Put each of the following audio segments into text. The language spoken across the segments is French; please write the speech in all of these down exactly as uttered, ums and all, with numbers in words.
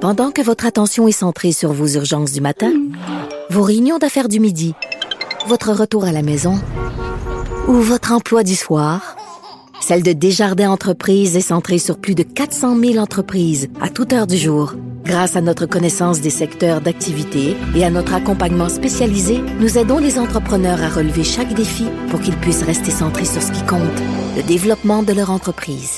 Pendant que votre attention est centrée sur vos urgences du matin, vos réunions d'affaires du midi, votre retour à la maison ou votre emploi du soir, celle de Desjardins Entreprises est centrée sur plus de quatre cent mille entreprises à toute heure du jour. Grâce à notre connaissance des secteurs d'activité et à notre accompagnement spécialisé, nous aidons les entrepreneurs à relever chaque défi pour qu'ils puissent rester centrés sur ce qui compte, le développement de leur entreprise.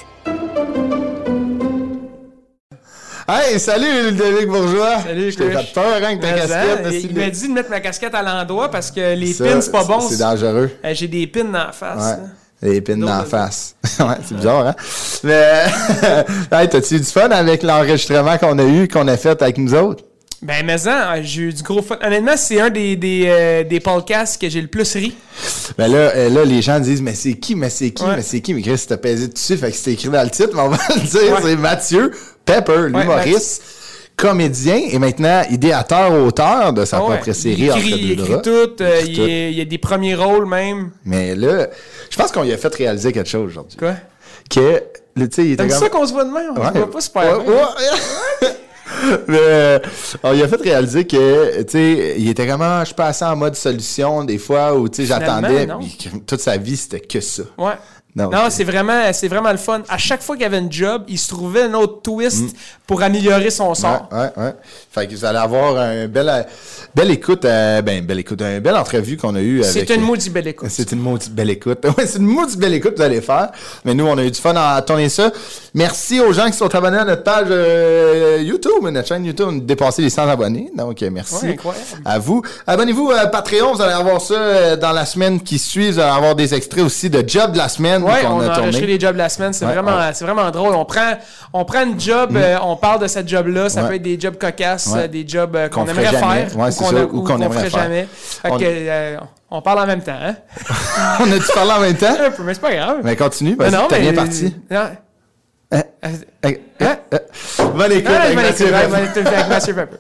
Hey, salut Ludovic Bourgeois! Salut, je t'ai fait peur hein, avec ta mais casquette. Il, il m'a dit de mettre ma casquette à l'endroit parce que les ça, pins, c'est pas bon. C'est dangereux. Euh, j'ai des pins dans la face. Ouais. Les pins dans la face. Ouais, c'est bizarre, hein? Mais, hey, t'as-tu eu du fun avec l'enregistrement qu'on a eu, qu'on a fait avec nous autres? Ben, mais ça, j'ai eu du gros fun. Honnêtement, c'est un des, des, euh, des podcasts que j'ai le plus ri. Ben là, là, les gens disent, mais c'est qui, mais c'est qui, ouais. mais c'est qui? Mais Chris, t'as pesé dessus, fait que c'est écrit dans le titre, mais on va le dire, ouais. C'est Mathieu Pepper, l'humoriste. Ouais, comédien et maintenant idéateur, auteur de sa oh ouais. propre série Entre deux draps. Il écrit tout, euh, il, tout. Il y a des premiers rôles même. Mais là, je pense qu'on lui a fait réaliser quelque chose aujourd'hui. Quoi? Que, tu sais, il était comme... comme... ça qu'on se voit demain, on ouais. se voit pas super ouais, bien. Ouais. Mais euh, on lui a fait réaliser que, tu sais, il était comme, ah, je passais en mode solution des fois où, tu sais, j'attendais, puis toute sa vie, c'était que ça. Ouais. Non, non c'est vraiment c'est vraiment le fun. À chaque fois qu'il y avait une job, il se trouvait un autre twist mm. pour améliorer son sort. Ouais, ouais, ouais. Fait que vous allez avoir un bel, belle écoute, euh, ben, belle écoute, une belle entrevue qu'on a eue avec... C'est une maudite belle écoute. C'est une maudite belle écoute. Ouais, c'est une maudite belle écoute que vous allez faire. Mais nous, on a eu du fun à tourner ça. Merci aux gens qui sont abonnés à notre page euh, YouTube, notre chaîne YouTube. On a dépassé les cent abonnés. Donc, merci ouais, incroyable. À vous. Abonnez-vous à Patreon. Vous allez avoir ça euh, dans la semaine qui suit. Vous allez avoir des extraits aussi de Job de la semaine. Ouais, on a, a enregistré les jobs de la semaine. C'est ouais, vraiment, ouais. c'est vraiment drôle. On prend, on prend une job, mm. euh, on parle de cette job-là. Ça ouais. peut être des jobs cocasses, ouais. des jobs euh, qu'on, qu'on aimerait jamais. faire Ouais, ou qu'on, ça, a, ou ou qu'on, qu'on aimerait ferait faire. jamais. Fait on... que, euh, on parle en même temps, hein? On a-tu parlé en même temps? Un peu, mais c'est pas grave. Mais continue, parce que t'es bien parti. Non. Hein? Hein? Hein? Bonne écoute ah, avec Mathieu Pepper. Bonne écoute avec Mathieu Pepper.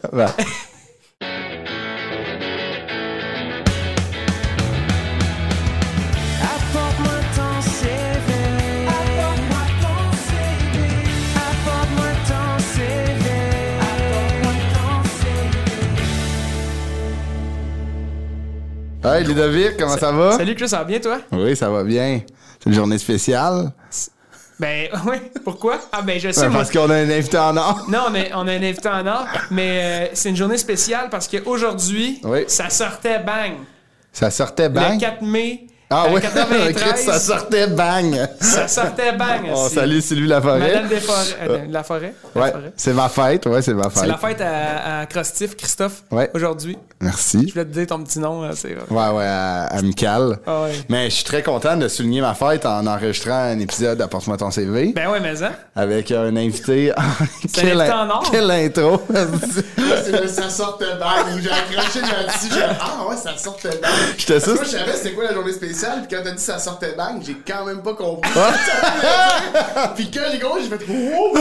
Hey Ludovic, comment ça, ça va? Salut Chris, ça va bien toi? Oui, ça va bien. C'est une journée spéciale. Ben oui, pourquoi? Ah ben je sais. Ben, parce moi... qu'on a un invité en or. Non, on a, on a un invité en or, mais euh, c'est une journée spéciale parce qu'aujourd'hui, oui. ça sortait bang. Ça sortait bang? Le quatre mai. Ah oui, quatre-vingt-treize, ça sortait bang. Ça sortait bang. On salue Sylvie Laforêt. Madame Desforêts, euh, Laforêt. Ouais, c'est ma fête, ouais, c'est ma fête. C'est la fête à, à Crostif, Christophe, ouais. aujourd'hui. Merci. Je voulais te dire ton petit nom. Là, c'est... Ouais, ouais, à, amical. Ah, ouais. Mais je suis très content de souligner ma fête en enregistrant un épisode d'Apporte-moi ton C V. Ben ouais, mais ça. Avec un invité. C'est quel un invité en or. Quelle intro. C'est le ça sortait bang. J'ai accroché là-dessus. J'ai ah ouais, ça sortait bang. J'étais sûr. Moi, je savais c'était quoi la journée spéciale. Puis quand t'as dit ça sortait bang, j'ai quand même pas compris. Puis quand les gros, j'ai fait oh!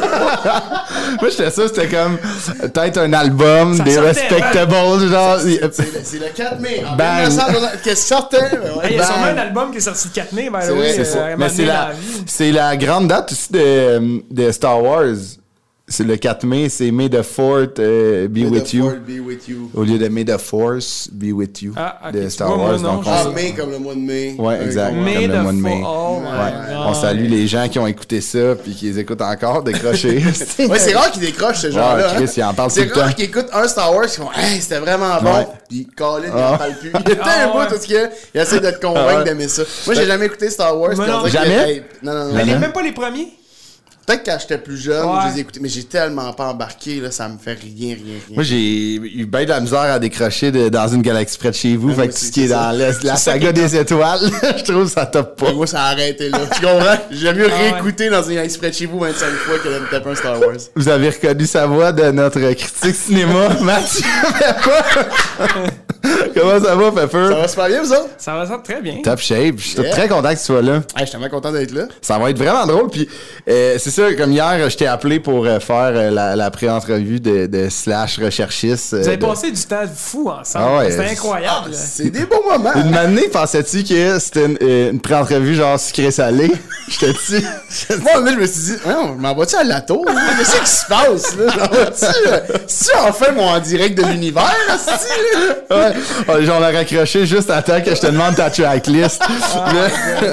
Moi, j'étais sûr, c'était comme peut-être un album, ça des respectables. Genre, c'est, c'est, c'est, le, c'est le quatre mai. En ben, qu'est-ce qui sortait? Il y a sûrement un album qui est sorti le quatre mai. Ben, c'est oui, vrai, c'est, c'est, euh, mais c'est la, c'est la grande date aussi de, de Star Wars. C'est le quatre mai, c'est May the fourth uh, be, with you. be with you. Au lieu de May the Force be with you. Ah, okay. De Star Wars. Donc, ah, on... mai comme le mois de mai. Ouais, exact. May comme le mois de mai. Oh ouais. On salue les gens qui ont écouté ça puis qui les écoutent encore décrocher. Ouais, c'est rare qu'ils décrochent ce genre-là. Ouais, Chris, il en parle c'est tout le temps. rare qu'ils écoutent un Star Wars qui font hey, c'était vraiment bon. Ouais. Puis Colin, il en parle plus. Il y a un bout tout ce qu'il il essaie de te convaincre d'aimer ça. Moi, j'ai jamais écouté Star Wars. Jamais? Non, non, non. Mais même pas les premiers? Peut-être quand j'étais plus jeune, ouais. je les ai écoutés, mais j'ai tellement pas embarqué, là, ça me fait rien, rien, rien. Moi, j'ai eu bien de la misère à décrocher de, dans une galaxie près de chez vous. Ben fait que tout ce qui est dans l'Est, la saga des étoiles, je trouve que ça top pas. Mais moi, ça a arrêté là. Tu comprends? J'aime mieux ah, réécouter ouais. dans une galaxie près de chez vous vingt-cinq fois que de me taper un Star Wars. Vous avez reconnu sa voix de notre critique cinéma, Mathieu Pepper. Comment ça va, Pepper? Ça va super bien, vous autres? Ça va ça très bien. Top shape. Je suis Yeah. très content que tu sois là. Hey, je suis tellement content d'être là. Ça va être vraiment drôle. Puis euh, c'est ça, comme hier, je t'ai appelé pour euh, faire euh, la, la pré-entrevue de, de Slash recherchiste. euh, Vous avez de- passé du temps fou ensemble. Ah ouais, C'était c'est- incroyable. là. C'est des beaux moments. Une année, pensais-tu que c'était une, euh, une pré-entrevue genre sucré-salé? J'étais dit. Moi, là, je me suis dit, ouais, on m'envoie-tu à la tour? là? Qu'est-ce qui se passe, là? J'envoie-tu, euh, si enfin mon en direct de l'univers, asti, là? Ouais, ouais, genre, on l'a raccroché juste à temps que je te demande ta tracklist. mais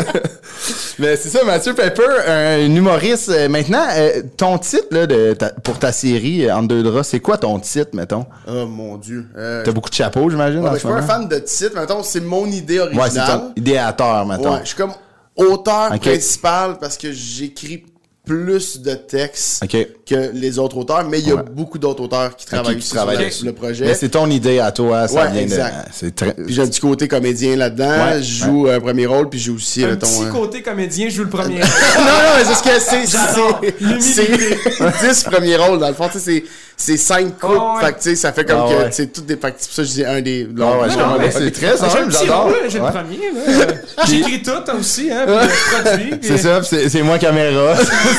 mais c'est ça, Mathieu Pepper, un humoriste. Euh, maintenant, euh, ton titre là, de ta- pour ta série euh, Entre deux draps, c'est quoi ton titre, mettons? Oh mon Dieu. Euh, T'as beaucoup de chapeaux, j'imagine, ouais, en ben, je ce suis pas un moment? fan de titre, mais mettons, c'est mon idée originale. Ouais, c'est ton idéateur, mettons. Ouais, je suis comme auteur Ok. principal parce que j'écris plus de textes OK. que les autres auteurs, mais il y a Ouais. beaucoup d'autres auteurs qui travaillent qui aussi travaillent sur le- dessus. le projet. Mais c'est ton idée à toi, ça Ouais, vient exact. de... C'est très... Puis j'ai un petit côté comédien là-dedans, Ouais, je joue un premier rôle, puis je joue aussi, Un mettons, petit euh, côté comédien, je joue le premier. non, non, mais c'est ce que c'est. J'adore. C'est c'est dix premiers rôles. Dans le fond, tu sais, c'est c'est cinq coupes. Oh, ouais. Fait que, tu sais, ça fait comme Ah, que, ouais. tu sais, toutes des. Fait que c'est pour ça que je dis un des. Ah ouais, longs. je Non, comprends. mais- C'est très J'ai simple, un petit j'adore. rôle, j'ai Ouais. le premier. là. J'écris tout toi aussi, hein, puis je produis. puis- C'est ça, puis c'est c'est moi caméra.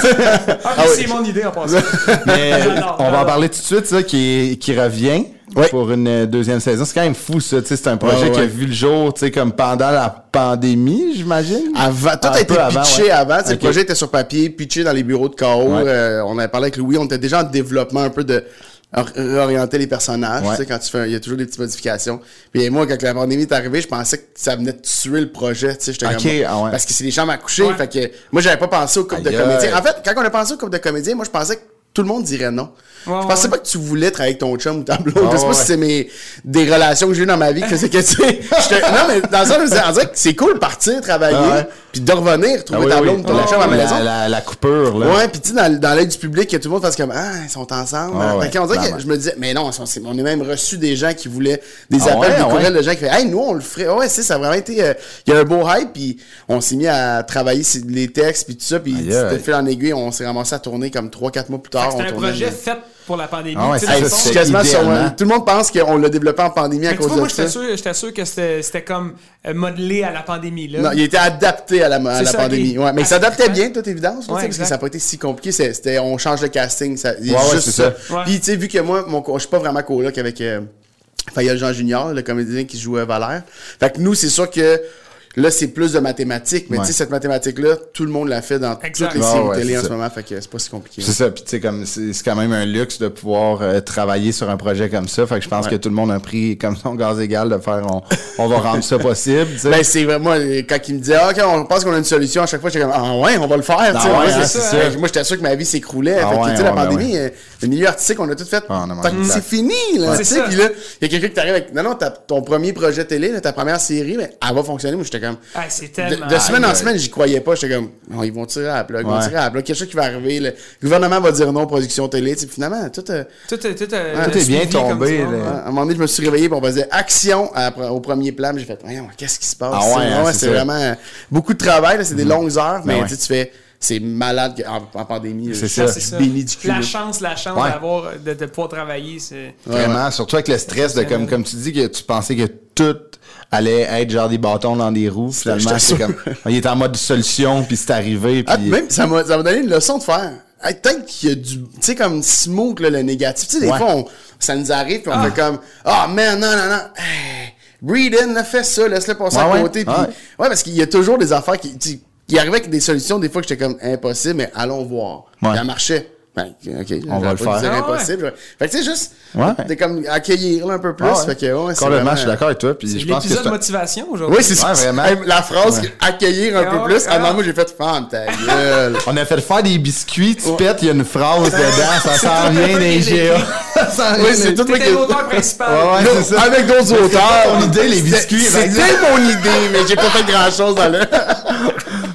Ah, puis c'est mon idée en passant. Mais J'adore, on va en j'adore. parler tout de suite, ça, qui, qui revient Ouais. pour une euh, deuxième saison. C'est quand même fou, ça. Tu sais, c'est un projet Ouais, qui a ouais. vu le jour, tu sais, comme pendant la pandémie, j'imagine. Avant, tout Un a été peu avant, pitché ouais. avant. Tu sais, Ok. Le projet était sur papier, pitché dans les bureaux de K O. Ouais. Euh, on avait parlé avec Louis. On était déjà en développement un peu de or- réorienter les personnages. Ouais. Tu sais, quand tu fais, il y a toujours des petites modifications. Puis moi, quand la pandémie est arrivée, je pensais que ça venait de tuer le projet. Tu sais, j'étais Ok, comme, ah ouais. parce que c'est des chambres à coucher. Ouais. Fait que moi, j'avais pas pensé au couple de Aïe, comédiens. aïe. En fait, quand on a pensé au couple de comédiens, moi, je pensais que tout le monde dirait non. Ouais, je pensais ouais. pas que tu voulais travailler avec ton chum ou ta blonde. Ouais, je sais pas ouais. si c'est mes, des relations que j'ai eues dans ma vie qui faisaient que, tu sais, j'étais- non, mais dans le sens, je me disais, on dirait que c'est cool de partir, travailler, Ah ouais. puis de revenir, trouver Ah oui, ta oui. blonde, ton Ah, chum à la la, maison. la, la coupure, là. Ouais, puis tu sais, dans, dans l'œil du public, que tout le monde fasse comme, ah, ils sont ensemble. Ah Fait ouais, que on dirait clairement. que je me disais, mais non, on, s'est- on a même reçu des gens qui voulaient des Ah appels, ouais, des ah courriels ouais. de gens qui faisaient, hey, nous, on le ferait. Ouais, c'est, ça a vraiment été, euh, il y a un beau hype, puis on s'est mis à travailler sur les textes, puis tout ça, puis Aïe, c'était aïe. de fil en aiguille, on s'est ramassé à tourner comme trois quatre mois plus tard. C'était on un tournait projet le- fait pour la pandémie. Ah ouais, tu sais, c'est dans le ça, fond. c'est quasiment sur, idéalement. tout le monde pense qu'on l'a développé en pandémie à Mais tu cause vois, moi, de j'étais ça. sûr, j'étais sûr que c'était c'était comme euh, modelé à la pandémie. Là. Non, il était adapté à la, à C'est la ça, pandémie. ok. Ouais, mais il Ah, s'adaptait c'est bien, toute évidence, là, Ouais, tu sais, parce que exact. ça n'a pas été si compliqué. C'est- C'était, on change de casting, ça, il y a Ouais, ouais, juste c'est ça. ça. Ouais. Puis, tu sais, vu que moi, mon, co- je suis pas vraiment coloc avec euh, Fayol Jean Junior, le comédien qui joue euh, Valère. Fait que nous, c'est sûr que là, c'est plus de mathématiques, mais Ouais. tu sais, cette mathématique-là, tout le monde l'a fait dans Exact. toutes les Ouais, séries ouais, télé c'est en ça. ce moment, fait que c'est pas si compliqué. C'est ça, puis tu sais, comme c'est c'est quand même un luxe de pouvoir euh, travailler sur un projet comme ça. Fait que je pense Ouais. que tout le monde a pris comme son gaz égal de faire on, on va rendre ça possible. tu sais. Ben, c'est vraiment, euh, quand il me disait, ah, ok, on pense qu'on a une solution, à chaque fois, j'étais comme, ah ouais, on va le faire, tu sais. Ah ouais, Moi, hein, c'est c'est ça. ça. Euh, Moi, j'étais sûr que ma vie s'écroulait. Ah fait que, ouais, tu sais, la ouais, ben pandémie, euh, le milieu artistique, on a tout fait. Ah, on a Fait que mangé c'est ça. fini, là. Ouais, tu c'est sais, ça. puis là, il y a quelqu'un qui t'arrive avec, non, non, t'as- ton premier projet télé, là, ta première série, mais elle va fonctionner. Moi, j'étais comme, Ah, c'est de, tellement. de semaine en ouais. semaine, j'y croyais pas. J'étais comme, oh, ils vont tirer à la plug, ils vont Ouais. tirer à la plug. Quelque chose qui va arriver, le gouvernement va dire non aux productions télé, tu sais, puis finalement, tout, euh, Tout, est- tout, euh, tout est bien suivi comme tombé, ça, là. ouais. à un moment donné, je me suis réveillé, puis on faisait action à- au premier plan. puis J'ai fait, voyons, qu'est-ce qui se passe? Ah tu sais? ouais, hein, c'est c'est ça. vraiment euh, beaucoup de travail, là, c'est des longues heures, mais ouais. tu sais, tu fais, c'est malade que- en, en pandémie. là, C'est je ça. suis C'est ça. béni du cul. La là. chance, la chance Ouais. d'avoir, de, de pouvoir travailler, c'est. Vraiment, surtout avec le stress de comme, comme tu dis que tu pensais que tout allait être genre des bâtons dans des roues. Finalement, j'étais c'est sûr. comme. Il était en mode solution, puis c'est arrivé. Puis... Ah, même, ça m'a, ça m'a donné une leçon de faire. Hey, peut-être qu'il y a du, tu sais, comme smooth, là, le négatif. Tu sais, des Ouais. fois, on, ça nous arrive, puis on fait comme, ah, man, non, non, non, hey, breathe in, là, fais ça, laisse-le passer Ouais, à ouais. côté. Puis, Ouais. ouais, parce qu'il y a toujours des affaires qui, tu- qui arrivaient avec des solutions, des fois que j'étais comme, impossible, mais allons voir. Ouais. Puis elle marchait. Ben, ok, On va le faire. C'est Ah, impossible. Fait que tu sais, juste, Ouais. t'es comme accueillir là, un peu plus. Ah ouais. Fait que, ouais, c'est Complètement, vraiment- je suis d'accord avec toi. Puis C'est je pense que l'épisode c'est un- motivation aujourd'hui. Oui, c'est ça. Ouais, vraiment. Hey, la phrase, Ouais. accueillir un Ah peu ouais, plus. Ah non, ah. moi, j'ai fait, femme ta gueule. On a fait faire des biscuits, tu pètes, il y a une phrase dedans, ça s'en vient des G A. Ça s'en vient Oui, c'est des- tout moi T'étais qui- l'auteur principal. Ouais, ouais, Là, c'est ça. avec d'autres auteurs. ton idée, les biscuits, C'était par exemple. mon idée, mais j'ai pas fait grand chose dans le. Moi,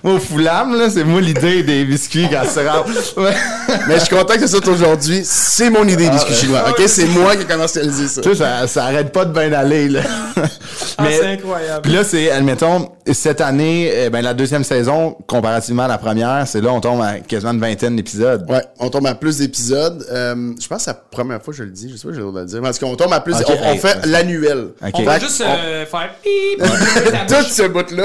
Moi, au Foulam, là, c'est moi l'idée des biscuits quand c'est rare. Mais je suis content que ça sorte aujourd'hui. C'est mon idée des biscuits Ah, chinois. OK? C'est moi qui ai commercialisé ça. Tu sais, ça, ça arrête pas de bien aller, là. Ah, c'est incroyable. Puis là, c'est, admettons, cette année, eh ben, la deuxième saison, comparativement à la première, c'est là, on tombe à quasiment une vingtaine d'épisodes. Ouais, on tombe à plus d'épisodes. Euh, je pense que c'est la première fois que je le dis. Je sais pas, j'ai le droit de le dire. Parce qu'on tombe à plus. Okay, on, on hey, fait ouais. l'annuel. Okay. On va Fait juste on- euh, faire pip. Tout ce bout-là.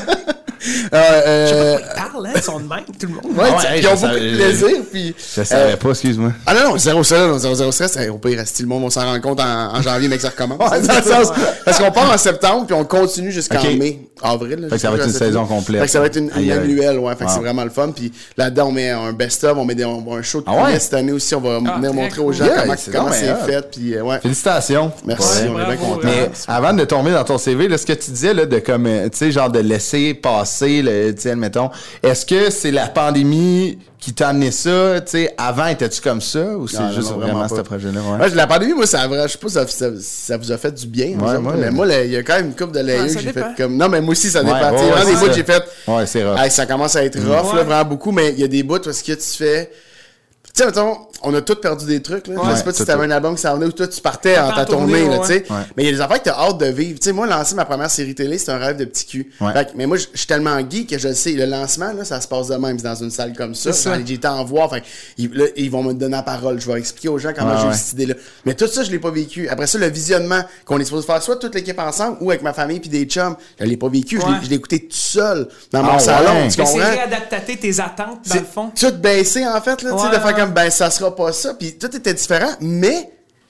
euh, euh, Ils parlent, hein, ils sont de même, tout le monde. ouais, Ah ouais, tu- hey, ils ont je beaucoup savais- de plaisir. Puis, Je savais euh, pas, excuse-moi. Ah non, non, zéro stress, non, zéro, zéro stress. Hey, au pire, reste le monde, on s'en rend compte en, en janvier, mais que ça recommence. Dans le sens- parce qu'on part en septembre, puis on continue jusqu'en Ok. mai, avril. Là, Fait que ça va être une jusqu'à saison septembre. complète. Fait que ça va être une, une Aïe, aïe. annuelle, ouais. Fait que Wow. c'est vraiment le fun. Puis là-dedans, on met un best-of, on met des, on va un show de Ah ouais? promesse cette année aussi. On va Ah, venir très montrer cool. aux gens Yeah, comment, c'est comment donc c'est bien hot. fait. Puis, euh, ouais. Félicitations. Merci, Ouais, on est bien bravo, contents. Mais avant de tomber dans ton C V, là, ce que tu disais, là, de comme, euh, tu sais, genre de laisser passer, le, tu sais, admettons, est-ce que c'est la pandémie qui t'a amené ça, tu sais, avant, étais-tu comme ça, ou c'est Non, non, juste non, vraiment, vraiment ce pas. projet-là, ouais? Ouais, la pandémie, moi, ça a vrai, je sais pas si ça, ça, ça vous a fait du bien. vous Ouais, autres, moi, mais euh, moi, là, il y a quand même une couple de layers Ouais, ça que j'ai fait dépend. comme. Non, mais moi aussi, ça Ouais, dépend. ouais, Tu sais, ouais, vraiment, des c'est bouts ça. que j'ai fait. Ouais, c'est rough. Hey, ça commence à être rough, Ouais. là, vraiment beaucoup, mais il y a des bouts parce que tu fais. Tu sais, mettons, on a tous perdu des trucs, là. Ouais, je sais pas si tout, t'avais tout. un album qui s'en venait ou toi, tu partais en en ta tournée, tournée, là, ouais. tu sais. Ouais. Mais il y a des affaires que t'as hâte de vivre. Tu sais, moi, lancer ma première série télé, c'est un rêve de petit cul. Ouais. Fait que- mais moi, je je suis tellement geek que je le sais. Le lancement, là, ça se passe de même. C'est dans une salle comme ça. C'est ça. J'ai été en voir. Fait que, ils, là, ils vont me donner la parole. Je vais expliquer aux gens comment Ouais, j'ai eu ouais. cette idée-là. Mais tout ça, je l'ai pas vécu. Après ça, le visionnement qu'on est supposé faire, soit toute l'équipe ensemble ou avec ma famille puis des chums, je l'ai pas vécu. Je l'ai- Ouais. Je l'ai écouté tout seul dans Ah, mon ouais. salon. Tu Mais c'est comprends? réadapter tes attentes, dans C'est le fond. tout baissé, en fait, là, tu sais, Ouais, de faire ouais. comme, ben, ça sera pas ça. Puis tout était différent, mais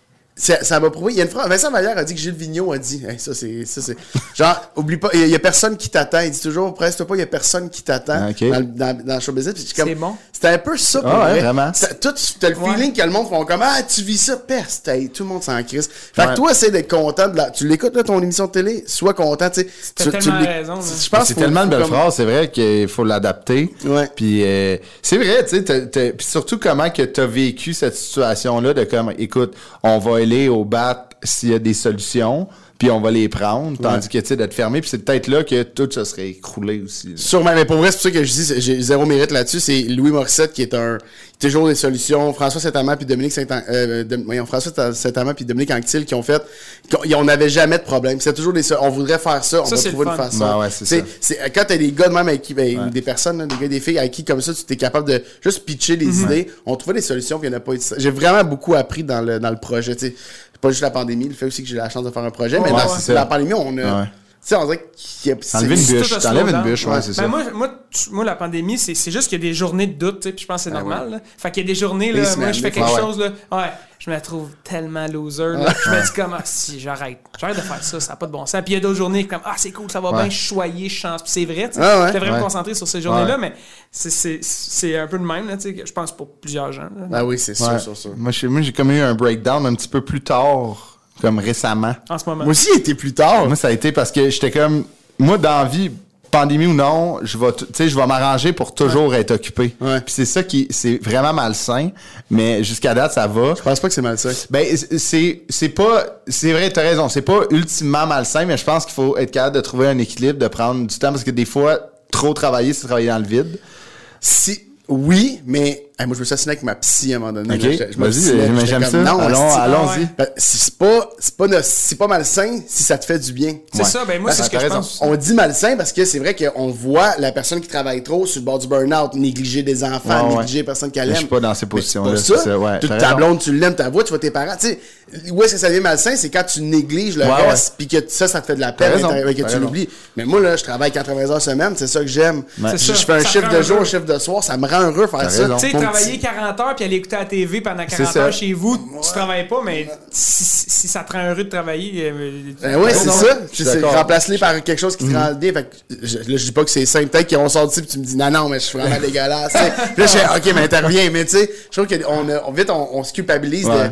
ça ça m'a prouvé. Il y a une phrase, Vincent Vallière a dit que Gilles Vigneault a dit, hey, ça, c'est, ça, c'est, genre, oublie pas, il y, a personne qui t'attend. Il dit toujours, presse-toi pas, il y a personne qui t'attend Ah, ok. dans, le- dans, dans le show business. Puis je suis comme, C'est bon. C'était un peu ça pour Ah ouais, vrai. vraiment. Ça- Tout, t'as le Ouais. feeling que le monde font comme, ah, tu vis ça, peste. Hey, tout le monde s'en crisse. Fait Ouais. que toi, essaie d'être content de la, tu l'écoutes, là, ton émission de télé, sois content, tu sais. T'as Tu- tu tellement l'éc- raison, là. Je pense C'est faut- tellement de faut belles comme- phrases, c'est vrai qu'il faut l'adapter. Ouais. Puis euh, c'est vrai, tu sais, t'as- t'as- puis surtout comment que tu as vécu cette situation-là de comme, écoute, on va aller au bat s'il y a des solutions, puis on va les prendre, tandis que, tu sais, d'être fermé, puis c'est peut-être là que tout se serait écroulé aussi. là. Sûrement, mais pour vrai, c'est pour ça que je dis, c'est- j'ai zéro mérite là-dessus. C'est Louis Morissette qui est un, toujours des solutions. François Saint-Amand puis Dominique Saint, euh, de, voyons, François Saint-Amand puis Dominique Anctil qui ont fait, qu'on- on n'avait jamais de problème. C'est toujours des, so- on voudrait faire ça, on Ça, va c'est trouver le une fun. façon. Ben ouais, c'est T'sais, ça. c'est, quand t'as des gars de même avec qui, ben, ou des personnes, là, des gars, des filles avec qui, comme ça, tu t'es capable de juste pitcher des idées. On trouvait des solutions puis il n'y en a pas eu. J'ai vraiment beaucoup appris dans le, dans le projet, tu sais. Pas juste la pandémie, le fait aussi que j'ai la chance de faire un projet, mais Ouais, dans c'est ça. la pandémie, on a, Ouais. tu sais, on dirait qu'il y a, c'est- Enlever une c'est bûche, tout un t'enlèves une slowdown. bûche, ouais, Ouais. c'est Ben ça. moi, moi, tu- moi, la pandémie, c'est c'est juste qu'il y a des journées de doute, tu sais, puis je pense que c'est Ah normal. ouais. Là. Fait qu'il y a des journées, Des là, semaines, moi, je fais des quelque fois, ouais. chose, là, ouais, je me trouve tellement loser, là, je me dis comme, ah, si, j'arrête, j'arrête de faire ça, ça n'a pas de bon sens. Puis il y a d'autres journées comme, ah, c'est cool, ça va Ouais. bien, je suis choyé, je chance, puis c'est vrai, tu sais, Ah ouais. j'étais vraiment Ouais. concentré sur ces journées-là, Ouais. mais c'est- c'est c'est un peu le même, là, tu sais, que je pense pour plusieurs gens. là. Ah oui, c'est sûr, Ouais. sûr, sûr. Moi, j'ai moi, j'ai comme eu un breakdown un petit peu plus tard, comme récemment. En ce moment. Moi aussi, il était plus tard. Moi, ça a été parce que j'étais comme, moi, dans la vie, pandémie ou non, je vais, t- tu sais, je vais m'arranger pour toujours être occupé. Ouais. Puis c'est ça qui, c'est vraiment malsain, mais jusqu'à date, ça va. Je pense pas que c'est malsain. Ben, c'est, c'est pas, c'est vrai, t'as raison, c'est pas ultimement malsain, mais je pense qu'il faut être capable de trouver un équilibre, de prendre du temps, parce que des fois, trop travailler, c'est travailler dans le vide. Si, oui, mais hey, moi, je me suis assis avec ma psy à un moment donné. Ok, là, je- je vas-y, m'obstinais, mais j'étais j'aime comme, ça. Non, Allons, esti, allons-y. ouais. ben, c'est pas, c'est pas, no- c'est pas malsain si ça te fait du bien. C'est Ouais. ça, ben moi, Ben, c'est ce que t'as je raison. pense. On dit malsain parce que c'est vrai qu'on voit la personne qui travaille trop sur le bord du burn-out, négliger des enfants, Ouais, ouais. négliger les personnes qu'elle Mais aime. je suis pas dans ces Mais positions-là, c'est pas c'est ça. ça, ouais, Toute t'as ta raison. blonde, tu l'aimes, ta voix, tu vois tes parents. Tu sais, où est-ce que ça devient malsain? C'est quand tu négliges le Ouais, reste puis que ça, ça te fait de la peine T'as raison, et que t'as tu raison. l'oublies. Mais moi, là, je travaille quatre-vingts heures semaine, c'est ça que j'aime. Ouais. Je, C'est je ça. fais un Ça chiffre rend de jour, heureux. un chiffre de soir, ça me rend heureux faire T'as ça. raison. Tu sais, Mon travailler petit- quarante heures puis aller écouter la T V pendant C'est quarante ça. heures chez vous, tu travailles pas, mais si, si ça te rend heureux de travailler. euh, Ben ouais, c'est non, ça. je suis C'est- d'accord. Remplace-les par quelque chose qui te rend bien. Fait que, je, là, je dis pas que c'est simple. Peut-être qu'ils ont sorti puis tu me dis, non, non, mais je suis vraiment dégueulasse. tu sais. Puis là, je fais, OK, mais interviens. Mais tu sais, je trouve qu'on a, on, vite, on, on se culpabilise Ouais. de.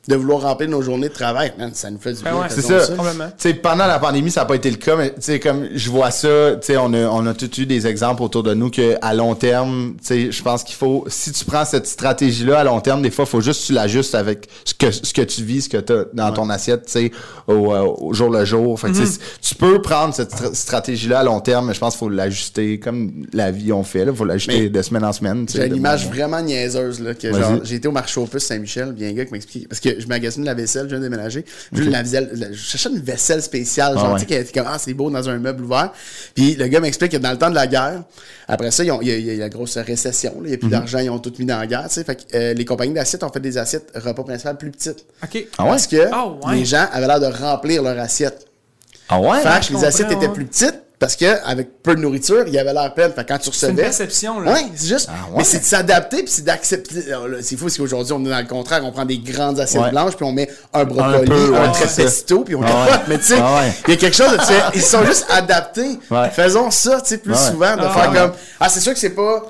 de vouloir remplir nos journées de travail. Man, ça nous fait du bien. Ben ouais, c'est ça. ça. Tu sais, pendant la pandémie, ça n'a pas été le cas, mais tu sais, comme je vois ça, tu sais, on a, on a tous eu des exemples autour de nous que à long terme, tu sais, je pense qu'il faut, si tu prends cette stratégie-là à long terme, des fois, il faut juste que tu l'ajustes avec ce que, ce que tu vis, ce que tu as dans ouais. ton assiette, tu sais, au, euh, au jour le jour. Fait que, mm-hmm. tu peux prendre cette tra- stratégie-là à long terme, mais je pense qu'il faut l'ajuster comme la vie on fait, il faut l'ajuster mais de semaine en semaine. J'ai une image mon... vraiment niaiseuse, là, que genre, j'ai été au marché aux puces Saint-Michel, bien un gars qui m'explique, parce que je magasine de la vaisselle, je viens de déménager. Je okay. la vaisselle, la, je cherchais une vaisselle spéciale, genre, ah ouais. tu sais, qui était comme, ah, c'est beau dans un meuble ouvert. Puis le gars m'explique que dans le temps de la guerre, après ça, il y, y, y a la grosse récession, il n'y a plus mm-hmm. d'argent, ils ont tout mis dans la guerre, tu sais. Fait que euh, les compagnies d'assiettes ont fait des assiettes repas principales plus petites. OK. Ah ouais? Parce que oh, ouais. les gens avaient l'air de remplir leur assiette. Ah ouais? Fait que les assiettes étaient plus petites. Parce que avec peu de nourriture, il y avait l'air pleine. Fait que quand tu recevais. C'est une perception, là. Oui, c'est juste. Ah, ouais. Mais c'est de s'adapter puis c'est d'accepter. C'est fou parce qu'aujourd'hui, on est dans le contraire. On prend des grandes assiettes ouais. blanches puis on met un brocoli, un, peu, un ouais, très pesto puis on ah, capote. Ouais. Mais tu sais, ah, ouais. il y a quelque chose de. Ils sont juste adaptés. Ouais. Faisons ça, tu sais, plus ah, souvent. De ah, faire ouais. comme. Ah, c'est sûr que c'est pas.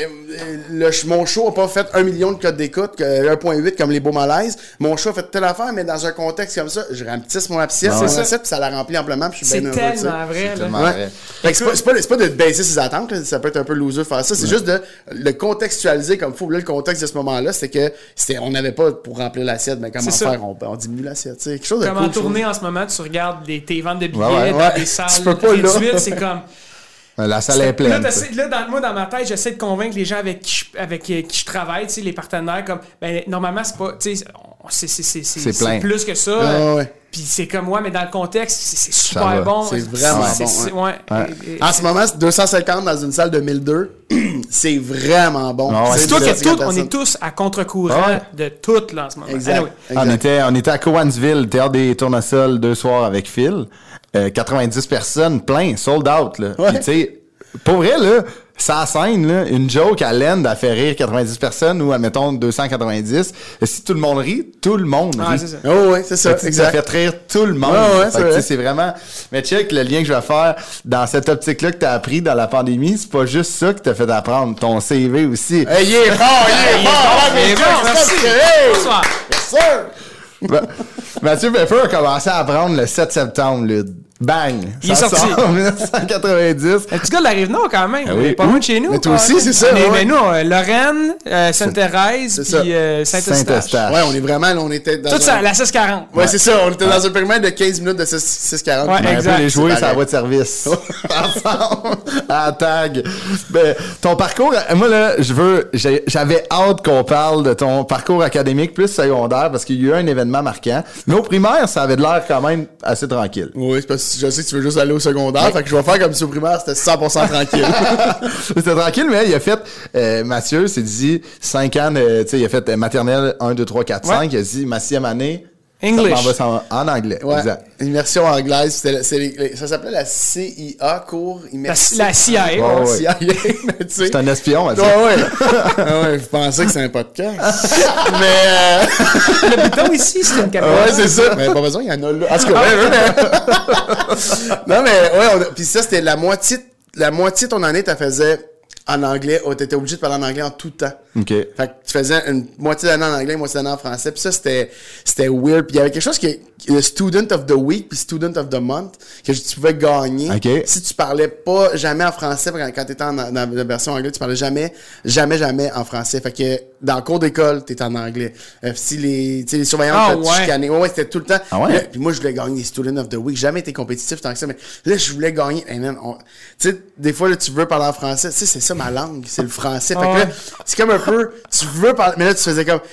Le, mon show n'a pas fait un million de codes d'écoute, un virgule huit comme les beaux malaises. Mon show a fait telle affaire, mais dans un contexte comme ça, je rampetisse mon assiette, ah, mon ouais. assiette, puis ça la remplit amplement, puis je suis bien heureux. C'est tellement vrai. C'est tellement ouais. vrai. Fait que c'est, pas, c'est, pas, c'est pas de baisser ses attentes, là, ça peut être un peu loser de faire ça, c'est ouais. juste de le contextualiser comme il faut. Là, le contexte de ce moment-là, c'est que c'était, on n'avait pas pour remplir l'assiette, mais comment faire, on, on diminue l'assiette. Quelque chose de comment cool, tourner en ce moment, tu regardes des, tes ventes de billets ouais, ouais, dans ouais. des salles réduites, c'est comme... La salle est pleine. Là, là dans, moi, dans ma tête, j'essaie de convaincre les gens avec qui je, avec qui je travaille, tu sais, les partenaires, comme, ben, normalement, c'est pas, tu sais, c'est, c'est, c'est, c'est, c'est plus que ça. Ah, ouais. Puis c'est comme, ouais, mais dans le contexte, c'est, c'est super bon. C'est vraiment c'est, bon. C'est, ouais. Ouais. Ouais. Et, et, en ce moment, c'est deux cent cinquante dans une salle de mille deux. C'est vraiment bon. Ah, ouais. C'est toi que tout, on est tous à contre-courant ah, ouais. de tout, là, en ce moment. Exact. Anyway. exact. On, était, on était à Cowansville, théâtre des Tournesols, deux soirs avec Phil. Euh, quatre-vingt-dix personnes, plein, sold out, là. Ouais. Puis, tu sais, pour vrai, là, ça scène, là, une joke à l'end a fait rire quatre-vingt-dix personnes ou, admettons, deux cent quatre-vingt-dix. Et si tout le monde rit, tout le monde rit. Ah, c'est ça. Oh, ouais, c'est ça. Fait, ça fait rire tout le monde. Oh, ouais, fait que, c'est vraiment... Mais check, le lien que je vais faire dans cette optique-là que t'as appris dans la pandémie, c'est pas juste ça que t'as fait apprendre. Ton C V aussi. Hey, il est fort, il est fort! Il est bon, merci! Bonsoir! Yes, sir! Mathieu Pepper a commencé à apprendre le sept septembre, là. Bang! Il ça est sorti. Sort en dix-neuf cent quatre-vingt-dix. Un petit gars de la Rive-Nord, quand même. Ah oui. Pas loin de chez nous. Mais toi aussi, ouais. c'est ça. Mais, ouais. mais nous, euh, Lorraine, euh, Sainte-Thérèse, puis euh, Saint-Eustache. Saint-Eustache. Ouais, on est vraiment, là, on était dans. Tout un... ça, la six quarante. Ouais, ouais, c'est ça. On était ouais. dans un périmètre de quinze minutes de six quarante. Ouais, exact. On peut les jouer sur la voie de service. Ensemble. À tag. Ben, ton parcours, moi, là, je veux, j'ai, j'avais hâte qu'on parle de ton parcours académique plus secondaire parce qu'il y a eu un événement marquant. Mais au primaire, ça avait de l'air quand même assez tranquille. Oui, c'est parce que je sais que tu veux juste aller au secondaire, ouais. Fait que je vais faire comme si au primaire, c'était cent pour cent tranquille. C'était tranquille, mais il a fait, euh, Mathieu s'est dit, cinq ans, euh, tu sais, il a fait euh, maternelle un, deux, trois, quatre, cinq, il a dit, ma sixième année, English. Ça m'en va en anglais. Ouais. Exact. Immersion anglaise, c'était, c'est les, les, ça s'appelait la C I A, cours immersion. La, la C I A. Oh, ouais. C I A, mais tu sais. C'est un espion, Mathieu. Ouais, ouais. ah ouais, je pensais que c'est un podcast. mais, euh... Le bouton ici, c'est une caméra. Ouais, c'est ça. Mais pas besoin, il y en a là. En tout cas, ouais, mais... non, mais, ouais, on a... puis ça, c'était la moitié, la moitié de ton année, tu faisais en anglais, oh, t'étais obligé de parler en anglais en tout temps. OK. Fait que tu faisais une moitié d'année en anglais, une moitié d'année en français. Puis ça, c'était, c'était weird. Puis il y avait quelque chose qui est le Student of the Week puis Student of the Month que tu pouvais gagner. Okay. Si tu parlais pas jamais en français, quand, quand t'étais en, dans la version anglaise, tu parlais jamais, jamais, jamais en français. Fait que dans le cours d'école, t'étais en anglais. Euh, si les, les surveillants oh, te ouais. chicanaient, ouais, ouais, c'était tout le temps. Ah ouais? Là, puis moi, je voulais gagner les Student of the Week. J'ai jamais été compétitif tant que ça, mais là, je voulais gagner. Hey, man, on, tu sais, des fois, là, tu veux parler en français. Tu sais, c'est ça ma langue, c'est le français. Fait que oh, là, c'est comme un peu, tu veux parler, mais là, tu faisais comme,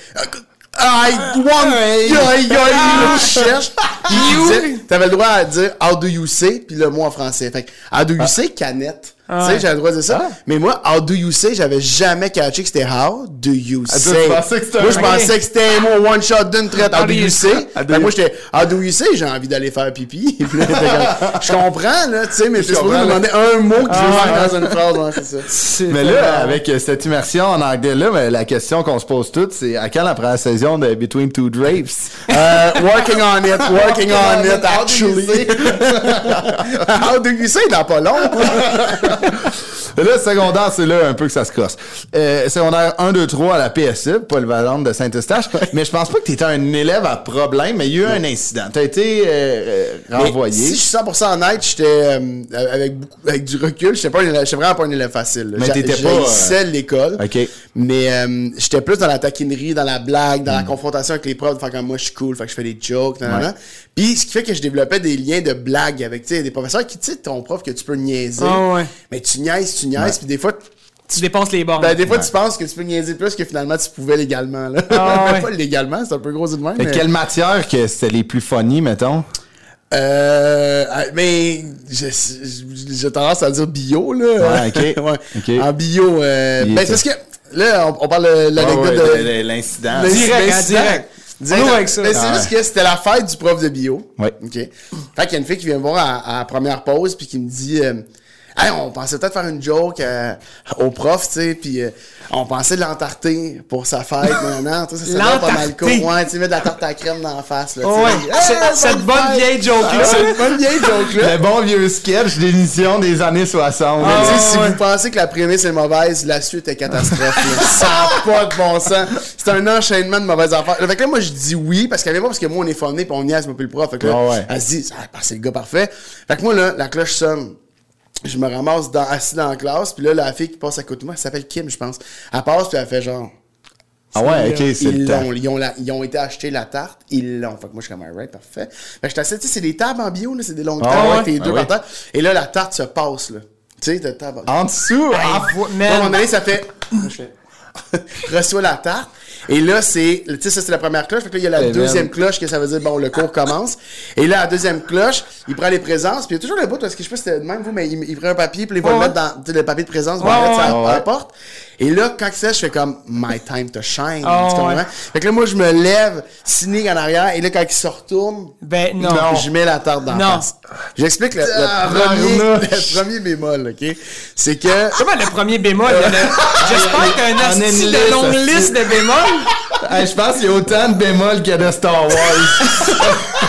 I want, yo, yo, yo, tu cherches. Tu t'avais le droit à dire, how do you say, puis le mot en français. Fait que, how do you say, canette. Ah. Tu sais, j'avais le droit de dire ça. Ah. Mais moi, how do you say, j'avais jamais catché que c'était how do you Ah, say. toi, tu pensais que c'était moi, je un- pensais que c'était un mot one shot d'une traite. How do you say. How do Fait que you- moi, j'étais, how do you say, j'ai envie d'aller faire pipi. Puis là, t'es comme, je comprends, là, tu sais, mais je suis supposé me demander un mot que je veux Ah. faire dans une phrase. Ouais, c'est ça. C'est Mais pas là, grave. avec euh, cette immersion en anglais-là, mais la question qu'on se pose toutes, c'est à quand la première saison de Between Two Drapes? Euh, working on it, working on it, How do you actually. say? How do you say, dans pas long. Là, secondaire, c'est là un peu que ça se crosse. Euh, secondaire un, deux, trois à la P S E, polyvalente de Saint-Eustache. Mais je pense pas que t'étais un élève à problème, mais il y a eu un incident. T'as été euh, renvoyé. Mais si je suis cent pour cent honnête, j'étais euh, avec beaucoup, avec du recul, j'étais pas un élève, j'étais vraiment pas un élève facile. Là. Mais t'étais pas... J'haïssais euh... l'école. OK. Mais euh, j'étais plus dans la taquinerie, dans la blague, dans mm. la confrontation avec les profs, de faire comme moi je suis cool, fait que je fais des jokes, nan, nan, nan. Puis ce qui fait que je développais des liens de blague avec, tu sais, des professeurs qui, tu sais, ton prof que tu peux niaiser. Oh, ouais. Mais tu niaises, tu niaises, ouais. puis des fois... Tu dépenses les bornes. Ben, des fois, ouais. tu penses que tu peux niaiser plus que finalement tu pouvais légalement, là. Oh, ouais. Pas légalement, c'est un peu gros de même. Mais... Quelle matière que c'était les plus funny, mettons? Euh, mais j'ai, j'ai tendance à dire bio, là. Ouais, ok. ouais. okay. En bio, euh, ben, c'est parce que, là, on, on parle de l'anecdote oh, ouais, de... de... L'incident. Direct, hein, direct. Direct. Avec ça. Mais c'est ah, juste ouais. que c'était la fête du prof de bio. Ouais. OK. Fait qu'il y a une fille qui vient me voir à, à la première pause puis qui me dit... Euh, hey, on pensait peut-être faire une joke euh, au prof, tu sais, puis euh, on pensait l'entarter pour sa fête, maintenant, tu sais, ça serait pas mal cool. Ouais, tu sais, mettre de la tarte à crème dans la face, là, oh, ouais. hey, c'est, cette bonne fête. vieille joke-là. Ah, cette bonne vieille joke-là. Le bon vieux sketch d'émission des années soixante. Ah, ah, si ouais. vous pensez que la prémisse est mauvaise, la suite est catastrophe. Ça n'a pas de bon sens. C'est un enchaînement de mauvaises affaires. Fait que là, moi, je dis oui, parce qu'elle vient pas parce que moi, on est funné pis on niaise, moi, puis le prof. Fait que là, ah, ouais. elle se dit, ah, c'est le gars parfait. Fait que moi, là, la cloche sonne. Je me ramasse dans, assis dans la classe, puis là, la fille qui passe à côté de moi, elle s'appelle Kim, je pense. Elle passe, puis elle fait genre... Ah ouais, ok, c'est ils le temps. l'ont, ils ont, la, ils ont été acheter la tarte, ils l'ont. Fait que moi, je suis comme, alright, parfait. Fait que je t'assais, tu sais, c'est des tables en bio, là, c'est des longues ah, tables, ouais, avec les ah, deux oui. par terre. Et là, la tarte se passe, là. Tu sais, t'as table. En dessous, Hey, ah, vo- À un moment man. donné, ça fait... je fais... reçois la tarte. Et là, c'est... Tu sais, ça, c'est la première cloche. Fait que là, il y a la hey, deuxième man. cloche, que ça veut dire, bon, le cours commence. Et là, la deuxième cloche, il prend les présences. Puis il y a toujours le bout, parce que je sais pas si c'était de même, vous, mais il, il prend un papier, puis il va Ouais, le ouais. mettre dans... Tu sais, le papier de présence, il Ouais, va le mettre ouais, sur la- ouais. à la porte. Et là, quand c'est ça, je fais comme, my time to shine. Oh, tu comprends? ouais. Fait que là, moi, je me lève, cynique en arrière. Et là, quand il se retourne... Ben, non. Je mets la tarte dans Non. la face. J'explique le, le, Ah, premier, barnouche. le premier bémol, OK? C'est que... Comment le premier bémol? il y en a- J'espère qu'il y a On a un une asti liste, de longue asti. liste de bémols. hey, je pense qu'il y a autant de bémols qu'il y a de Star Wars.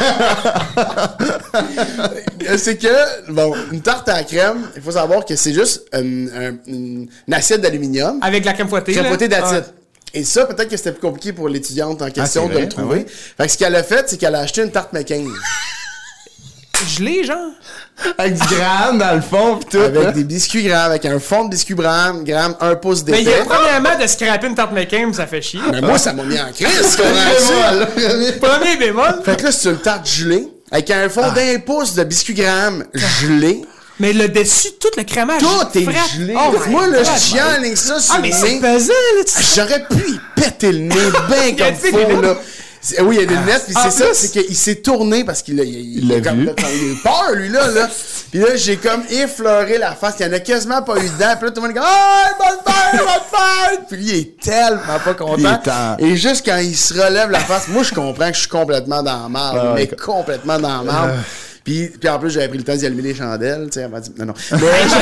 C'est que, bon, une tarte à la crème, il faut savoir que c'est juste une, un- une, une assiette d'aluminium, Avec la crème fouettée. crème là. fouettée d'assiette. Ah. Et ça, peut-être que c'était plus compliqué pour l'étudiante en question c'est de vrai? le trouver. Ah Fait que ce qu'elle a fait, c'est qu'elle a acheté une tarte McCain. Gelé, genre. Avec du graham dans le fond, pis tout. Avec hein. des biscuits grammes, avec un fond de biscuits grammes, grammes, un pouce Mais il y a d'épais. premièrement de scraper une tarte McCain, ça fait chier. Mais moi, ça m'a mis en crise, tu Bémol, comprends-tu? là. Premier bémol. Fait que là, c'est une tarte gelée, avec un fond d'un pouce de biscuits grammes gelé. Mais le dessus, tout le crémage. Tout est frappe. gelé. Oh my moi, là, God. je chiale ça sur Ah, mais le c'est nez. pesant, là. Tu... J'aurais pu y péter le nez bien Il a comme fait des faut, lunettes. là. C'est- Oui, il y a des lunettes, puis En c'est ça, plus- c'est qu'il s'est tourné parce qu'il a, il, il, Il l'a a comme- vu. il a eu peur, lui, là, là. Puis là, j'ai comme effleuré la face, il y en a quasiment pas eu dedans, puis là, tout le monde est comme, ah, bonne fête, bonne fête! Puis lui, il est tellement pas Il content. est en- Et juste quand il se relève la face, moi, je comprends que je suis complètement dans la marde, Ah, mais ouais. complètement dans la marde. Puis, puis en plus, j'avais pris le temps d'y allumer les chandelles, tu sais, elle m'a dit, non, non. Mais,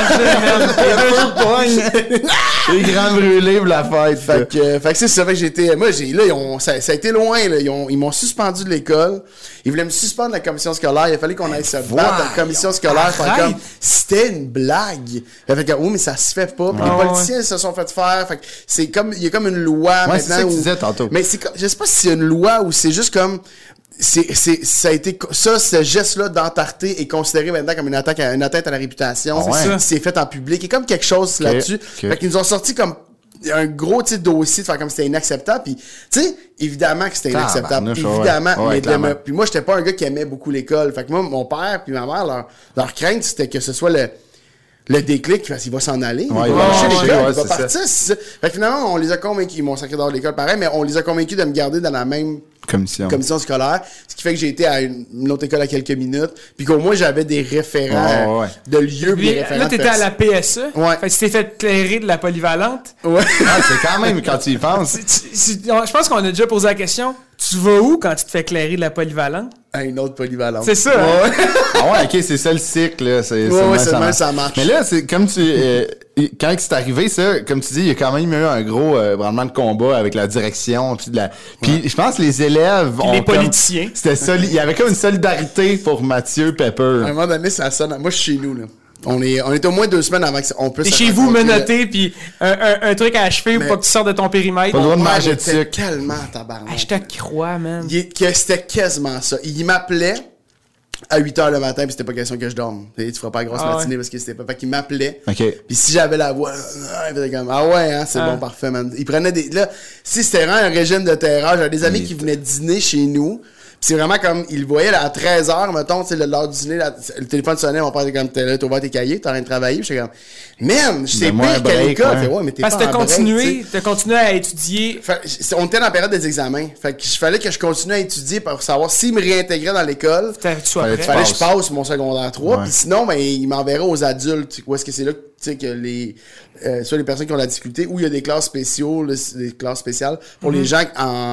Les grands brûlés pour la fête. Fait que, fait que c'est ça, fait que j'étais, moi, j'ai, là, ils ont, ça, ça a été loin, là, ils ont, ils m'ont suspendu de l'école, ils voulaient me suspendre de la commission scolaire, il a fallu qu'on aille se battre à la commission scolaire, faire Arrête. comme, c'était une blague. Fait que, oui, mais ça se fait pas, puis Ah, les politiciens se sont fait faire, fait que c'est comme, il y a comme une loi Ouais, c'est maintenant ça que tu où- disais tantôt. mais c'est comme, je sais pas si c'est une loi ou c'est juste comme, c'est, c'est, ça a été, ça, ce geste-là d'entarter est considéré maintenant comme une attaque à, une atteinte à la réputation. Ah ouais. C'est ça. C'est fait en public. Il y a comme quelque chose là-dessus. ok. Fait qu'ils nous ont sorti comme un gros titre dossier de faire comme c'était inacceptable. Puis, tu sais, évidemment que c'était inacceptable. Tabarnouche, ouais. Évidemment. Ouais, mais de clairement. me- puis moi, j'étais pas un gars qui aimait beaucoup l'école. Fait que moi, mon père puis ma mère, leur, leur crainte, c'était que ce soit le, le déclic, parce qu'il va s'en aller. Ouais, il il va va lâcher lâcher, l'école, ouais, il va c'est ça. partir. c'est ça. Fait que finalement, on les a convaincus. Ils m'ont sacré dans l'école pareil, mais on les a convaincus de me garder dans la même Commission. commission scolaire, ce qui fait que j'ai été à une, une autre école à quelques minutes, puis qu'au moins j'avais des référents Oh, ouais. de lieux, puis des Lui, référents là, de t'étais à la personnes. P S E. Ouais. Fait que tu t'es fait clairer de la polyvalente. Ouais. Ah, c'est quand même, quand tu y penses. Tu- tu- tu- Je pense qu'on a déjà posé la question. Tu vas où quand tu te fais clairer de la polyvalente? À une autre polyvalente. C'est ça, hein? Ouais. Ah ouais, ok, c'est ça le cycle, là. C'est, Ouais, c'est ouais, même c'est ça même marche. ça marche. Mais là, c'est comme tu. euh, quand c'est arrivé, ça, comme tu dis, il y a quand même eu un gros euh, branlement de combat avec la direction. Puis de la. Puis je pense que les élèves. Puis ont les comme- politiciens. C'était soli- Il y avait comme une solidarité pour Mathieu À un Pepper. moment donné, ça sonne. Moi, je suis chez nous, là. On est, on est au moins deux semaines avant qu'on puisse... Et chez vous, menotté, puis un, un, un truc à achever pour pas que tu sortes de ton périmètre. Pas le droit de manger de sucre. sucre. Tellement tabarnak. Ah, je te crois, man. Il, que c'était quasiment ça. Il m'appelait à huit heures le matin, puis c'était pas question que je dorme. Tu feras pas la grosse ah matinée ouais. parce que c'était pas... Fait qu'il m'appelait. OK. Puis si j'avais la voix, il faisait comme, ah ouais, hein, c'est ah. bon, parfait, man. Il prenait des... Là, si c'était vraiment un régime de terreur, j'avais des amis oui. qui venaient dîner chez nous. Pis c'est vraiment comme, ils le voyaient là, à treize heures, mettons, tu sais, l'heure du dîner, là, le téléphone sonnait, mon père était comme, t'as ouvert tes cahiers, t'es en train de travailler, pis j'étais comme, man, c'est pire qu'à l'école. Fait, ouais, mais t'es Parce pas que t'as en continué, break, t'as continué à étudier. Fait, on était dans la période des examens. Fait que il fallait que je continue à étudier pour savoir s'il me réintégrait dans l'école. Tu sois Il fallait que je passe mon secondaire trois, ouais. Puis sinon, ben, il m'enverrait aux adultes. Où est-ce que c'est là, tu sais, que les, euh, soit les personnes qui ont la difficulté, ou il y a des classes spéciaux, là, des classes spéciales, pour mm-hmm. les gens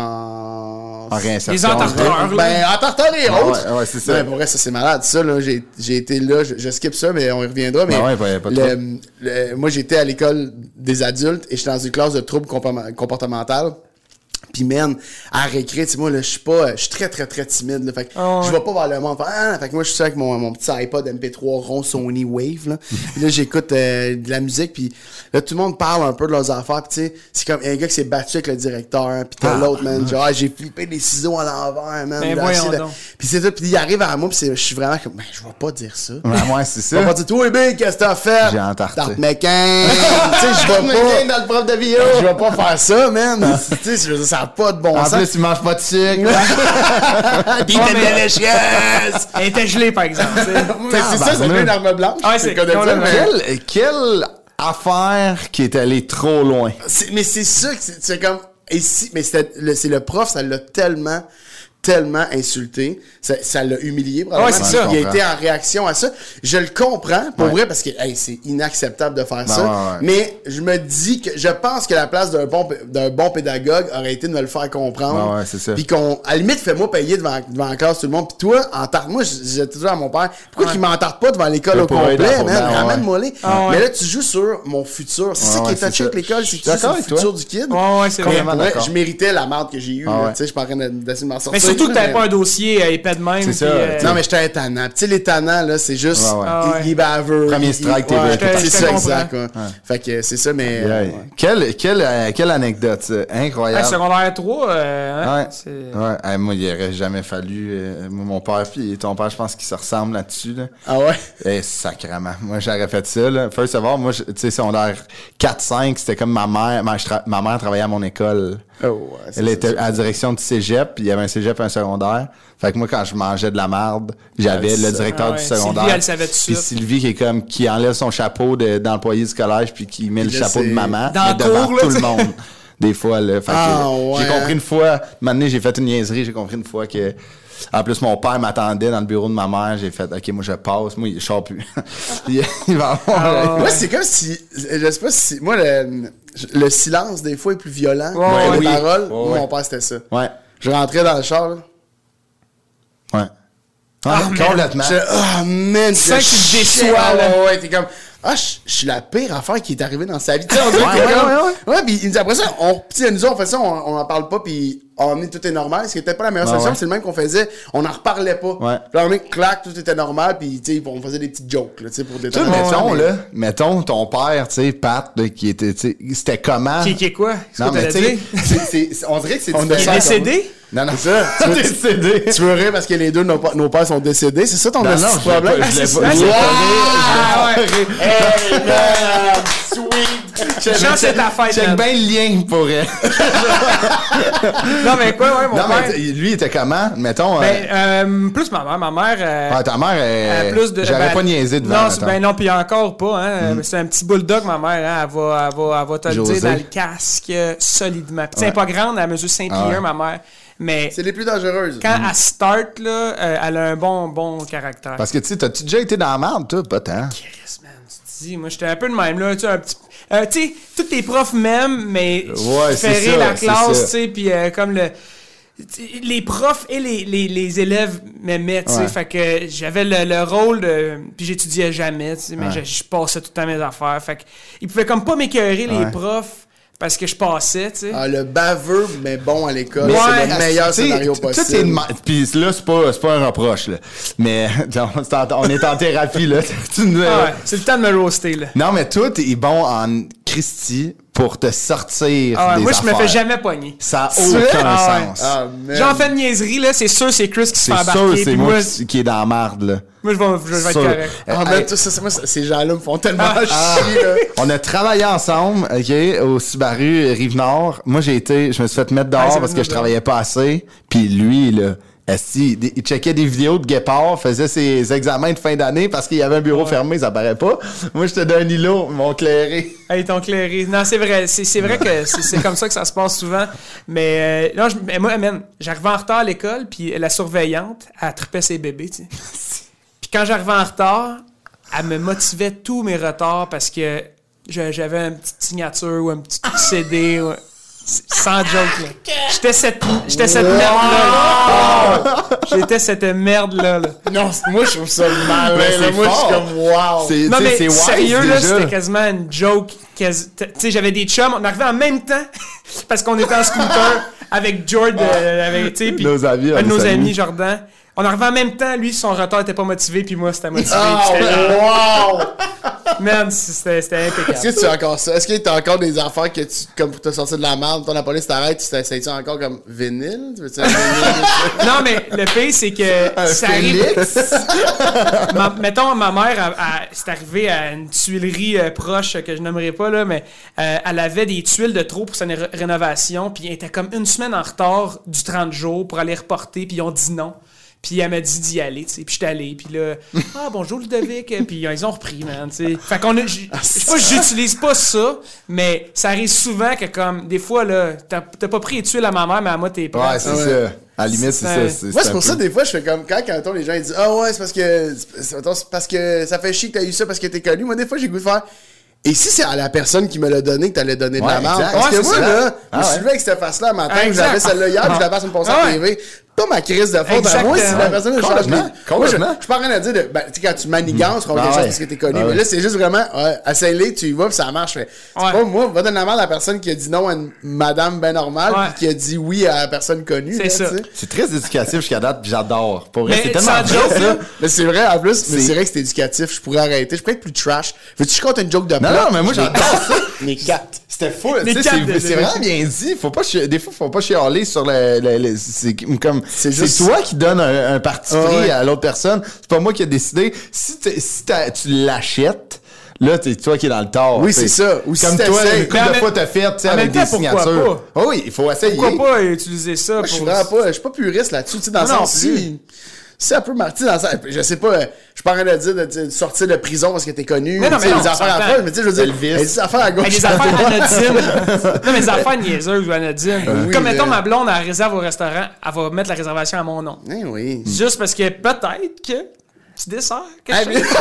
en... En réinsertion. Les entarteurs. Ben, entarteurs et ah, autres. Ouais, ouais, c'est ça. Ben, pour vrai, ça, c'est malade. Ça, là, j'ai, j'ai été là, je, je skip ça, mais on y reviendra, mais... Ah ouais, pas, pas le, le, moi, j'étais à l'école des adultes, et j'étais dans une classe de troubles comportementaux. Pis man, à récré, tu sais, moi, là, je suis pas, je suis très, très, très timide, là. Fait que, oh, ouais. je vais pas vers le monde. Fait, ah, fait que moi, je suis avec mon, mon petit iPod M P trois rond Sony Wave, là. Pis là, j'écoute euh, de la musique, pis là, tout le monde parle un peu de leurs affaires, pis tu sais, c'est comme un gars qui s'est battu avec le directeur, pis t'as ah, l'autre, man, genre, ah, j'ai flippé les ciseaux à l'envers, man. Ben, voyons de... donc. Pis c'est ça, pis il arrive à moi, pis je suis vraiment comme, ben, je vais pas dire ça. Ouais, moi, c'est ça. Je vais pas dire, toi, Big, qu'est-ce que t'as fait? J'ai entarté. Tarte mécan. Tu sais, je vais pas. dans le prof de bio. Je vais pas faire ça, man. Tu sais, ça a pas de bon en sens. En plus, tu manges pas de sucre. Pis t'aimes bien les chiennes. Elle était gelée, par exemple. C'est ça, ça fait une arme blanche. Ah, c'est ça. Quelle, quelle affaire qui est allée trop loin. C'est, mais c'est ça que c'est, c'est comme... Ici, mais c'est le, c'est le prof, ça l'a tellement... tellement insulté, ça, ça l'a humilié probablement. Ouais, c'est ça. Il a été en réaction à ça. Je le comprends, pour ouais. vrai, parce que hey, c'est inacceptable de faire ben ça. Ouais, ouais. Mais je me dis que je pense que la place d'un bon d'un bon pédagogue aurait été de me le faire comprendre. Ben ouais, c'est ça. Puis qu'on, à la limite, fais-moi payer devant, devant la classe tout le monde. Puis toi, entarte moi, j'ai toujours à mon père. Pourquoi ouais. qu'il m'entarte pas devant l'école au complet, man? Ramène-moi les. Ah, ouais. Mais là, tu joues sur mon futur. C'est ouais, ça qui est touché avec l'école, c'est que tu joues sur le futur du kid. Ouais, ouais, c'est vraiment d'accord. Je méritais la marde que j'ai eue. Tu sais, je suis pas en train d'essayer de m'en sortir. Mais surtout que t'avais pas un dossier épais de même. C'est ça. Euh... Non, mais j'étais un tannant. Tu sais, les tannants, là, c'est juste. Ouais, ouais. Ah, ouais. Il est baveux. Premier strike, t'es ouais, ouais, c'est ça, exact. Quoi. Ouais. Fait que c'est ça, mais. Yeah. Euh, ouais. Quelle, quelle, euh, quelle anecdote, ça. Incroyable. Hey, secondaire trois, euh, hein, ouais. c'est... ouais. Hey, moi, il aurait jamais fallu. Euh, mon père, puis ton père, je pense qu'ils se ressemblent là-dessus. Là. Ah ouais? Eh, sacrément. Moi, j'aurais fait ça, là. First of all, moi, tu sais, secondaire quatre cinq, c'était comme ma mère. Ma, tra- ma mère travaillait à mon école. Oh, ouais, elle était à la direction du cégep, puis il y avait un cégep et un secondaire. Fait que moi, quand je mangeais de la marde, j'avais le directeur ah ouais. du secondaire. Sylvie, elle savait tout Puis ça. Sylvie, qui est comme, qui enlève son chapeau de, d'employé du collège, puis qui met le chapeau c'est... de maman. Dans devant cours, tout là, le monde. Des fois, là. Fait ah, que, ouais. j'ai compris une fois, maintenant, j'ai fait une niaiserie, j'ai compris une fois que, en plus, mon père m'attendait dans le bureau de ma mère. J'ai fait, OK, moi, je passe. Moi, il sort plus. il va avoir... Ah, moi, c'est comme si... Je sais pas si... Moi, le, le silence, des fois, est plus violent ouais, que ouais, les oui. paroles. Ouais, moi, ouais. mon père, c'était ça. Ouais. Je rentrais dans le char, là. Ouais. Ah, ah complètement. Je, oh, man. C'est ça qui te déçoit, ah, là. Ouais, ouais, t'es comme... Ah, je suis la pire affaire qui est arrivée dans sa vie. Tu sais, on dirait ouais, que ouais, comme... ouais, ouais. Ouais, pis il me dit, après ça, on, pis nous autres, on fait ça, on, on en parle pas, pis on est tout est normal. Ce qui était pas la meilleure ouais, solution, ouais. c'est le même qu'on faisait. On en reparlait pas. Ouais. Puis là, on est clac, tout était normal, pis tu sais, on faisait des petites jokes, là, tu sais, pour Tu sais, détendre. mettons, mais... là, mettons ton père, tu sais, Pat, là, qui était, tu sais, c'était comment? Qui, qui est quoi? Qu'est-ce Non, que mais t'allais tu sais, dire? c'est, c'est, c'est, on dirait que c'est On différent. Il est décédé? Non, non. C'est ça. Tu veux, décédé. tu veux rire parce que les deux, nos, nos pères sont décédés, c'est ça ton Non, non, petit je l'ai problème? pas- je l'ai c'est pas- ça, je l'ai c'est- pas Ah, ri- ouais. Hey, man, sweet! Chance, c'est ta fête, Check man. bien le lien pour elle. Non, mais quoi, ouais, mon Non, père... mais t- lui, il était comment? Mettons. Ben, euh, euh, plus ma mère. Ma mère... euh, ah, ta mère, euh, elle, plus de, j'aurais ben, pas niaisé devant. Non, c'est- ben non, puis encore pas. Hein. Mm. C'est un petit bulldog, ma mère. Hein. Elle, va, elle, va, elle va te le José. dire dans le casque euh, solidement. Puis, ouais. Elle n'est pas grande, elle mesure cinq pieds Ah ouais. un, ma mère. Mais C'est les plus dangereuses. quand elle start, là, euh, elle a un bon, bon caractère. Parce que, tu sais, t'as-tu déjà été dans la merde, toi? Pas tant. Chris, man, tu te dis, moi, j'étais un peu de même, là. Tu sais, un petit... Euh, tu sais, tous tes profs m'aiment, mais Ouais, je c'est fais ça, rire la c'est classe, ça. tu sais, puis euh, comme le... Les profs et les, les, les élèves m'aimaient, tu sais, Ouais. fait que j'avais le, le rôle de... Puis j'étudiais jamais, tu sais, mais Ouais. je, je passais tout le temps mes affaires, fait que ils pouvaient comme pas m'écœurer, les Ouais. profs, parce que je passais, tu sais. Ah, le baveux, mais bon à l'école, Ouais, c'est le meilleur T'sais, scénario tout est possible. une ma- Puis là, c'est pas, c'est pas un reproche, là. Mais c'est en- on est en thérapie, là. Tu nous- Ah ouais, c'est le temps de me roaster, là. Non, mais tout est bon en Christie pour te sortir Ah ouais, des moi, je me affaires. fais jamais pogner. Ça a C'est vrai? aucun Ah ouais. sens. Ah, man. J'en fais une niaiserie, là, c'est sûr, c'est Chris qui se C'est fait sûr, embarquer. c'est puis moi, moi, qui, qui est dans la marde, là. moi, je vais, je vais être Sûr. correct. Euh, Ah, hey, man, tout ça, c'est- moi, ça- ces gens-là me font tellement Ah. chier, là. on a travaillé ensemble, OK, au Subaru Rive-Nord. Moi, j'ai été, je me suis fait mettre Ah, dehors c'est parce fait que je mettre travaillais pas assez. Puis lui, là, esti, il il checkait des vidéos de Guépard, faisait ses examens de fin d'année parce qu'il y avait un bureau Ouais. fermé, ça paraît pas. Moi, j'étais d'un îlot, ils m'ont clairé. Hey, ton clairé. Non, c'est vrai. C'est, c'est vrai que c'est, c'est comme ça que ça se passe souvent. Mais, euh, non, je, mais moi, man, j'arrivais en retard à l'école, puis la surveillante, elle tripait ses bébés, tu sais. Puis quand j'arrivais en retard, elle me motivait tous mes retards parce que je- j'avais une petite signature ou un petit C D. Ou, sans joke, là. J'étais cette, j'étais cette merde-là. J'étais cette merde-là, là. Non, c'est- moi, je trouve ça malin. Mais là. c'est Moi, je suis fort. comme, wow. C'est, Non, tu sais, mais c'est wise, sérieux, là, déjà. c'était quasiment une joke. quasi- Tu sais, j'avais des chums, on arrivait en même temps, parce qu'on était en scooter avec George, euh, avec, tu sais, puis Nos amis, on un de les nos salue. amis, Jordan. On arrivait en même temps, lui, son retard était pas motivé, puis moi, c'était motivé. Ah, Puis j'étais là, wow! man, c'était, c'était Est-ce impeccable. que tu as encore ça? Est-ce que t'as encore des affaires que tu, comme pour te sortir de la merde, ton la police t'arrête, tu t'essayes-tu encore comme vinyle? Tu veux-tu un vinyle? Non, mais le pire, c'est que ça arrive. Ma- mettons, ma mère, elle- elle- c'est arrivé à une tuilerie euh, proche que je nommerai pas, là, mais euh, elle avait des tuiles de trop pour sa ré- rénovation, puis elle était comme une semaine en retard du trente jours pour aller reporter, puis ils ont dit non. Puis elle m'a dit d'y aller, tu sais. Puis j'étais allé. Puis là, ah, bonjour Ludovic. Puis ils ont repris, man, tu sais. Fait qu'on a. j'- Je sais pas, j'utilise pas ça, mais ça arrive souvent que, comme, des fois, là, t'as t'as pas pris les tuiles à ma mère, mais à moi, t'es prêt. Ouais, c'est Ouais. ça. À la limite, c'est C'est- ça. C'est, Moi, c'est un pour peu- ça, des fois, je fais comme quand, quand mettons, les gens ils disent ah ouais, c'est parce que c'est mettons, c'est parce que ça fait chier que t'as eu ça parce que t'es connu. Moi, des fois, j'ai le goût de faire. Et si c'est à la personne qui me l'a donné que t'allais donner de Ouais, la merde? exact. Parce Ouais, que c'est moi, ça. là, Ah je me suis ouais. levé avec cette face-là un matin, Ah, exact. j'avais celle-là hier, puis je la passe une passer Ah à ouais. T V. Pas ma crise de faute à moi, Exactement. si la personne elle change Complètement. les- Moi, je Complètement. je suis pas en train de dire de. Ben, tu sais, quand tu manigances, on va Ah quelque chose ouais. parce que t'es connu. Ah Mais ouais. là, c'est juste vraiment, ouais, essaye-les, tu y vas, puis ça marche. Fait, c'est Ouais. pas moi, va donner la merde à la personne qui a dit non à une madame ben normale, Ouais. puis qui a dit oui à la personne connue. C'est là, ça. tu sais. C'est très éducatif jusqu'à date, puis j'adore. Pour vrai, Mais c'est tellement sans vrai, joke, ça. là. Mais c'est vrai, en plus, mais C'est- c'est vrai que c'est éducatif. Je pourrais arrêter. Je pourrais être plus trash. Veux-tu que je compte une joke de Non, plot? non, mais moi, j'adore ça. Les quatre. C'était fou. Les tu sais, quatre C'est de- c'est vraiment bien dit. Faut pas chi- des fois, faut pas chialer sur le. le- le- c'est comme. C'est C'est juste- toi qui donne un, un parti Ah pris ouais. à l'autre personne. C'est pas moi qui ai décidé. Si, t'es- si t'as- tu l'achètes, là, c'est toi qui es dans le tort. Oui, t'sais. c'est ça. Ou si Comme toi, t'essayes. une couple Mais en de même- fois, t'as fait, tu sais, en avec même des temps, pourquoi signatures. Oh oui, il faut essayer. Pourquoi pas utiliser ça Moi, je suis pour. vraiment pas, je suis pas puriste là-dessus, tu sais, dans le Non, sens, non si, plus. si ça peut marcher dans ça, je sais pas, je suis pas en train de dire de, de sortir de prison parce que t'es connu, Mais non, tu sais, mais non, des affaires on à s'entend. faire, mais tu sais, je veux dire, Elvis. il y a des affaires à gauche. Hey, des à affaires droite. anodines. Non, mais des affaires niaiseuses ou anodines. Oui, Comme, mais- mettons, ma blonde, elle réserve au restaurant, elle va mettre la réservation à mon nom. Eh oui. Juste parce que peut-être que tu desserres quelque Ah, chose. mais-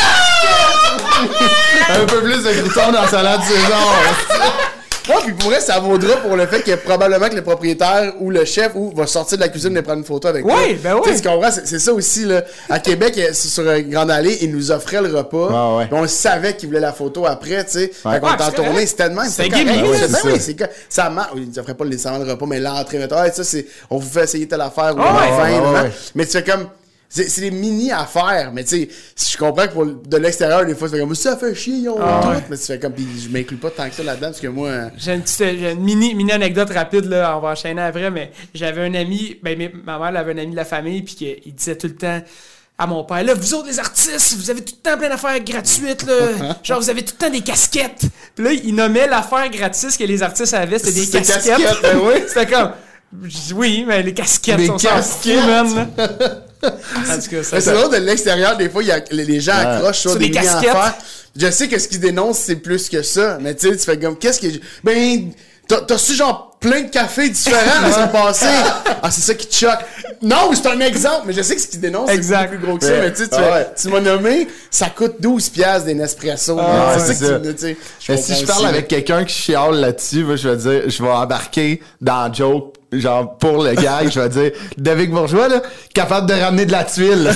Un peu plus de croutons dans la salade saison. Non, puis pour vrai, ça vaudra pour le fait que probablement que le propriétaire ou le chef ou va sortir de la cuisine et prendre une photo avec Oui, toi. ben oui. Tu sais, tu comprends? C'est, c'est ça aussi, là. À Québec, euh, c'est sur euh, Grande Allée, ils nous offraient le repas. Ah ouais. Puis on savait qu'ils voulaient la photo après, tu sais. Fait qu'on Ouais, était en c'est tournée, correct. c'était de même. C'est C'était un correct. gimmick, Ben là, oui, c'est oui, ça. c'est que ça marche. Ils nous offraient pas nécessairement le repas, mais l'entrée, mettons, hey, ça, c'est, on vous fait essayer telle affaire ou Ah la ouais, fin, ouais, là. ouais. Mais tu fais comme, c'est, c'est des mini affaires, mais tu sais, si je comprends que pour, de l'extérieur, des fois, tu fais comme, ça fait chier, ils ont Ah tout. ouais. Mais tu fais comme, pis je m'inclus pas tant que ça là-dedans, parce que moi, euh, J'ai une petite j'ai une mini, mini anecdote rapide, là, on va enchaîner après, mais j'avais un ami, ben, mes- ma mère elle avait un ami de la famille, puis qu'il- il disait tout le temps à mon père, là, vous autres les artistes, vous avez tout le temps plein d'affaires gratuites, là. Genre, vous avez tout le temps des casquettes. Puis là, il nommait l'affaire gratis que les artistes avaient, c'était des C'est casquettes. casquettes, ben oui. C'était comme, je dis, oui, mais les casquettes, Des on s'en fout, casquettes. man, là. En tout cas, ça, Mais ça- c'est drôle de l'extérieur, des fois, il y a, les, les gens Ouais. accrochent sur Sur des, des mini casquettes. affaires. Je sais que ce qu'ils dénoncent, c'est plus que ça. Mais tu sais, tu fais comme, qu'est-ce que. Ben, t'as, t'as su genre plein de cafés différents la semaine passée. Ah, c'est ça qui te choque. Non, c'est un exemple, mais je sais que ce qu'ils dénoncent, c'est Exact. beaucoup plus gros que ça. Ouais. Mais tu sais, tu, Ah fais- ouais. tu m'as nommé, ça coûte douze piastres des Nespresso. Ah, c'est ouais, ça c'est que tu tu sais. je Mais si comprends je parle aussi, avec quelqu'un qui chiale là-dessus, moi, je vais dire, je vais embarquer dans le joke, genre pour le gag, je vais dire, David Bourgeois, là, capable de ramener de la tuile.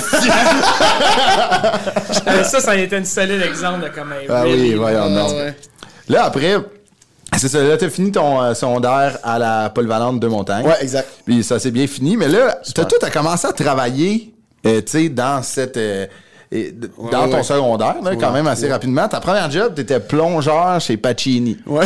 Euh, ça, ça a été un solide exemple de comment. Ah oui, voyons, Ah, non. ouais. Là, après, C'est ça, là, t'as fini ton euh, secondaire à la polyvalente de Montagne. Ouais, exact. Puis ça s'est bien fini. Mais là, t'as, toi, t'as commencé à travailler, euh, tu sais, dans cette... Euh, et, d- Ouais, dans ouais, ton ouais. secondaire, là, quand Ouais, même assez ouais. rapidement. Ta première job, t'étais plongeur chez Pacini. Ouais.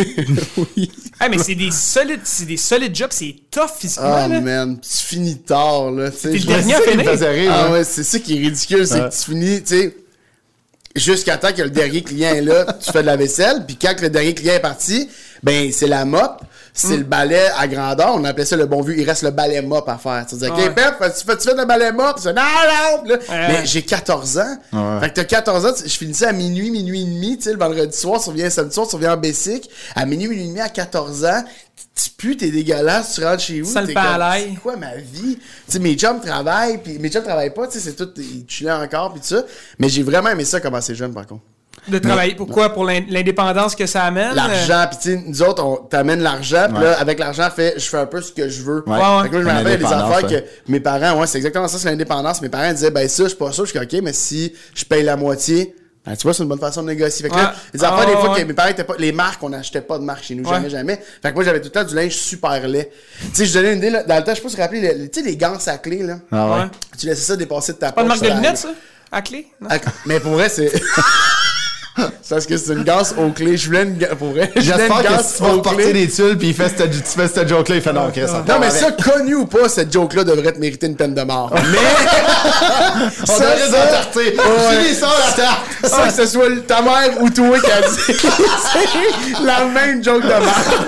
Oui. Hey, mais c'est des solides, c'est des solides jobs, c'est tough physiquement, Oh là. man, tu finis tard, là. Tu sais, T'es je le dernier à me- C'est ça qui me finir. faisait rire. Ah hein. ouais, c'est ça qui est ridicule, c'est Ouais. que tu finis, tu sais, jusqu'à temps que le dernier client est là, tu fais de la vaisselle, puis quand que le dernier client est parti, ben c'est la mop, c'est Mm. le balai à grandeur, on appelait ça le bon vieux, il reste le balai mop à faire. Tu dis, OK, Ouais. Pep, tu fais, tu fais le balai mop, puis ça, non, non, puis là, Ouais. mais j'ai quatorze ans. Ouais. Fait que t'as quatorze ans, tu- je finissais à minuit, minuit et demi, tu sais, le vendredi soir, tu reviens samedi soir, tu reviens en Bessic, à minuit, minuit et demi, à quatorze ans, tu pues, t'es dégueulasse, tu rentres chez vous, Ça le t'es pain à comme, l'ail. c'est quoi ma vie? Tu sais, mes chums travaillent, puis mes chums travaillent pas, tu sais, c'est tout, ils chillaient encore, puis tout ça. Mais j'ai vraiment aimé ça commencer jeune, par contre. De travailler. Pourquoi? Pour l'in- l'indépendance que ça amène? L'argent, puis tu sais, nous autres, on t'amène l'argent, puis Ouais. là, avec l'argent, fait, je fais un peu ce que je veux. Ouais. Ouais, ouais. Fait que là, je me Une rappelle, il y a des indépendance, affaires ouais. que mes parents, ouais, c'est exactement ça, c'est l'indépendance. Mes parents disaient, ben ça, je suis pas sûr, je suis OK, mais si je paye la moitié, ben, tu vois, c'est une bonne façon de négocier. Fait que là, Ouais. les affaires, Ah, des fois, ouais. que mes parents étaient pas, les marques, on n'achetait pas de marques chez nous, Ouais. jamais, jamais. Fait que moi, j'avais tout le temps du linge super laid. Tu sais, je donnais une idée, là, dans le temps, je sais pas si tu te rappelles, les- tu sais, les gants à clé, là. Ah ouais. Ouais. Tu laissais ça dépasser de ta Pas de poche, marque de ça lunettes, allait. ça? À clé? Non? Ah, mais pour vrai, c'est. C'est parce que c'est une gasse aux clés. Je voulais une gasse. Pour vrai. je voulais J'espère une que gasse si tu vas aux reporter clés. des tuiles puis il fait cette, tu fais cette joke-là, il fait non, Chris, ça Non, part mais avec. ça, connu ou pas, cette joke-là devrait te mériter une peine de mort. Mais. On ça, devrait ça- s'en tarter. Ouais. Finis ça, la tarte. Ça, que ce soit ta mère ou toi qui a dit. C'est la même joke de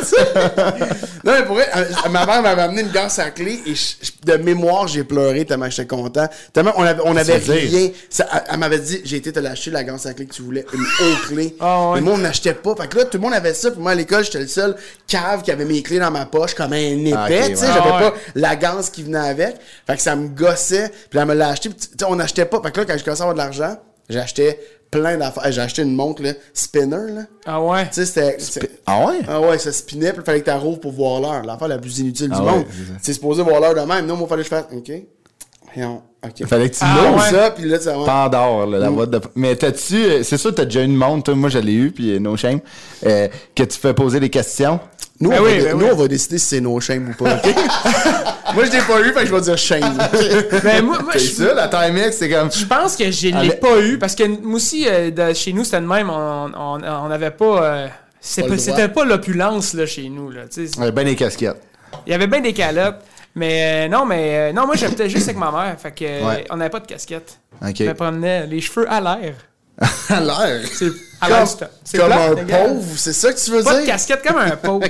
merde. Non, mais pour vrai, euh, ma mère m'avait amené une gasse à clé et je- je- de mémoire, j'ai pleuré tellement j'étais content. Tellement on avait, on avait tu veux dire? rien. Ça, elle, elle m'avait dit, j'ai été te l'acheter la gasse à clé que tu voulais, une haute clé. Ah ouais. Mais moi, on n'achetait pas. Fait que là, tout le monde avait ça. Puis moi, à l'école, j'étais le seul cave qui avait mes clés dans ma poche comme un épais. Ah, ok, tu sais, ouais. j'avais Ah ouais. pas la ganse qui venait avec. Fait que ça me gossait. Puis elle me l'a acheté. Puis, tu sais, on n'achetait pas. Fait que là, quand je commençais à avoir de l'argent, j'achetais plein d'affaires. Hey, j'ai acheté une montre, là, spinner, là. Ah ouais? Tu sais, c'était. c'était- Ah ouais? Ah ouais, ça spinait, puis il fallait que tu rouvres pour voir l'heure. L'affaire la plus inutile Ah du ouais, monde. c'est ça. C'est supposé voir l'heure de même. Non, moi, il fallait que je fasse. OK. Non, OK. Il fallait que tu Ah, l'ouvres. ouais. ça, puis là, ça va. Pandore, là, la boîte de... Mais t'as-tu... euh, C'est sûr que t'as déjà une montre, toi, moi je l'ai eu, puis euh, no shame, euh, que tu fais poser des questions. Nous, Ben on, oui, va, ben nous oui. on va décider si c'est no shame ou pas, OK? Moi, je l'ai pas eu, fait que je vais dire shame. Ben, moi, moi, C'est je ça, la Timex, c'est comme... je pense que je l'ai Avec- pas eu parce que moi aussi, euh, de- chez nous, c'était de même. On on- on n'avait pas. euh, c'est Pas pas- le droit. C'était pas l'opulence là, chez nous. Là, tu sais. Ouais, ben des casquettes. Il y avait bien des calottes. Mais euh, non, mais euh, non, moi j'habitais juste avec ma mère. Fait que euh, Ouais. on n'avait pas de casquette. OK. Je me promenais les cheveux à l'air. À l'air. C'est à Comme, l'air, c'est- c'est comme plate, un les gars. pauvre, c'est ça que tu veux Pas de dire? casquette comme un pauvre.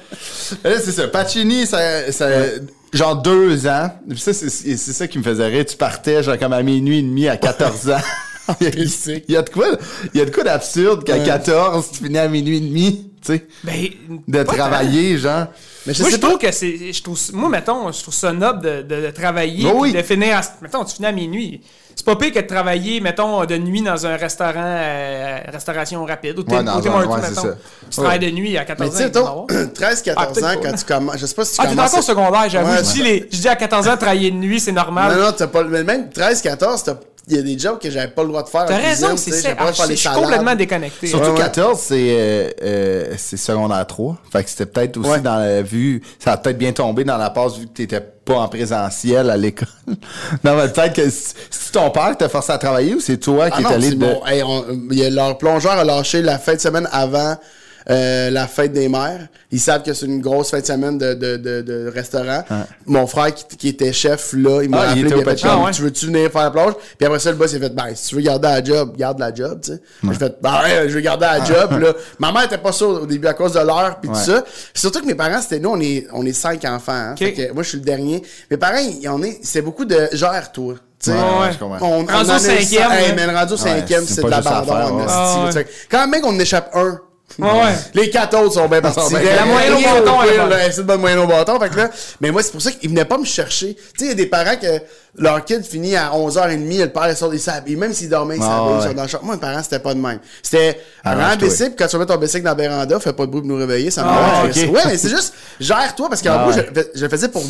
Là, c'est ça. Pacini, ça, ça, genre deux ans. Puis ça, c'est, c'est c'est ça qui me faisait rire. Tu partais, genre, comme à minuit et demi à quatorze ans. il, y a, il y a de quoi, il y a de quoi d'absurde qu'à Ouais. quatorze, tu finis à minuit et demi, tu sais, Ben, de pas travailler, genre. Mais je Moi, sais je pas. trouve que c'est. Je trouve, moi, mettons, je trouve ça noble de, de, de travailler. Oh oui. Puis de finir à. Mettons, tu finis à minuit. C'est pas pire que de travailler, mettons, de nuit dans un restaurant, euh, restauration rapide. Ou Ouais, dans Tim un- Hortons, ouais, c'est mettons. ça. Tu travailles de nuit à Mais quatorze tu ans. sais, il doit y en avoir. mettons, treize Ah, quatorze peut-être ans, pas, quand là. tu commences. Je sais pas si tu Ah, t'es commences. encore au secondaire, j'avoue. Ouais, je, dis les- je dis à quatorze ans, travailler de nuit, c'est normal. Non, non, t'as pas. Mais même treize quatorze, t'as- il y a des jobs que j'avais pas le droit de faire. T'as en raison, cuisine, c'est tu sais, ça. j'avais pas le droit de faire Ah, les Je suis salades. complètement déconnecté. Surtout Ouais, ouais. quatorze, c'est, euh, euh, c'est secondaire trois. Fait que c'était peut-être aussi Ouais. dans la vue, ça a peut-être bien tombé dans la passe vu que t'étais pas en présentiel à l'école. Non, mais peut-être que c'est c'est ton père qui t'a forcé à travailler ou c'est toi Ah qui est non, allé c'est de... bon. Hey, on- il y a leur plongeur a lâché la fin de semaine avant euh, la fête des mères. Ils savent que c'est une grosse fin de semaine de, de, de, de restaurant. Mon frère qui, qui était chef là, il m'a Ah, il appelé, était il au a fait Pacini. comme, Ah, ouais. tu veux-tu venir faire la plonge? Puis après ça, le boss il a fait, ben, si tu veux garder la job, garde la job, tu sais. J'ai fait, ben ouais, je veux garder la job. Puis là, ma mère était pas sûre au début à cause de l'heure puis Ouais. tout ça. Puis surtout que mes parents, c'était nous, on est, on est cinq enfants. Hein. Fait que moi, je suis le dernier. Mes parents, ils en est, c'est beaucoup de gère-toi. Tu sais. Ouais, ouais. je comprends. On, Rendu on en au est- cinquième, Hey, là. mais rendu au cinquième, c'est c'est pas de juste à l'abandon. faire, en ouais. esti, Ah, là, ouais. tu sais. Quand même qu'on échappe un. Ouais, ouais. Les quatre autres sont bien partis. Sont bien- La moyenne au Rien bâton, pire, elle est bonne. là, c'est de bonne moyenne au bâton. Fait que là, mais moi, c'est pour ça qu'ils venaient pas me chercher. Tu sais, il y a des parents que leur kid finit à onze heures trente, le père, il sort des sables. Et même s'il dormait, il Ah, savait, ils ouais. sont dans le champ. Moi, mes parents, c'était pas de même. C'était, Arrange-toi. rends bicycle, puis quand tu vas mettre ton bicycle dans la véranda, fais pas de bruit pour nous réveiller, ça me Ah, dérange. ok. Ouais, mais c'est juste, gère-toi, parce qu'en Ah, gros, ouais. je, je le faisais pour moi.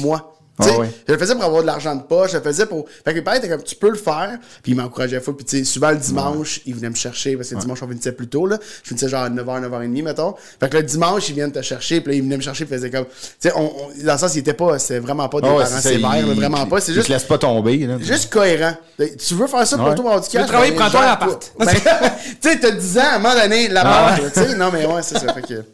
Ouais, Tu sais, ouais. je le faisais pour avoir de l'argent de poche, je le faisais pour... Fait que mes parents étaient comme, tu peux le faire, puis ils m'encourageaient fou, puis tu sais, souvent le dimanche, ouais. ils venaient me chercher, parce que le dimanche, on finissait plus tôt, là. Je finissais genre à neuf heures, neuf heures trente, mettons. Fait que le dimanche, ils viennent te chercher, puis là, ils venaient me chercher, puis ils faisaient comme... Tu sais, on, on, dans le sens, ils étaient pas... C'était vraiment pas des Oh, ouais, parents c'est ça, sévères, ils- là, vraiment ils- pas. C'est ils juste... te laissent pas tomber, là. Juste cohérent. Tu veux faire ça pour Ouais. toi, avoir du cash? veux travailler, ben, prends-toi gère un appart. pas. Ben, tu sais, t'as dix ans, à un moment donné, l'appart, Ah. là, tu sais. Non, mais ouais, c'est ça. Fait que...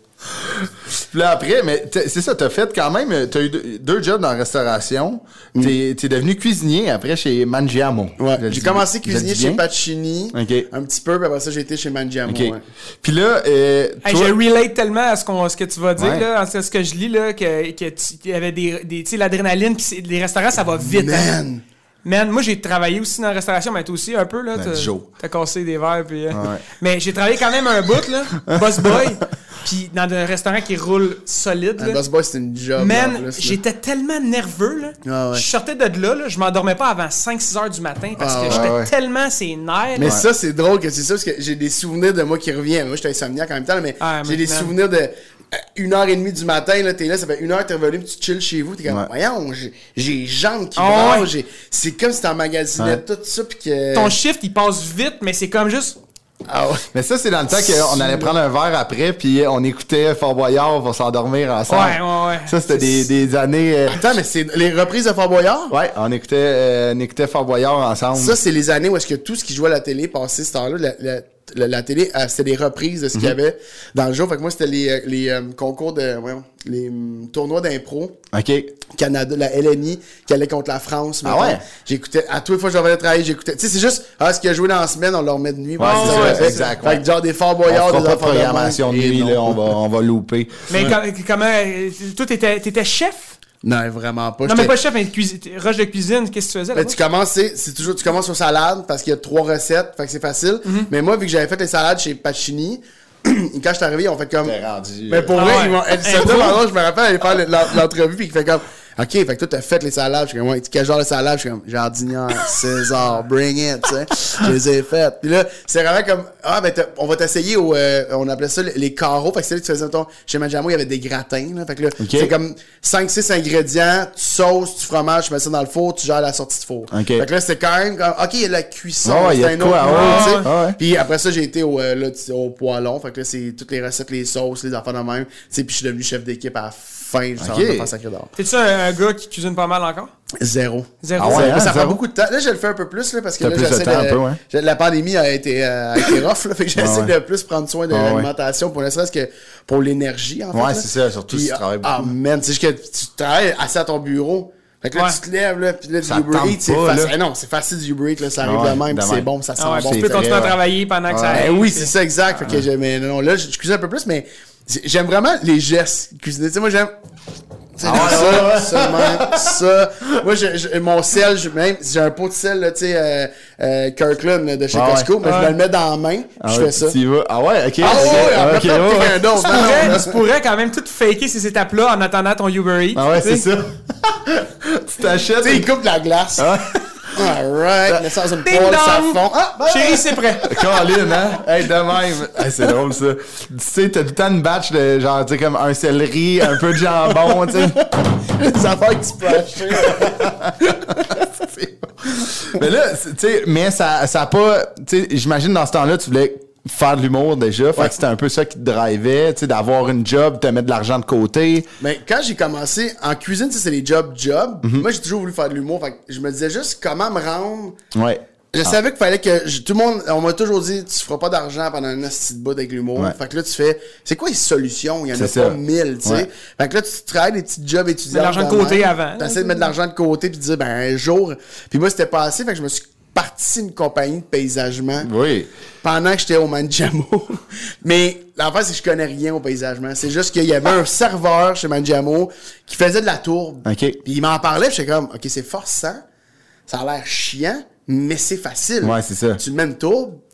Puis là, après, mais t'as- c'est ça, t'as fait quand même, t'as eu deux, deux jobs dans la restauration. T'es, t'es devenu cuisinier après chez Mangiamo. Ouais. Je le J'ai dis- commencé je le cuisinier dis chez bien? Pacini. OK. Un petit peu, puis après ça, j'ai été chez Mangiamo. OK. Ouais. Puis là, euh, Hey, toi- je relate tellement à ce, qu'on, ce que tu vas dire, Ouais. là, à ce que je lis, là, que, que tu- qu'il y avait des, des tu sais, l'adrénaline, puis les restaurants, ça va vite. hein. Man! Man, moi, j'ai travaillé aussi dans la restauration, mais toi aussi, un peu, là. Ben, T'as, Joe. t'as cassé des verres, puis... euh, Ouais. Mais j'ai travaillé quand même un bout, là, boss boy, puis dans un restaurant qui roule solide, Un là. boss boy, c'était une job. en Man, plus, là. j'étais tellement nerveux, là. Ah ouais. Je sortais de là, là, je m'endormais pas avant cinq six heures du matin parce Ah que ouais. j'étais Ouais, ouais. tellement ses nerfs. Mais là. ça, c'est drôle que c'est ça, parce que j'ai des souvenirs de moi qui reviennent. Moi, j'étais insomniaque en même temps, mais Ah, j'ai des maintenant. souvenirs de euh, une heure et demie du matin, là, t'es là, ça fait une heure, t'es revenu, puis tu chilles chez vous, t'es comme, Ouais. voyons, j'ai, j'ai les jambes qui Ah brassent, ouais. j'ai- c'est comme si t'emmagasinais Ouais. tout ça, puis que... Ton shift, il passe vite, mais c'est comme juste... Ah ouais. Mais ça, c'est dans le temps qu'on allait prendre un verre après, puis on écoutait Fort Boyard pour s'endormir ensemble. Ouais, ouais, ouais. Ça, c'était des, des années... euh, Attends, mais c'est les reprises de Fort Boyard? Ouais, on écoutait, euh, on écoutait Fort Boyard ensemble. Ça, c'est les années où est-ce que tout ce qui jouait à la télé passait ce temps-là. La, la, la, la télé, euh, c'était des reprises de ce qu'il y avait dans le jour. Fait que moi, c'était les, euh, les euh, concours de... voyons, les hum, tournois d'impro. OK. Canada, la L N I, qui allait contre la France. Ah mettons. ouais? J'écoutais, à toutes les fois que je revenais travailler, j'écoutais. Tu sais, c'est juste, ah, ce qui a joué dans la semaine, on le remet de nuit. Ouais, c'est c'est ça, ça, fait. exact, Fait ouais. que genre des Fort On Boyard, fera des pas de affaires de programmation de même. nuit, Et là, non. on va, on va louper. Mais com- comment... euh, Toi, t'étais, t'étais chef? Non, vraiment pas. Non, mais J'étais- pas chef, mais cuisine, rush de cuisine, qu'est-ce que tu faisais Ben, là-bas? tu commences, c'est, c'est toujours, tu commences sur salade parce qu'il y a trois recettes, fait que c'est facile. Mm-hmm. Mais moi, vu que j'avais fait les salades chez Pacini, quand je suis arrivé, ils ont fait comme. T'es rendu, Mais pour Ah vrai, ouais. ils m'ont. Elle, ça, Impro. pardon, je me rappelle aller faire l'en- l'entrevue, puis il fait comme. OK, fait que toi, t'as fait les salades. Je suis comme, ouais, quel genre de salade? Je suis comme, jardinière, César, bring it, tu sais. Je les ai faites. Puis là, c'est vraiment comme, ah, ben, t'as- on va t'essayer au, euh, on appelait ça les carreaux. Fait que c'est là que tu faisais, mettons, chez Mangiamo, il y avait des gratins, là. Fait que là, c'est comme cinq six ingrédients, tu sauces, tu fromage, tu mets ça dans le four, tu gères la sortie de four. OK. Fait que là, c'était quand même comme, OK, il y a de la cuisson. Ah ouais, il y a c'est de un quoi, autre ah monde, ouais, tu sais. ah ouais. Puis après ça, j'ai été au, euh, là, tu- au poêlon. Fait que là, c'est toutes les recettes, les sauces, les affaires de même. Tu sais, puis je suis devenu chef d'équipe à la fin, juste avant OK. de faire Sacré d'or. T'es-tu un, un gars qui cuisine pas mal encore? Zéro. Zéro. Ah ouais, Mais hein, ça prend zéro? beaucoup de temps. Là, je le fais un peu plus, là, parce que T'as là, plus de j'essaie temps, de... un peu, ouais. j'ai- La pandémie a été, euh, a été rough, là, fait que j'essaie Ah ouais. de plus prendre soin de Ah ouais. l'alimentation, pour ne serait-ce que pour l'énergie, en fait. Ouais, là. c'est ça, surtout si tu travailles Ah, beaucoup. man, tu sais que tu travailles assis à ton bureau. Fait que là, Ouais. tu te lèves, là, puis là, du Ça Uber tente Eats, c'est pas, facile. là. Eh non, c'est facile du Uber Eats, là, ça arrive Ouais, de même, de puis c'est même. bon, ça sent Ah ouais, bon. tu peux c'est continuer vrai, à ouais. travailler pendant que ça Ouais. Eh arrive. oui, c'est ça, exact. Fait que j'ai- mais non, non, là, je je cuisine un peu plus, mais j'ai- j'aime vraiment les gestes cuisinés. Tu sais, moi, j'aime. Tu sais, ça, ça, même, ça. Moi, j'ai- j'ai- mon sel, j'ai même, j'ai un pot de sel, là, tu sais, euh, euh, Kirkland là, de chez Ah ouais. Costco, mais je me le mets dans la main, puis Ah je ouais, fais ça. tu y vas. Ah ouais, OK. Ah OK, ouais, ah, après, OK, t'as ouais, quelqu'un ouais. d'autre. Tu Non, non, pourrais, non. tu pourrais quand même tout faker ces étapes-là en attendant ton Uber Eats. Ah ouais, tu sais. c'est ça. Tu t'achètes... Tu sais, il coupe la glace. Ah. Alright, mets ça dans une Ding poêle, ça dong. fond. Ah, ben, Chérie, c'est prêt. Colin, hein? Hey, de même. Hey, c'est drôle, ça. Tu sais, t'as tout le temps une batch de, genre, tu sais, comme un céleri, un peu de jambon, tu sais. les affaires que tu peux acheter. Mais là, c'est- tu sais, mais ça, ça a pas, tu sais, j'imagine dans ce temps-là, tu voulais faire de l'humour déjà, fait Ouais. que c'était un peu ça qui te drivait, tu sais, d'avoir une job, de mettre de l'argent de côté. Mais quand j'ai commencé en cuisine, tu sais, c'est les jobs jobs. Mhm. Moi, j'ai toujours voulu faire de l'humour. Fait que je me disais juste comment me rendre. Ouais. Je savais qu'il fallait que je- tout le monde, on m'a toujours dit, tu feras pas d'argent pendant un asti de bout avec l'humour. Ouais. Fait que là, tu fais, c'est quoi les solutions? Il y en a C'est pas ça. mille, tu sais. Ouais. Fait que là, tu travailles des petits jobs étudiants. Mets de l'argent de côté avant. Tu essaies de mettre de l'argent de côté puis de dire, ben, un jour. Puis moi, c'était pas assez. Fait que je me suis parti une compagnie de paysagement Oui. pendant que j'étais au Mangiamo. Mais l'affaire, c'est que je connais rien au paysagement. C'est juste qu'il y avait un serveur chez Mangiamo qui faisait de la tourbe. OK. Puis il m'en parlait, puis j'étais comme, OK, c'est forçant, ça a l'air chiant, mais c'est facile. Ouais, c'est ça. Tu le mets une tourbe,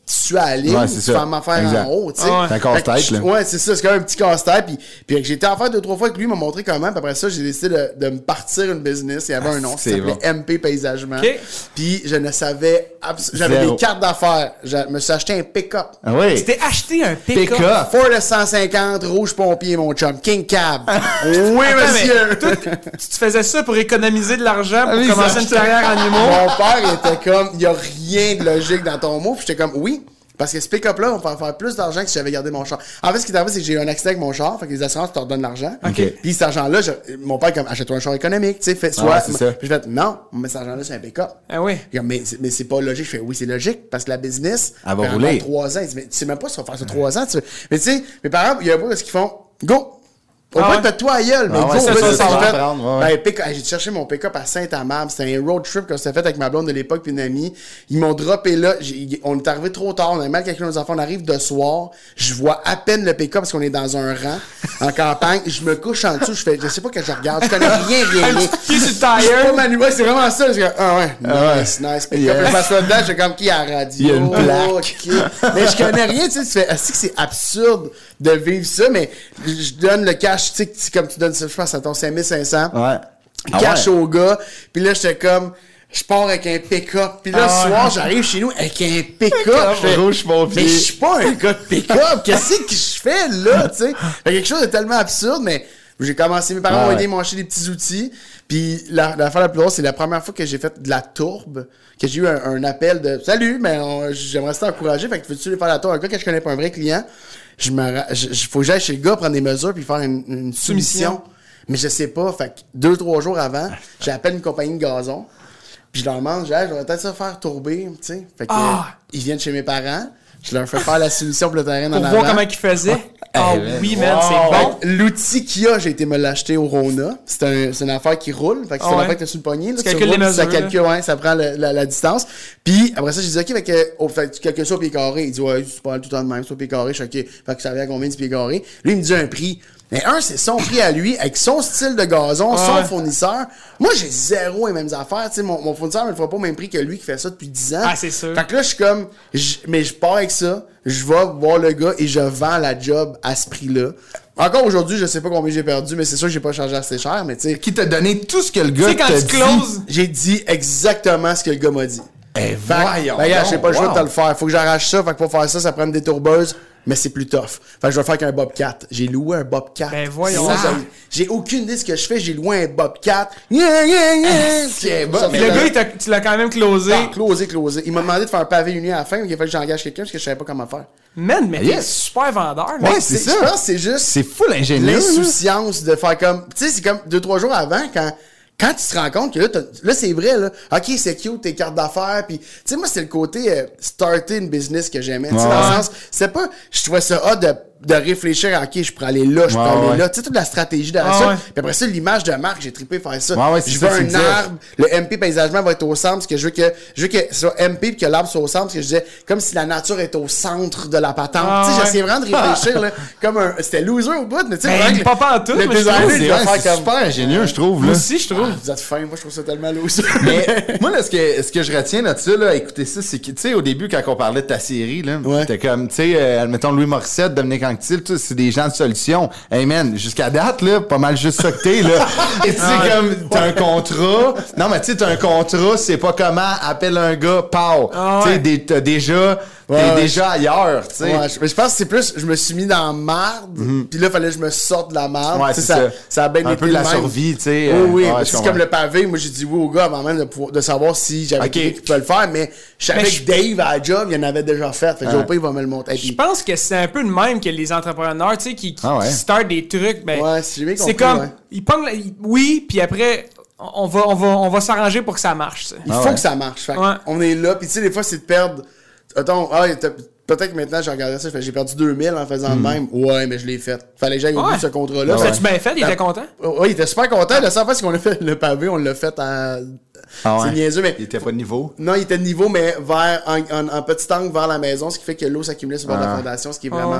tissu à la ligne, Ouais, tu c'est fais ça. m'en faire Exact. en haut, tu sais. Ah ouais. C'est un casse-tête, Fait que je- là. Ouais, c'est ça, c'est comme un petit casse-tête. Puis, puis j'ai été en faire deux, trois fois avec lui, il m'a montré comment. Puis après ça, j'ai décidé de, de me partir une business. Il y avait Ah, un nom, ça c'est s'appelait bon. M P Paysagement. OK. Puis je ne savais abs- J'avais Zéro. des cartes d'affaires. Je me suis acheté un pick-up. Ah oui. Tu t'es acheté un pick-up. Pick-up. Ford cent cinquante, rouge pompier, mon chum. King Cab. oui, Attends, monsieur. mais toi, tu te faisais ça pour économiser de l'argent pour Ah oui, commencer ça, une je te- carrière en humour. Mon père il était comme, il n'y a rien de logique dans ton mot. Puis j'étais comme, oui. Parce que ce pick-up-là, on peut en faire plus d'argent que si j'avais gardé mon char. En fait, ce qui est arrivé, c'est que j'ai eu un accident avec mon char. Fait que les assurances te redonnent l'argent. OK. Puis cet argent-là, je- mon père, comme, achète-toi un char économique. Tu sais, fais soit. ouais, c'est ça. Puis je fais, non, mais cet argent-là, c'est un pick-up. Ah oui. Il dit, Mais, c'est- mais c'est pas logique. Je fais, oui, c'est logique. Parce que la business. Elle va peut rouler. avoir trois ans. Il dit, mais tu sais même pas si tu vas faire ça trois ans. Tu veux- Mais tu sais, mes parents, il y a pas ce qu'ils font. Go! Au Ah point ouais? de toi à gueule, mais Ah go, ouais, c'est vas-y, ça, ça tu va vas fait. apprendre, ouais, ouais. Ben, pick- hey, j'ai cherché mon pick-up à Saint-Amable. C'était un road trip qu'on s'était fait avec ma blonde de l'époque puis une amie. Ils m'ont droppé là. J'ai- on est arrivé trop tard. On a mal calculé nos enfants. On arrive de soir. Je vois à peine le pick-up parce qu'on est dans un rang en campagne. Je me couche en dessous. Je fais, je sais pas que je regarde. Je connais rien, rien, rien. Qui sur le Je suis pas tire? manuel, c'est vraiment ça. Je dis, ah ouais, Ah nice, nice. Pick-up. Yeah. Je passe là-dedans. Je fais comme qui à la radio. Il y a une plaque. Ok. Mais je connais rien, tu sais. Tu fais, ah, c'est que c'est absurde de vivre ça, mais je donne le cash, tu sais, comme tu donnes ça, je pense, à ton cinq mille cinq cents. Ouais. Ah Cash ouais. au gars. Puis là, j'étais comme, je pars avec un pick-up. Puis là, Ah ce ouais. soir, j'arrive chez nous avec un pick-up. Je fais, Rouge pompier. mais je suis pas un gars de pick-up. Qu'est-ce que je fais là, tu sais? Fait quelque chose de tellement absurde, mais j'ai commencé, mes parents Ah m'ont ouais. aidé à m'acheter des petits outils. Puis la, l'affaire la plus drôle, c'est la première fois que j'ai fait de la tourbe, que j'ai eu un, un appel de « Salut, mais on- j'aimerais rester encouragé, fait que veux-tu aller faire la tourbe? » Un gars que je connais pas, un vrai client, je me, ra- je, je- faut que j'aille chez le gars prendre des mesures puis faire une, une soumission. Mais je sais pas, fait que deux, trois jours avant, j'appelle une compagnie de gazon. Puis je leur demande, j'ai, j'aurais peut-être ça faire tourber, tu sais. Fait que, Ah! euh, ils viennent chez mes parents. Je leur fais faire la soumission pour le terrain en Pour avant. voir comment il faisait. Ah Eh ben, oui, man, wow. c'est bon. Fait que l'outil qu'il y a, j'ai été me l'acheter au Rona. C'est un, c'est une affaire qui roule. Fait que c'est Ah une ouais. affaire que t'as sur le poignet. Là, Tu tu calcules roules, les puis ça mesures, calcule, ouais, ça prend le- la, la distance. Puis après ça, j'ai dit, OK, fait que, oh, fait que tu calcules ça au pied carré. Il dit, ouais, c'est pas tout le temps de même, c'est au pied carré. Je suis OK. Fait que ça vient à combien du pied carré? Lui, il me dit un prix. Mais un, c'est son prix à lui, avec son style de gazon, son ouais. fournisseur. Moi, j'ai zéro les mêmes affaires. Tu sais, mon, mon fournisseur me le fera pas au même prix que lui qui fait ça depuis dix ans. Ah, c'est sûr. Fait que là, je suis comme, je- mais je pars avec ça, je vais voir le gars et je vends la job à ce prix-là. Encore aujourd'hui, je sais pas combien j'ai perdu, mais c'est sûr que j'ai pas chargé assez cher, mais tu sais, Qui t'a donné tout ce que le Tu gars sais, quand t'a tu dit. closes, j'ai dit exactement ce que le gars m'a dit. Eh, Fait que, voyons ben, regarde, donc, j'ai pas le choix wow. de te le faire. Faut que j'arrache ça, fait que pour faire ça, ça prend une détourbeuse, mais c'est plus tough. Fait que je vais faire qu'un Bobcat. J'ai loué un Bobcat. Ben, voyons. Ça, ça- J'ai aucune idée de ce que je fais, j'ai loué un Bobcat. Yeah, yeah, yeah. c'est bon. Ça Puis fait le un- gars, il t'a- tu l'as quand même closé. Ah, closé, closé. Il m'a demandé de faire un pavé uni à la fin, mais il a fallu que j'engage quelqu'un parce que je savais pas comment faire. Man, mais t'es Yes. super vendeur. là. Ouais, c'est ça. Je pense que c'est juste C'est fou l'ingénieur. l'insouciance de faire comme. Tu sais, c'est comme deux, trois jours avant, quand. Quand tu te rends compte que là, t'as- là c'est vrai, là, OK, c'est cute, tes cartes d'affaires, puis tu sais, moi, c'est le côté euh, starter une business que j'aimais, tu sais, Ouais. dans le sens, c'est pas, je trouvais ça hot de, de réfléchir à, OK, je pourrais aller là, je pourrais Ouais, aller ouais. là, tu sais, toute la stratégie derrière Ah, ça, ouais. puis après ça, l'image de marque, j'ai trippé faire ça. Ouais, ouais, c'est je ça veux que tu un me disais. arbre, le M P paysagement va être au centre, parce que je veux que, je veux que ce soit M P puis que l'arbre soit au centre, parce que je disais, comme si la nature est au centre de la patente. Ah, tu sais, ouais. j'essayais vraiment de réfléchir, là, comme un, c'était loser au bout, mais tu sais, Ben, vraiment que pas pantoute, le moi, je designer, trouve. il C'est doit ouais, faire c'est comme- super ingénieux, je trouve. Moi Là. aussi, je trouve. Vous êtes fin, moi je trouve ça tellement loser. Mais moi, là, ce que, ce que je retiens de ça, là, écoutez ça, c'est que, tu sais, au début, quand on parlait de ta série, là, Ouais. t'es comme, tu sais, euh, admettons Louis Morissette, Dominique Anctil, tout ça, c'est des gens de solution. Hey man, jusqu'à date, là, pas mal juste ça que t'es, là. Et tu sais, comme, t'as un contrat. Non, mais tu sais, t'as un contrat, c'est pas comment, appelle un gars, pow. Ah Tu sais, ouais. des- t'as déjà, t'es Ouais, ouais. déjà ailleurs, tu sais. Ouais, je, mais je pense que c'est plus, je me suis mis dans la marde, puis là, fallait que je me sorte de la marde. Ouais, Tu sais, c'est ça. Ça a bien Un été peu de la le même. survie, tu sais. Oui, euh, oui, ouais, parce je que c'est comprends. comme le pavé. Moi, j'ai dit oui au gars avant même de, pouvoir- de savoir si j'avais Ok. quelqu'un qui pouvait le faire, mais je savais Mais que je- Dave à la job, il en avait déjà fait. Fait que Ouais. Joe, il va me le montrer. Je pense que c'est un peu le même que les entrepreneurs, tu sais, qui, qui, Ah ouais. qui startent des trucs. Ben, Ouais, si j'ai bien c'est compris, comme, ouais. ils pognent la- ils- oui, puis après, on va, on va, on va s'arranger pour que ça marche. ça. Il Ah faut ouais. que ça marche. Fait que Ouais. on est là, puis tu sais, des fois, c'est de perdre. Attends, ah, t'as- peut-être que maintenant, j'ai regardé ça, je fais, j'ai perdu deux mille en faisant Hmm. le même. Ouais, mais je l'ai fait. Fallait que j'aille au Ouais. bout de ce contrat-là. Ça Fait- tu bien fait? Il était content? Oui, il était super content. La seule fois, c'est qu'on a fait le pavé, on l'a fait à. Ah ouais. C'est niaiseux, mais. Il était pas de niveau. Non, il était de niveau, mais vers en, en, en petit angle vers la maison, ce qui fait que l'eau s'accumulait sur le bord de la Ah. fondation, ce qui est Ah vraiment ouais.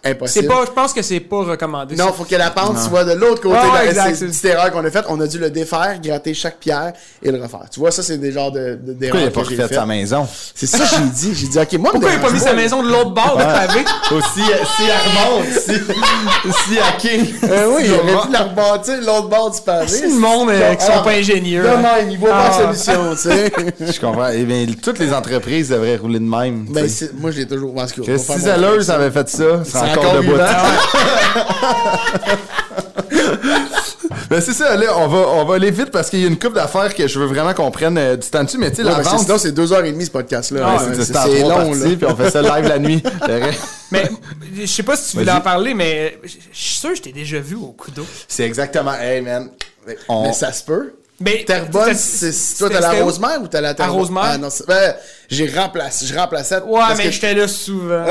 impossible. C'est pas, je pense que c'est pas recommandé. Non, ça. faut que la pente soit de l'autre côté. Ouais, Là, exact, c'est c'est- une petite erreur qu'on a faite. On a dû le défaire, gratter chaque pierre et le refaire. Tu vois, ça, c'est des genres de, de, d'erreurs Pourquoi il a pas que j'ai refait faites. sa maison? C'est ça que j'ai dit. J'ai dit, OK, moi, Pourquoi il a pas mis sa maison de l'autre bord de pavé? Aussi, si elle remonte, si, si à King. Euh, oui, il aurait pu la rebâtir de l'autre bord du pavé. C'est le monde euh, qui sont pas ingénieux. De hein. même, il voit pas Ah. de solution, tu sais. Je comprends. Eh bien, toutes les entreprises devraient rouler de même. Ben, tu sais. c'est- moi, je l'ai toujours. En tout cas, Que on va si faire mon Zellers truc, ça. avait fait ça, c'est encore, encore debout. vivant. Ben c'est ça, là, on va, on va aller vite parce qu'il y a une couple d'affaires que je veux vraiment qu'on prenne euh, du temps dessus, mais tu sais, Ouais, la parce que vente, sinon, c'est deux heures et demie ce podcast-là. ouais, Ouais, c'est, c'est c'est en c'est trois long, parties, là. puis on fait ça live la nuit. Le reste- Mais je sais pas si tu voulais Vas-y. en parler, mais je je suis sûr que je t'ai déjà vu au coup d'eau. C'est exactement, hey man. On- Mais ça se peut. Mais Terrebonne, c'était- c'est toi, t'as c'était- la c'était où? Rosemère ou t'as la Terrebonne? Rosemère. Ah non, c'est- ben, j'ai remplacé, je remplaçais. Ouais, parce mais que, j'étais là souvent.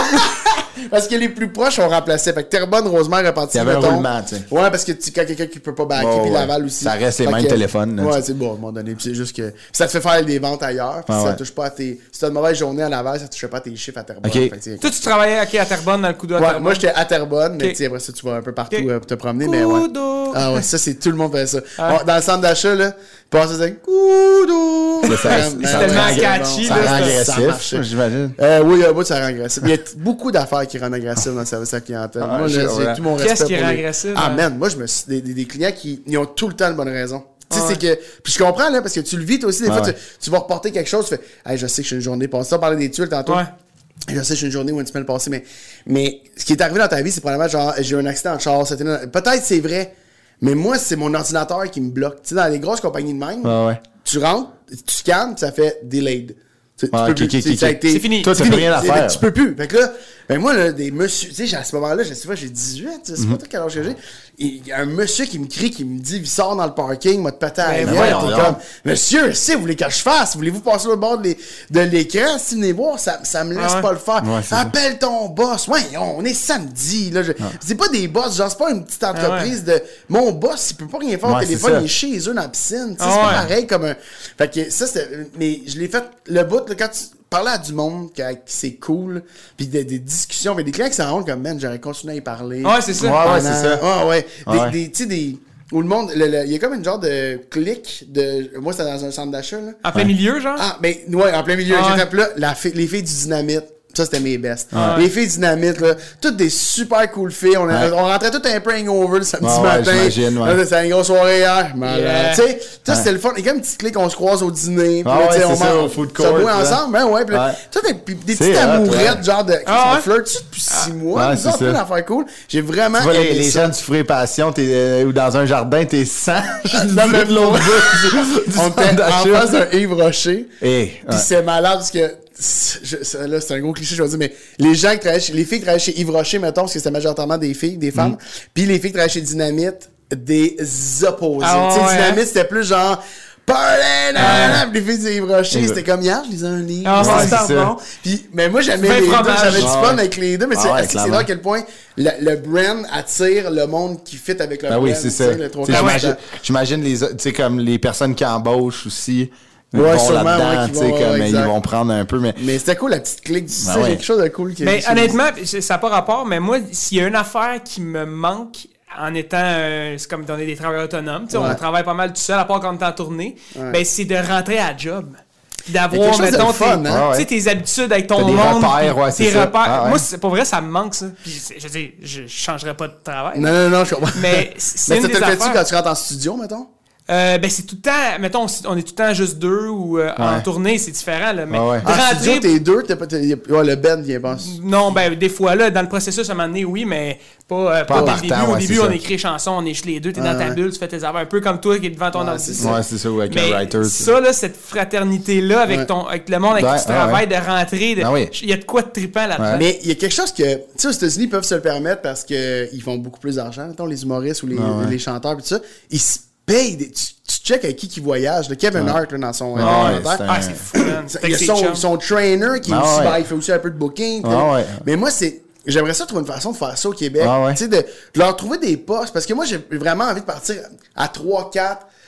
parce que les plus proches, on remplaçait. Fait que Terrebonne, Rosemère, répartis, Il y avait un mettons. roulement, tu sais. Ouais, parce que tu, quand quelqu'un qui peut pas backer, Ouais, puis ouais. Laval aussi. Ça reste les Fait mêmes que- téléphones, là. Ouais, c'est bon, à un moment donné. Puis c'est juste que. Puis ça te fait faire des ventes ailleurs. Puis Ah ça ouais. touche pas à tes. Si t'as une mauvaise journée à Laval, ça touche pas à tes chiffres à Terrebonne. Ok. Fait que, tu sais, Toi, tu travaillais ok, à Terrebonne, dans le coup d'eau à Ouais, Terrebonne. moi j'étais à Terrebonne, mais Ok. tu sais, après ça, tu vas un peu partout Ok. euh, pour te promener, mais ouais. Kudo. Ah ouais, ça, c'est tout le monde fait ça. Ah. On- dans le centre d'achat, là, passe ça, Kudo! Ça, ça- Man, c'est man, tellement man, catchy, ça là, rend ça- agressif, marchait. j'imagine. Euh, oui, il y a un bout, ça rend agressif. Il y a t- beaucoup d'affaires qui rendent agressif dans le service à la clientèle. Ah, moi, je là, comprends. j'ai tout mon respect. Qu'est-ce qui pour rend les- agressif, Ah, hein? man, moi, je me suis. Des, des, des clients qui ils ont tout le temps de bonnes raisons. Tu sais, Ah c'est que. Puis je comprends, là, parce que tu le vis, toi aussi, des Ah fois, ouais. tu, tu vas reporter quelque chose, tu fais, hey, je sais que j'ai une journée passée. On parlait des tuiles tantôt. Ouais. Je sais, j'ai une journée ou une semaine passée, mais, mais ce qui est arrivé dans ta vie, c'est probablement genre, j'ai eu un accident de char, c'était une- peut-être c'est vrai, mais moi, c'est mon ordinateur qui me bloque. Tu sais, dans les grosses compagnies de même, Ouais, ouais. tu rentres, tu scannes, ça fait delayed. Tu, tu Ouais, peux ok, plus. ok, Tu sais, ok, ça a ok. été- C'est fini. Toi, t'as c'est plus fini. rien à C'est- faire. Tu peux plus. Fait que là, ben moi, là, des messieurs, tu sais, à ce moment-là, je sais pas, j'ai dix-huit, je sais Mhm. pas trop quel âge que j'ai. Il y a un monsieur qui me crie, qui me dit, il sort dans le parking, m'a te péter à la Ben gueule. voyons T'es donc. comme, monsieur, si vous voulez que je fasse, voulez-vous passer au bord de l'é- de l'écran, si vous venez voir, ça, ça me laisse Ah ouais. pas le faire. Ouais, c'est ça. Appelle ton boss. Ouais, on est samedi, là. je- C'est pas des boss, genre, c'est pas une petite entreprise de, mon boss, il peut pas rien faire au Ouais, téléphone, c'est ça. il est chez eux dans la piscine. Tu sais, Ah c'est pas ouais. pareil comme un. Fait que ça, c'était. Mais je l'ai fait le bout, là, quand tu parlais à du monde, que, que c'est cool, puis des, des discussions avec des clients qui s'en rendent comme, man, j'aurais continué à y parler. Ouais, c'est ça. Ouais, ouais, Pendant- c'est ça. Ah, ouais. Des, Ouais. des, tu sais, des. Où le monde. le- le- Il y a comme une genre de clic de. Moi, c'était dans un centre d'achat, là. En plein milieu, genre? Ah, ben, ouais, en plein milieu. Ah J'ai ouais. fait, puis là, la fi- les filles du dynamite. Ça, c'était mes bestes. Ah Les filles dynamite, là, toutes des super cool filles. On, a- Ouais. on rentrait tout un peu hangover le samedi Ouais, ouais, matin. j'imagine, ouais. Là, c'était une grosse soirée hier. Malade. Yeah. Tu sais, ça, c'était le fun. Il y a comme une petite clique, on se croise au dîner. Puis Ah là, tu sais, ouais, on c'est ça, mange- au food Ça court, boit là. ensemble, ben ouais. Puis là, Ouais. tout des, puis des C'est petites hot, amourettes, ouais. genre de. Ah on ouais? flirte depuis six mois. Ouais, Nous c'est autres, ça. plein d'affaires cool. J'ai vraiment. Tu vois, les, aimé les ça. gens du Fourré et Passion, t'es, euh, ou dans un jardin, t'es cent. Non, mais de l'autre bout du, du On centre était en d'achat. face d'un Yves Rocher. Eh, Puis ouais. c'est malade parce que je- ça, là c'est un gros cliché je vais dire, mais les gens qui travaillent chez, les filles qui travaillent chez Yves Rocher, mettons, parce que c'était majoritairement des filles, des femmes, puis les filles qui travaillent chez Dynamite, des opposés. Ah Tu sais, ouais, Dynamite hein? c'était plus genre party, nanana, puis les filles de Yves Rocher, Exact. c'était comme hier, je lisais un livre, Ah, c'était ouais, super c'est ça. bon. Puis mais moi j'aimais Vingt les deux, fromages. j'avais du Ah fun ouais. avec les deux, mais Ah c'est ouais, c'est clairement. là à quel point le, le brand attire le monde qui fit avec le Ben brand. oui, c'est tu ça. sais, le trois Tu sais, quarts du J'imagine, temps. j'imagine les, tu sais, comme les personnes qui embauchent aussi. Ils Ouais, vont sûrement, là-dedans, ouais, qui tu sais, vont, ouais, comme exact. ils vont prendre un peu, mais. Mais c'était cool la petite clique du Ben sais, ouais. j'ai quelque chose de cool qui Mais qui- honnêtement, c'est- ça n'a pas rapport, mais moi, s'il y a une affaire qui me manque en étant, euh, c'est comme donner des travailleurs autonomes, tu sais, Ouais. on travaille pas mal tout seul, à part quand on est en tournée, Ouais. ben c'est de rentrer à la job. Puis Il y a d'avoir, quelque chose de mettons, le fun, tes, hein? tu sais, tes habitudes avec ton T'as des monde, repères, puis ouais, c'est tes ça. repères. Ah ouais. Moi, c'est, pour vrai, ça me manque, ça. Puis, c'est- je veux dire, je changerais pas de travail. Non, non, non, je comprends. Mais c'est Mais une ça des te le fait-tu affaires. quand tu rentres en studio, mettons? Euh, ben c'est tout le temps, mettons, on est tout le temps juste deux ou euh, en Ouais. tournée, c'est différent, là. Mais Ouais, ouais. de En rentrer- studio, t'es deux, t'es pas. t'es- y a- ouais, le Ben vient pas. Non, ben des fois là, dans le processus, à un moment donné, oui, mais pas, euh, pas en dès le partant, début. Au ouais, début, c'est on ça. écrit chansons, on est chez les deux, t'es Ah, dans ta ouais. bulle, tu fais tes affaires, un peu comme toi qui est devant ton Ouais, ordi. c'est ça. Ouais, c'est ça, ou avec Mais un writer. tu sais. ça, là, cette fraternité-là avec, Ouais. ton, avec le monde avec Ouais, qui tu ouais, travailles, ouais. de rentrer, de- Ah oui. il y a de quoi de trippant là-dedans. Ouais. Mais il y a quelque chose que. Tu sais, aux États-Unis, ils peuvent se le permettre parce qu'ils font beaucoup plus d'argent, mettons, les humoristes ou les, Ah, ouais. les chanteurs, pis tout ça. Ils se payent des. Tu, tu check avec qui qui voyage. Le Kevin Hart, là, dans son. euh, Ah ouais, documentaire. c'est un- Ah, c'est fou, man. C'est Il y a avec ses son, chums. son trainer qui est Ah aussi, ouais. ben, il fait aussi un peu de booking. puis- Ah ouais. Mais moi, c'est. J'aimerais ça trouver une façon de faire ça au Québec. Ah ouais. Tu sais, de, de leur trouver des postes. Parce que moi, j'ai vraiment envie de partir à trois quatre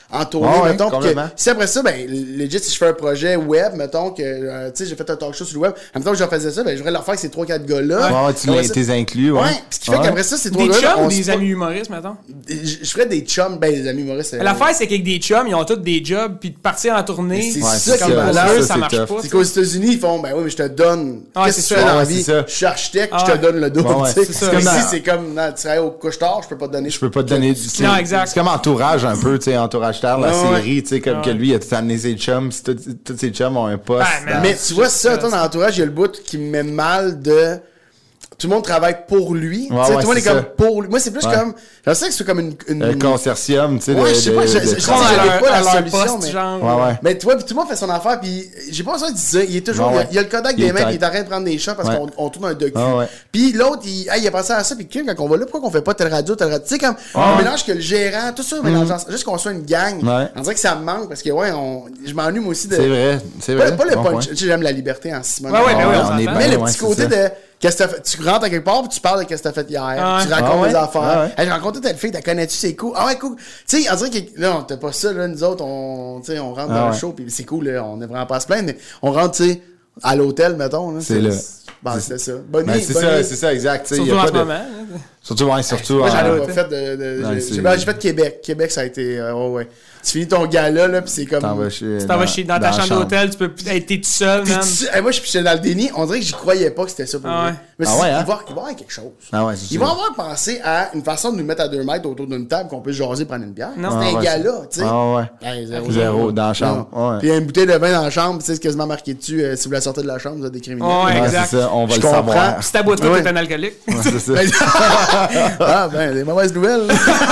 en tournée, Ouais, mettons. ouais, Puis que, complètement. si après ça, ben, legit, si je fais un projet web, mettons, que, euh, tu sais, j'ai fait un talk show sur le web, en même temps que je faisais ça, ben, je voudrais leur faire avec ces trois quatre gars-là. Ouais, ouais, tu Après les- ça- t'es inclus, ouais. Ouais, puis ce qui fait Ouais. qu'après ça, ces trois Des gars-là. chums ou on des se- amis humoristes, mettons? Je je ferais des chums, ben, des amis humoristes. euh, L'affaire, c'est qu'avec des chums, ils ont tous des jobs, puis de partir en tournée, C'est Ouais, ça c'est qui comme est ça, pour malade. eux, ça, ça c'est marche tough. pas. C'est qu'aux États-Unis, ils font, ben oui, mais je te donne. Ah, Qu'est-ce que c'est tu fais ça. dans la Ouais, vie? c'est ça. Je suis architecte, Ah, je te ouais. donne le dos. Ouais, ouais. tu sais. C'est ça. Fait que C'est comme Ici, dans- c'est comme, non, tu travailles au couche-tard, je peux pas te donner. Je peux pas te donner du. Non, exact. C'est comme entourage un peu, tu sais, entourage terre, la Ouais, série, tu sais, comme Ouais. que lui, il a tout amené ses chums, si tous tous ses chums ont un poste. Ouais, dans- mais- Mais tu vois, ça, ça, toi, dans ça. l'entourage, il y a le bout qui me met mal de. Tout le monde travaille pour lui. Ouais, Tu sais, ouais, tout le monde est c'est comme ça. pour lui. Moi, c'est plus Ouais. comme. Je sais que c'est comme une. une... Un consortium, tu sais, Ouais, de- je sais de- pas, je- de- je- je- Ils sont je- à j'avais leur, pas la à leur solution, poste, mais- genre. Ouais, ouais. Mais tu vois, puis tout le monde fait son affaire, puis j'ai pas besoin de dire ça. Il est toujours. Ouais, il y a- ouais. Il y a le Kodak Il est des mains, tight. puis il est en train de prendre des shots parce Ouais. qu'on on tourne un docu. Ah, ouais. Puis l'autre, il, hey, il a pensé à ça, puis quand on va là, pourquoi qu'on fait pas telle radio, telle radio? Tu sais, comme, on ouais. mélange que le gérant, tout ça, on mélange ensemble, juste qu'on soit une gang. Ouais. On dirait que ça me manque parce que, ouais, on, je m'ennuie moi aussi de. C'est vrai, c'est Pas, vrai. pas le Bon punch. point. Tu sais, j'aime la liberté en Simone. Ouais, ouais, ben oui, on on est s'entend. Mais bien, le ouais, petit c'est côté ça. de. Qu'est-ce que t'as fait? Tu rentres à quelque part, puis tu parles de qu'est-ce que t'as fait hier. Ah Tu ouais. racontes Ah ouais, des affaires. ah ouais. Hey, j'ai rencontré telle fille, t'as connais-tu, c'est cool. Ah ouais, cool. Tu sais, on dirait que. Là, on t'as pas ça, là, nous autres, on, tu sais, on rentre Ah dans le ouais. show, puis c'est cool, là, on est vraiment pas à se plaindre, mais on rentre, tu sais, à l'hôtel, mettons. Là, C'est là. Bon, c'est ça. Bonne Ben, nuit. c'est bonne ça, nuit. c'est ça, exact. tu sais, il y Surtout a en pas ce de- moment. hein. Surtout, ouais, surtout. Moi, j'en ai euh, pas fait de. de- Ouais, j'ai- c'est- j'ai ben, j'ai fait Québec. Québec, ça a été. euh, ouais, ouais. Tu finis ton gala, là, puis c'est comme. T'en vas chez. Tu t'en vas chez, dans ta la chambre d'hôtel, tu peux être t'es tout seul, Puis man. tu- hey, moi, je suis dans le déni. On dirait que j'y croyais pas que c'était ça pour Ah moi. ouais. Mais Ah si, ouais, hein? il, va, il va y avoir quelque chose. Ah ouais, c'est Il sûr. va avoir pensé à une façon de nous mettre à deux mètres autour d'une table qu'on peut jaser prendre une bière. Non. C'était Ah un ouais, gala, tu sais. Ah ouais. Hey, Zéro, dans la chambre. Non. Ouais. Puis il y a une bouteille de vin dans la chambre, tu sais, c'est quasiment marqué dessus. euh, si vous la sortez de la chambre, vous êtes des criminels. Ouais, Ouais, exact. c'est ça, on va Je le comprends. savoir. Si ta boîte Ouais. t'es un alcoolique. Ouais, c'est ça. Ah, ben, des mauvaises nouvelles.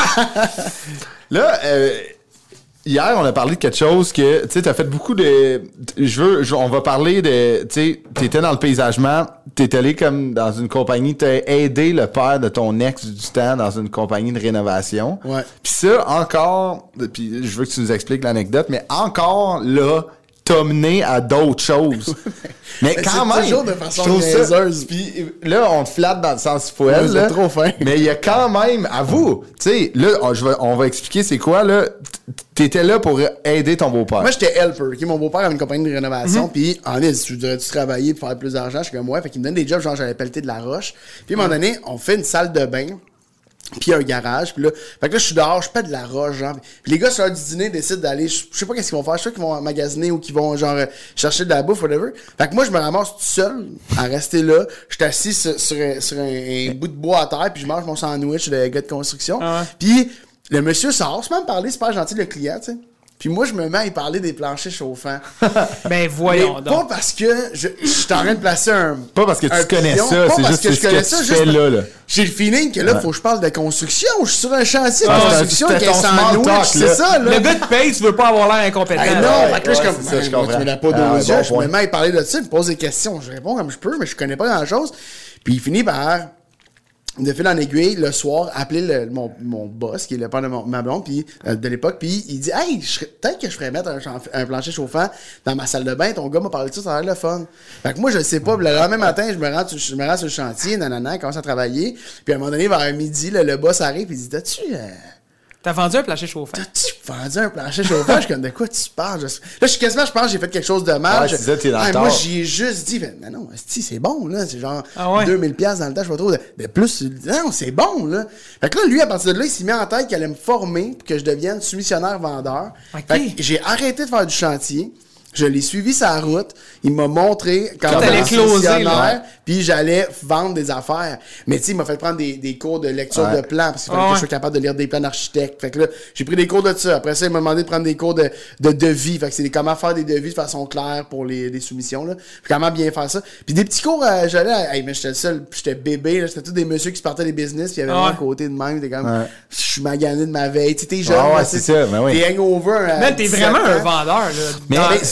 Là, euh, hier, on a parlé de quelque chose que, tu sais, t'as fait beaucoup de... Je veux... je- on va parler de... Tu sais, t'étais dans le paysagement, t'es allé comme dans une compagnie, t'as aidé le père de ton ex du temps dans une compagnie de rénovation. Ouais. Puis ça, encore... Puis je veux que tu nous expliques l'anecdote, mais encore là... t'as mené à d'autres choses. Mais Mais quand c'est même, toujours de façon je trouve ça- niaiseuse. Puis là, on te flatte dans le sens poêle. Ouais, c'est là. trop fin. Mais il y a quand même, à vous, tu sais, là, on, je vais- on va expliquer c'est quoi, là. T'étais là pour aider ton beau-père. Moi, j'étais helper. ok? Mon beau-père avait une compagnie de rénovation. Puis, en est, tu voudrais-tu travailler pour faire plus d'argent? Je suis comme, ouais. Fait qu'il me donne des jobs, genre, j'avais pelleté de la roche. Puis, à un moment donné, on fait une salle de bain. Puis, un garage. Puis là, fait que là, je suis dehors, je pète de la roche, genre. Puis, les gars, sur l'heure du dîner, décident d'aller, je je sais pas qu'est-ce qu'ils vont faire. Je sais pas qu'ils vont magasiner ou qu'ils vont, genre, euh, chercher de la bouffe, whatever. Fait que moi, je me ramasse tout seul à rester là. Je suis assis sur, sur, un, sur un, un bout de bois à terre. Puis, je mange mon sandwich de gars de construction. Ah ouais. Puis, le monsieur sort, c'est même parler, c'est pas gentil, le client, tu sais. Puis moi, je me mets à y parler des planchers chauffants. Ben Mais voyons pas donc. parce que je, je suis en train de placer un. Pas parce que tu un connais pion, ça, pas c'est parce juste que je ce que connais tu ça, fais juste là, là. J'ai le feeling que là, faut que je parle de construction. Je suis sur un chantier de Ah, construction c'était avec un ton small sandwich, talk, c'est là. ça, là. Le gars te paye, tu veux pas avoir l'air incompétent. Hey, non, ouais, fait que là, je suis ouais, comme, c'est ça, je ben, moi, comprends. tu me la pas Ah, aux ouais, yeux, bon je me point. mets à y parler de ça, il me pose des questions. Je réponds comme je peux, mais je connais pas grand chose. Puis il finit par, de fil en aiguille, le soir, appeler le- mon, mon boss, qui est le père de mon- ma blonde, puis, euh, de l'époque, puis il dit, hey, je serais- peut-être que je ferais mettre un, chan- un plancher chauffant dans ma salle de bain. Ton gars m'a parlé de ça, ça a l'air le fun. Fait que moi, je le sais pas. Puis le lendemain matin, je me rends, sur- je me rends sur le chantier, nanana, commence à travailler. Puis à un moment donné, vers midi, là, le boss arrive, puis il dit, t'as-tu, euh, T'as vendu un plancher chauffant. T'as-tu vendu un plancher chauffant? Je suis comme, de quoi tu parles? Je- Là, je suis quasiment, je pense que j'ai fait quelque chose de mal. Ouais, Je- c'est ça, t'es dans le Ah, moi, tort. j'y ai juste dit, ben, non, esti, c'est bon, là. C'est genre Ah ouais? deux mille dollars dans le temps, je sais pas trop. De, de plus, non, c'est bon, là. Fait que là, lui, à partir de là, il s'est mis en tête qu'il allait me former pour que je devienne soumissionnaire vendeur. Ok. Fait que j'ai arrêté de faire du chantier. Je l'ai suivi sa route. Il m'a montré comment t'allais être closer, soumissionnaire, là. puis j'allais vendre des affaires. Mais tu sais, il m'a fait prendre des, des cours de lecture Ouais. de plans, parce qu'il fallait Ah que ouais. je sois capable de lire des plans d'architecte. Fait que là, j'ai pris des cours de ça. Après ça, il m'a demandé de prendre des cours de, de devis. Fait que c'est des- comment faire des devis de façon claire pour les, les soumissions, là. Puis comment bien faire ça. Puis des petits cours, euh, j'allais, à- hey, mais j'étais le seul, puis j'étais bébé, là. C'était tous des messieurs qui se partaient des business, puis il y avait Ah moi ouais. à côté de même. T'es comme, Ouais. je suis magané de ma veille. Tu sais, t'es jeune. Ah ouais, là, c'est tu sais, ça, ben oui. T'es hangover. à Man, t'es dix-sept vraiment un ans. vendeur, là. Mais- Dans- mais tu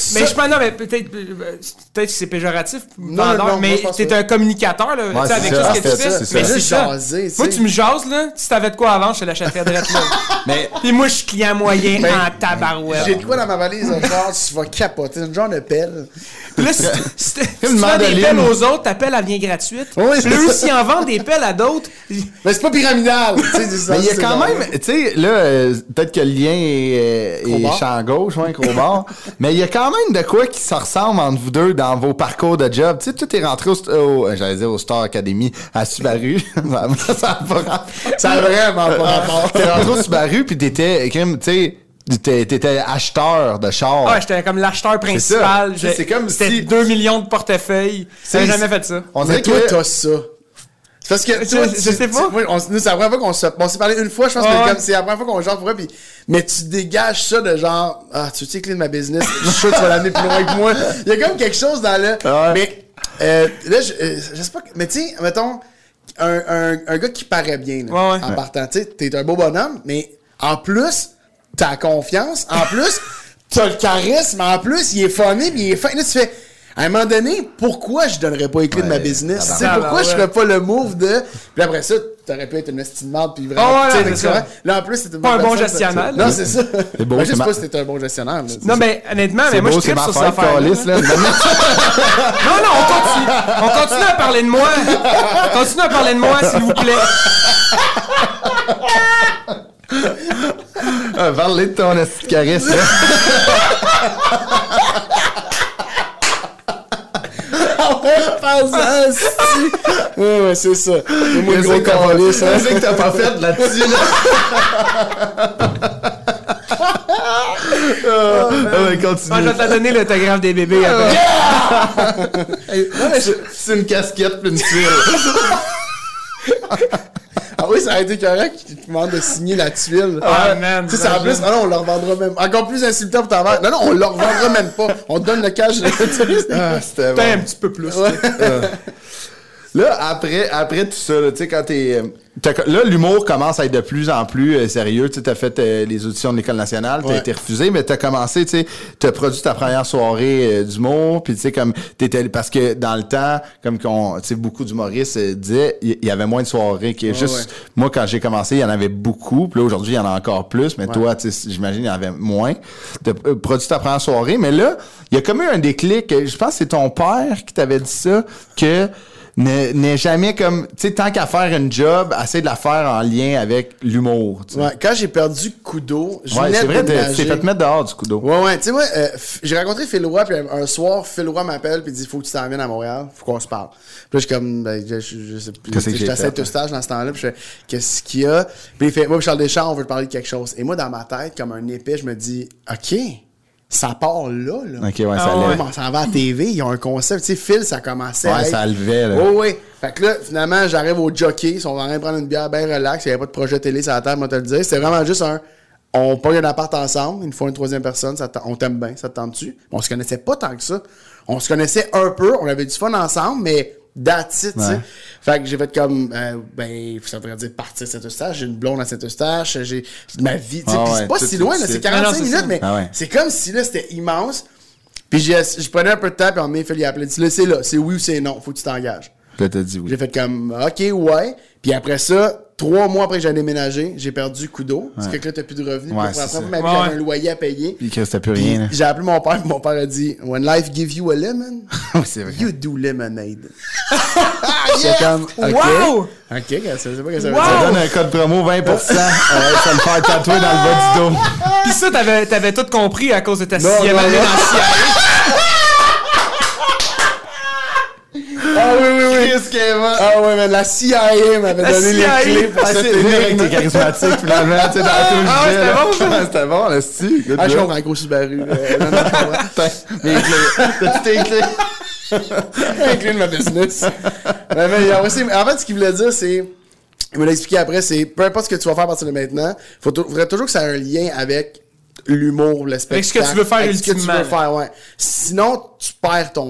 Mais je pense, non, mais peut-être, peut-être que c'est péjoratif, Non, vendeur, non, non, mais moi, je pense t'es pas. un communicateur, là, tu sais, c'est avec ça. tout ce que Ah, tu c'est fais. ça, c'est Mais ça. c'est Juste ça. jaser, tu Moi, sais. tu me jases, là, si t'avais de quoi avant, je te l'achèterais direct là. Mais Puis moi, je suis client moyen Ben, en tabarouette. J'ai de quoi dans ma valise, genre, tu vas capoter, une genre de pelle. Puis là, si, si, si tu Une vends des mandoline. pelles aux autres, ta pelle, elle vient gratuite. Oui, Puis là, c'est eux, ça. s'ils en vendent des pelles à d'autres, Mais c'est pas pyramidal, tu sais, c'est ça. Mais il y a c'est quand genre- même, tu sais, là, euh, peut-être que le lien est, euh, est Crowbar. champ gauche, ouais, crowbar, mais il y a quand même de quoi qui se ressemble entre vous deux dans vos parcours de job. Tu sais, tu es rentré au, st- au- euh, j'allais dire au Star Academy à Subaru. ça ça a pas rapport. Ça a vraiment pas rapport. T'es rentré au Subaru puis t'étais, crime, tu sais, t'étais, t'étais acheteur de chars. ouais, j'étais comme l'acheteur principal. C'est ça. Je- C'est comme C'était si- deux millions de portefeuilles. C'est- J'avais jamais fait ça. On Mais dirait toi, que t'as ça. C'est parce que, Je- toi, je tu- sais tu- pas. moi, on- nous, c'est la première fois qu'on se, on s'est parlé une fois, je pense Ah que ouais. comme c'est la première fois qu'on genre pour vrai, puis, mais tu dégages ça de genre, ah, tu veux-tu les clés de ma business? Je suis sûr que tu vas l'amener plus loin que moi. Il y a comme quelque chose dans le, Ouais. mais, euh, là, je, euh, je sais pas, mais tu sais, mettons, un, un, un gars qui paraît bien, là, Ouais, ouais. en partant, tu sais, t'es un beau bonhomme, mais en plus, t'as la confiance, en plus, t'as le charisme, en plus, il est funny, puis il est fin. Là, tu fais, à un moment donné, pourquoi je donnerais pas les clés de ma Ouais, business? Tu sais, tabarnak. pourquoi je Ouais. ferais pas le move de. Puis après ça, t'aurais pu être une estimante, puis vraiment. Ah ouais, tu sais, c'est fait que ça. vrai. Là, en plus, c'était une Pas bonne un bon personne, gestionnaire, Non, là. c'est ça. C'est beau, Moi, je c'est sais ma- pas si t'étais un bon gestionnaire. là, c'est Non, ça. mais honnêtement, mais c'est moi, beau, je c'est tripe ma sur fête, cette affaire. Calis, là. Non, non, on continue. On continue à parler de moi. Continue à parler de moi, s'il vous plaît. Ah, parler de ton esti de charisme, là. Pense à ça, Ouais, ouais, c'est ça. C'est moi le gros cavalier, ça. Qu'est-ce que t'as pas fait là-dessus, là? Ah, ouais, continue. Ah, je vais te la donner, l'autographe des bébés. après. C'est- C'est une casquette puis une tuile. Ah oui, ça a été correct qu'il te demande de signer la tuile. Ah, man, Tu sais, c'est en plus, j'imagine. ah non, on leur vendra même. Encore plus insultant pour ta mère. Non, non, on leur vendra même pas. On te donne le cash. Ah, c'était Peut-être un bon. petit peu plus. Là, après, après tout ça, là, tu sais, quand t'es... euh, t'as- là, l'humour commence à être de plus en plus euh, sérieux. Tu sais, t'as fait euh, les auditions de l'École nationale, t'as Ouais. été refusé, mais t'as commencé, tu sais, t'as produit ta première soirée euh, d'humour, puis tu sais, comme, t'étais... Parce que dans le temps, comme qu'on... Tu sais, beaucoup d'humoristes euh, disaient, il y, y avait moins de soirées. Que juste, ouais. moi, quand j'ai commencé, il y en avait beaucoup, puis là, aujourd'hui, il y en a encore plus, mais toi, tu sais, j'imagine, il y en avait moins. T'as euh, produit ta première soirée, mais là, il y a comme eu un déclic. Je pense que c'est ton père qui t'avait dit ça, que... N'est n'est jamais comme, tu sais, tant qu'à faire une job, essaie de la faire en lien avec l'humour. tu sais. Ouais, quand j'ai perdu Kudo, je Ouais, venais c'est de vrai, t'es déménager. t'es fait mettre dehors du coup d'eau. Ouais, ouais, tu sais, moi, euh, f- j'ai rencontré Phil Roy, puis un, un soir, Phil Roy m'appelle, puis il dit, faut que tu t'en viennes à Montréal, faut qu'on se parle. Puis là, je suis comme, ben, je, je, je sais plus, Qu'est-ce que j'étais j'ai à fait, Saint-Eustache dans ce temps-là, puis je fais, qu'est-ce qu'il y a? Puis il fait, moi, puis Charles Deschamps, on veut te parler de quelque chose. Et moi, dans ma tête, comme un épée, je me dis, OK, ça part là, là. Ok, ouais, ça Ah ouais. lève. On s'en va à la T V, ils ont un concept. Tu sais, Phil, ça commençait à Ouais, être- ça levait, là. Oh, oui. Fait que là, finalement, j'arrive au jockey. Ils sont en train de prendre une bière bien relax. Il n'y avait pas de projet télé sur la table, moi, te le dire. C'était vraiment juste un. On pogne un appart ensemble. Une fois une troisième personne. Ça te- on t'aime bien. Ça te tente-tu? On se connaissait pas tant que ça. On se connaissait un peu. On avait du fun ensemble, mais that's it, tu sais. Ouais. Fait que j'ai fait comme, euh, ben, ça voudrait dire partir à Saint-Eustache. J'ai une blonde à Saint-Eustache. J'ai ma vie, tu sais. Ah Puis ouais, c'est pas tout si de loin, là. suite. C'est Ah non, quarante-cinq c'est minutes, ça. mais Ah ouais. c'est comme si là, c'était immense. Puis j'ai- je prenais un peu de temps, puis en mai, il fallait appeler. Il dit, là, c'est là. C'est oui ou c'est non. Faut que tu t'engages. Là, t'as dit oui. J'ai fait comme, OK, ouais. Puis après ça, trois mois après que j'ai déménagé, j'ai perdu Kudo. Parce que là, t'as plus de revenus. Ouais, Puis pour la c'est première fois de ça. ma vie, Ouais, j'avais un loyer à payer. Puis que c'était plus Puis rien, là. j'ai appelé mon père, puis mon père a dit, When life gives you a lemon, Oui, c'est vrai. you do lemonade. J'étais comme, OK. Wow! OK, je sais pas ce que ça veut Wow! Ça dire. donne un code promo vingt pour cent. Ouais, ça le fait tatouer dans le bas du dos. Puis ça, t'avais, t'avais tout compris à cause de ta Non, sixième non, année non. dans le C I A. Ah oui, oui, oui. Qu'est-ce qu'elle va? Ah ouais, mais la C I A m'avait La donné C I A. les clés pour Ah, cette c'est vrai que énigme. t'es charismatique, finalement, tu sais, dans tout le Ah ouais, sujet, c'était là. bon, ça. Ouais, C'était bon, là, c'est-tu? Good Ah, je job. comprends, un gros Subaru. là. Non, non, je comprends. Putain, mes clés. T'as-tu tes clés? Inclus de ma business. Mais, mais, en, vrai, c'est- en fait, ce qu'il voulait dire, c'est. Il me l'a expliqué après, c'est peu importe ce que tu vas faire à partir de maintenant, il faudrait toujours que ça ait un lien avec l'humour, le spectacle. Avec ce que tu veux faire avec ce que tu ultimement, veux faire, ouais. Sinon, tu perds ton temps.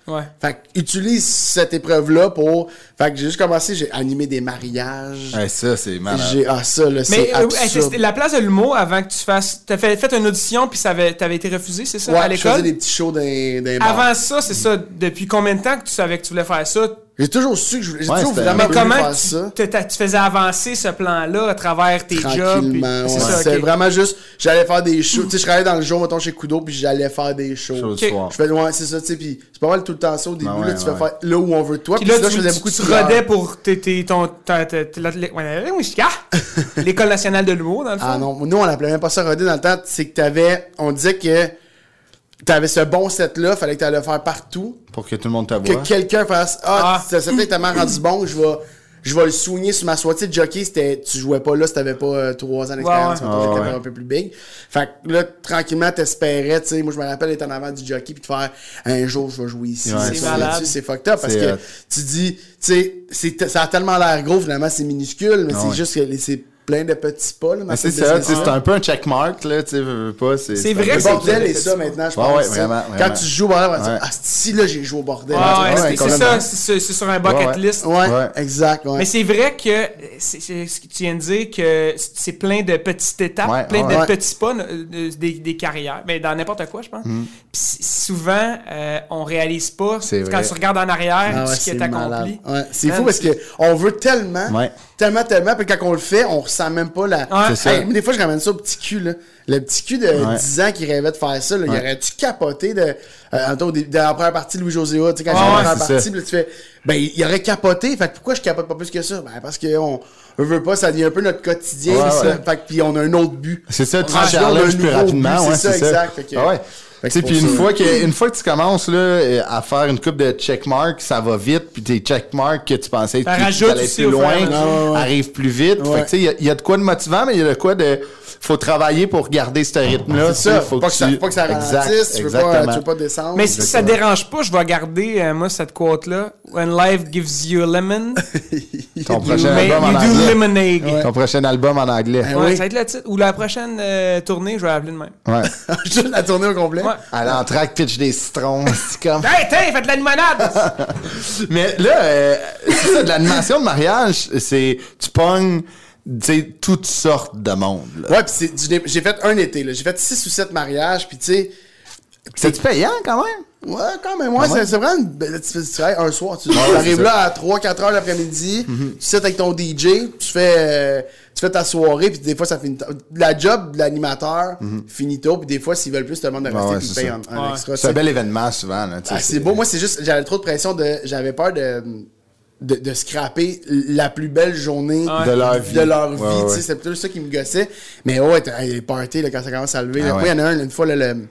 Ouais. Fait que utilise cette épreuve-là pour... Fait que j'ai juste commencé, j'ai animé des mariages. Ouais, ça, c'est malade. J'ai... Ah, ça, là, Mais c'est euh, absurde. c'était la place de l'humour avant que tu fasses. T'as fait, fait une audition puis ça avait, t'avais été refusé, c'est ça, Ouais, à je faisais l'école? des petits shows dans, dans les bars. Avant ça, c'est ça. Depuis combien de temps que tu savais que tu voulais faire ça? J'ai toujours su que je voulais... J'ai Ouais, toujours c'était- vraiment Mais voulu comment faire tu, ça. t'as- t'as- tu faisais avancer ce plan-là à travers tes jobs? puis- Tranquillement, C'est ouais. ça, C'était ok. vraiment juste... J'allais faire des shows. Tu sais, je travaillais dans le jour, mettons, chez Kudo, puis j'allais faire des shows. Show Ok. du soir. Je fais, ouais, c'est ça, tu sais, puis c'est pas mal tout le temps ça au début, Ah ouais, là, tu ouais. fais faire là où on veut toi, Puis puis là, là, tu, je faisais tu, beaucoup de tu prières. rodais pour tes, tes, ton, ta, ta, ta- la- la- ouais, oui, ah! l'École nationale de l'humour, dans le fond. Ah non, nous, on appelait même pas ça roder dans le temps, c'est que t'avais, on disait que t'avais ce bon set-là, fallait que t'allais le faire partout, Pour que tout le monde te que voit. quelqu'un fasse, ah, Ah. ce set-là est tellement rendu bon, je vais... Je vais le souligner sur ma soie. Tu sais, jockey, c'était, tu jouais pas là si t'avais pas euh, trois ans d'expérience. Ouais, mettons, ouais. j'étais Ah, ouais. un peu plus big. Fait que là, tranquillement, t'espérais, tu sais. Moi, je me rappelle d'être en avant du jockey puis de faire un jour, je vais jouer ici. Ouais, ça, c'est là, malade. tu sais, c'est fucked up parce C'est que hot. tu dis, tu sais, c'est- ça a tellement l'air gros, finalement, c'est minuscule, mais Ah c'est ouais. juste que les- c'est plein de petits pas, là. ma Mais c'est tête de ça, dessin. tu sais, c'est un peu un checkmark, là, tu sais, veux, veux pas. C'est C'est un vrai peu- que Le c'est bordel clair, est ça maintenant, je pense. Ouais, ouais, tu sais. vraiment, Quand vraiment. tu joues au bordel, on va dire, Ouais. ah, si là, j'ai joué au bordel. Ah, ouais, Tu sais, c'est- c'est complètement. ça, c'est c'est- c'est sur un bucket Ouais, ouais. list. Ouais, Ouais. exact, ouais. Mais c'est vrai que c'est c'est ce que tu viens de dire que c'est plein de petites étapes, Ouais, plein ouais. de Ouais. petits pas euh, de- des, des carrières, mais dans n'importe quoi, je pense. Puis s- souvent, euh, on réalise pas C'est quand vrai. tu regardes en arrière Ah ouais, ce qui c'est est accompli. malade. Ouais, c'est Man, fou parce que on veut tellement, Ouais. tellement, tellement, puis quand on le fait, on ressent même pas la. Ouais. C'est ça. Hey, des fois, je ramène ça au petit cul, là. Le petit cul de Ouais. dix ans qui rêvait de faire ça, là, il Ouais. aurait-tu capoté de. Euh, au début- dans la première partie de Louis-José Hood, tu sais, quand Ouais, j'ai la ouais, première c'est partie, ça. puis là, tu fais. Ben, il il aurait capoté. Fait que pourquoi je capote pas plus que ça? Ben, parce qu'on on veut pas, ça devient un peu notre quotidien. Ouais, c'est ouais. ça. Fait que, puis on a un autre but. C'est ça, tu On te a un challenges plus nouveau rapidement, but, ouais, c'est ça, exact. Fait que- Ah ouais. Fait que Tu sais, c'est puis pour une ça. fois que une fois que tu commences là euh, à faire une coupe de checkmarks, ça va vite, puis tes checkmarks que tu pensais Ça que rajoute tu allais aussi plus au fur et à loin mesure. Ouais, ouais, ouais. arrivent plus vite. Ouais. Fait que tu sais, il y a- il y, a de quoi de motivant, mais il y a de quoi de faut travailler pour garder ce rythme-là. C'est ça. tu sais, Faut pas que ça, tu- faut pas que ça Exact, ralentisse. Tu veux pas, exactement. tu veux pas descendre. Mais si ça dérange pas, je vais garder, euh, moi, cette quote-là. When life gives you a lemon, Ton you, prochain may- album en you do anglais. lemonade. Ton prochain album en anglais. Ouais. Ouais, oui. ça va être le titre. Ou la prochaine euh, tournée, je vais l'appeler de même. Ouais. Juste la tournée au complet. Ouais. À l'entraque, pitch des citrons, c'est comme. Hey, tiens, faites de la limonade! Mais là, euh, c'est ça, de l'animation de mariage, c'est tu pognes, tu sais, toutes sortes de monde. là. Ouais, pis c'est, j'ai j'ai fait un été, là. J'ai fait six ou sept mariages, pis tu sais. C'est-tu payant quand même? Ouais, quand même, ouais, Quand même. c'est, c'est vraiment une belle- tu, fais- tu travailles un soir, tu Ouais, c'est arrives ça. là à trois quatre heures l'après-midi, tu sais avec ton D J, tu fais, euh, tu fais ta soirée, puis des fois ça finit, ta- la job de l'animateur finit tôt, puis des fois s'ils veulent plus, te demandent de Ouais, rester, ouais, puis ils c'est payent ça. en, en Ouais. extra. tu C'est un sais. bel événement souvent. Là, tu sais, Ah, c'est beau, moi c'est juste, j'avais trop de pression de, j'avais peur de, de, de scraper la plus belle journée Ouais. De leur vie. de leur Ouais, vie, ouais. tu sais, c'est plutôt ça qui me gossait. Mais ouais, t'as- les parties, là, quand ça commence à lever, là, Ah moi, ouais. il y en a un, une fois, là, le,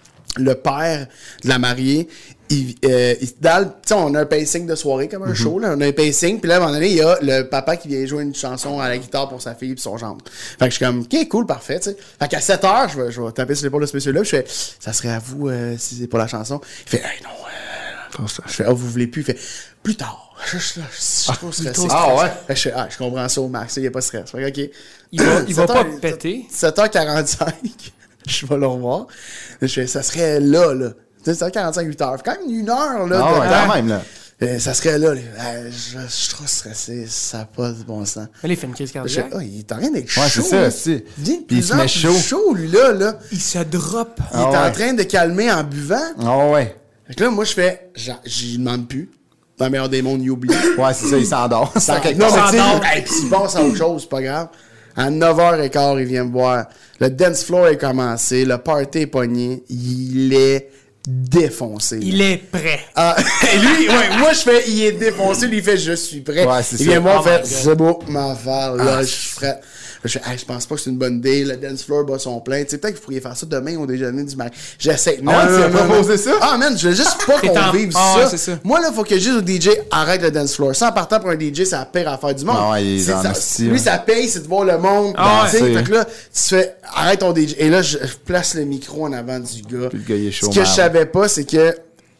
le père de la mariée, il, euh, il- dans le- tu sais, on a un pacing de soirée comme un Mhm. show, là, on a un pacing, puis là, à un moment donné, il y a le papa qui vient jouer une chanson à la guitare pour sa fille et son gendre. Fait que je suis comme, ok, cool, parfait, tu sais. Fait qu'à sept heures, je vais, je vais taper sur l'épaule de ce monsieur-là, puis je fais, ça serait à vous, euh, si c'est pour la chanson. Il fait, hey, non, euh, je fais, ah, vous voulez plus? Il fait, plus tard. Je, je, je, je suis trop stressé. Ah ouais? Fait que je fais, ah, je comprends ça au max, il n'y a pas de stress. Fait que, ok. Il va, il va sept pas heures- péter. sept heures quarante-cinq, je vais le revoir. Je fais, ça serait là, là. Tu sais, sept heures quarante-cinq, huit heures. Fait quand même une heure, là. Ah de ouais, temps. quand même, là. Euh, ça serait là. là. Euh, je, je suis trop stressé. Ça n'a pas de bon sens. Mais là, il fait une crise Je fais, cardiaque. ah, il est en train d'être Ouais, chaud. c'est ça, là. c'est- Il devient de Puis il plus se en met plus chaud. chaud, lui, là. là. Il se drop. Il Ah est en ouais. train de calmer en buvant. Ah ouais. Fait que là, moi, je fais, j'a- j'y demande plus. Dans le meilleur des mondes, il oublie. Ouais, c'est ça, il s'endort. Ça- quelque non, part. mais tu s'endort. sais, hey, puis il passe à autre chose, c'est pas grave. À neuf heures quinze, il vient me voir. Le dance floor est commencé, le party est pogné, il est défoncé. Il est prêt. Ah, et lui, ouais, moi je fais, il est défoncé, lui il fait, je suis prêt. Ouais, c'est il ça. vient me voir, Oh fait, my God. c'est beau, ma faire, là, Ah, je suis prêt. Je fais, hey, je pense pas que c'est une bonne idée, le dance floor bat son plein. Tu sais, peut-être que vous pourriez faire ça demain au déjeuner du matin. J'essaie. Non, Ah ouais, non, tu as non, non. proposé ça? Ah, man, je veux juste pas T'es qu'on en- vive Ah, ça. ouais, c'est ça. Moi, là, faut que je dise au D J, arrête le dance floor. Ça, en partant pour un D J, c'est la pire affaire du monde. Ah ouais, il est C'est en ça- hostie, lui, ouais. ça paye, c'est de voir le monde. Ah tu sais, ouais. fait que là, tu fais, arrête ton D J. Et là, je place le micro en avant du gars. Puis le gars, il est chaud, Ce que je marde. savais pas, c'est que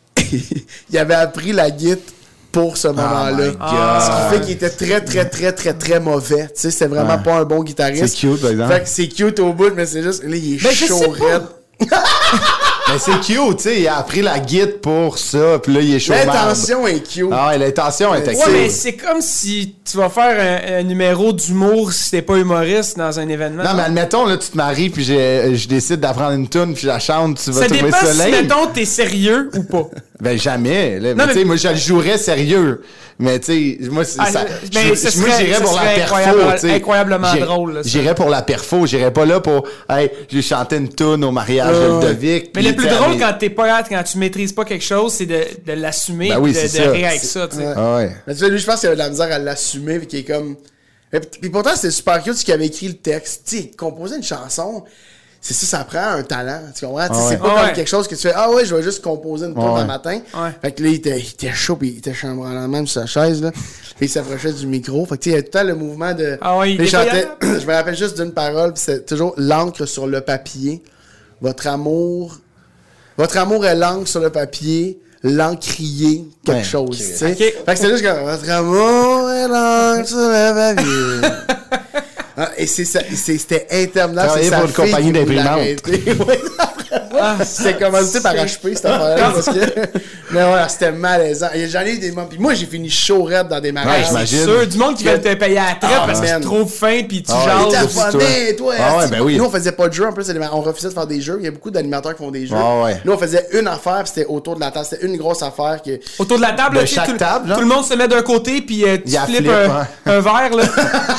il avait appris la guitare pour ce moment-là. my God. Ce qui fait qu'il était très, très, très, très, très mauvais. Tu sais, c'était vraiment Ouais. pas un bon guitariste. C'est cute, par exemple. Fait que c'est cute au bout, mais c'est juste, là, il est Ben, je chaud sais pas. raide. Mais c'est cute, tu sais, il a appris la guide pour ça, puis là, il est chaud. L'intention est cute. Ah ouais, l'intention est Ouais, excellente. mais c'est comme si tu vas faire un, un numéro d'humour si t'es pas humoriste dans un événement. Non, mais admettons, là, tu te maries, puis j'ai- je décide d'apprendre une tune, puis je la chante, tu vas ça trouver dépend ça si, lame? mettons, t'es sérieux ou pas. Ben, jamais. Là. Non, mais tu sais, mais- moi, je le jouerais sérieux. Mais tu sais, moi, c'est Ah, ça. mais je- ce moi, serait- j'irais ce pour la serait perfo, incroyable- tu sais. incroyablement J'irais- drôle, là, ça. J'irais pour la perfo. J'irais pas là pour, hey, j'ai chanté une tune au mariage Ouais, de ouais. Ludovic. Mais puis, le plus tu sais, drôle mais- quand t'es pas quand tu maîtrises pas quelque chose, c'est de, de l'assumer Ben oui, et de, c'est de ça. rire avec C'est- ça, tu sais. Ouais. Ah ouais. Mais tu sais, lui, je pense qu'il avait de la misère à l'assumer, puis qu'il est comme. Et puis, puis pourtant, c'était super cute, ce qu'il avait écrit le texte. Tu sais, composer une chanson, c'est ça, ça prend un talent. Tu comprends? Tu sais, Ah ouais. c'est pas Ah comme ouais. quelque chose que tu fais, ah ouais, je vais juste composer une tune Ah ouais. un matin. Ouais. Fait que là, il était, il était chaud, puis il était chambranlant même sur sa chaise, là. Puis il s'approchait du micro. Fait que tu sais, il y avait tout le temps le mouvement de. Ah ouais, il Puis était pas chantait, capable. je me rappelle juste d'une parole, puis c'est toujours l'encre sur le papier. Votre amour. Votre amour est l'encre sur le papier. L'encrier quelque Ouais, chose, ok. tu sais. Ok. Fait que c'était juste comme votre amour est l'encre sur le papier. Ah, et c'est ça, c'est- c'était interminable. Travailler C'est sa pour une fille compagnie qui voulait d'imprimante. l'arrêter. Ouais, Ah, c'était commandité par H P, cette affaire-là, parce que... Mais ouais, c'était malaisant. Et j'en ai eu des moments... Puis moi, j'ai fini chaud raide dans des Ouais, mariages. j'imagine. c'est sûr, du monde qui veut te payer à la traite Ah, parce que man. c'est trop fin puis tu Ah ouais, T'es jases. c'est abonné, toi. Ah ouais, asti. ben oui. Nous, on faisait pas de jeux. En plus, on refusait de faire des jeux. Il y a beaucoup d'animateurs qui font des jeux. Ah ouais. Nous, on faisait une affaire, puis c'était autour de la table. C'était une grosse affaire que... Autour de la table, De là, tu sais, chaque tout, table, genre? tout le monde se met d'un côté puis euh, tu Il y a flippes flip, un, ouais. un verre là.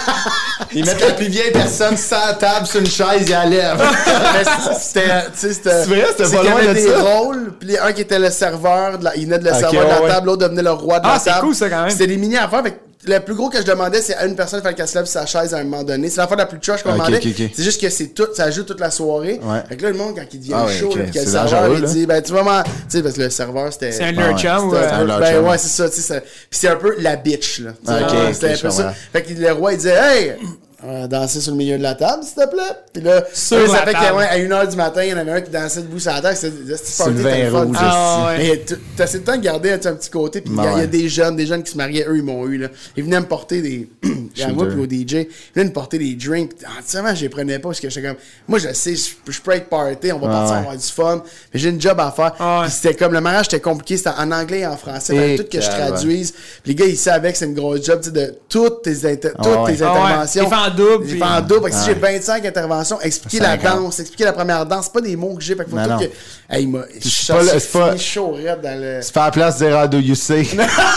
Ils mettent la plus vieille personne sur la table, sur une chaise, et à lèvres. Mais c'était, tu sais, c'était. C'est vrai, c'était c'est pas qu'il y loin avait de des ça. rôles, puis les- un qui était le serveur, de la, il venait de le Ok, serveur de ouais, la ouais. table, l'autre devenait le roi de Ah, la c'est table. cool, ça, quand même. C'était des mini affaires. Fait que le plus gros que je demandais, c'est à une personne de faire qu'elle se lève sur sa chaise à un moment donné. C'est l'affaire la plus trash qu'on Ok, demandait. ok, ok. C'est juste que c'est tout, ça joue toute la soirée. Ouais. Fait que là, le monde, quand il devient Ah ouais, chaud, ok. là, puis que le C'est serveur, dangereux, il là. dit, ben, tu vas m'en. Tu sais, parce que le serveur, c'était. C'est un Ah ouais. lurchum ou C'était euh, un un peu- large ben homme. ouais, c'est ça, tu sais, ça- puis c'est un peu la bitch, là. Tu sais, Ok, ouais, ok, c'était un je peu ça. comprends. Fait que le roi, il disait, hey, on va danser sur le milieu de la table, s'il te plaît. Puis là, Sur là, la ça fait table. qu'à ouais, à une heure du matin, il y en avait un qui dansait debout sur la table. C'était C'est le vin rouge, Ah, ouais. Mais tu- t'as assez de temps de garder un, un petit côté. Puis il y, a- Ouais. il y a des jeunes, des jeunes qui se mariaient, eux, ils m'ont eu, là. Ils venaient me porter des. Il y a moi, Shooter. puis au D J, ils venaient me porter des drinks. Entièrement, je les prenais pas parce que j'étais comme. Moi, je sais, je, je peux être party, on va Ah, partir, ouais. on va avoir du fun. Mais j'ai une job à faire. Ah, ouais. Puis c'était comme le mariage, c'était compliqué, c'était en anglais et en français. Il fallait Et tout que je calme. traduise. Puis les gars, ils savaient que c'est une grosse job, tu sais, de toutes tes, inter- toutes Ah, ouais. tes Ah, ouais. interventions. T'es fait en double, J'ai puis- fait en double. Fait que si Ah, j'ai ouais. vingt-cinq interventions, expliquer la cinquante. danse, expliquer la première danse, c'est pas des mots que j'ai. Fait que faut Non, tout non. que. Hey, il m'a. C'est pas le- c'est pas- fini chaud raide dans le. C'est pas la place de dire how do you say.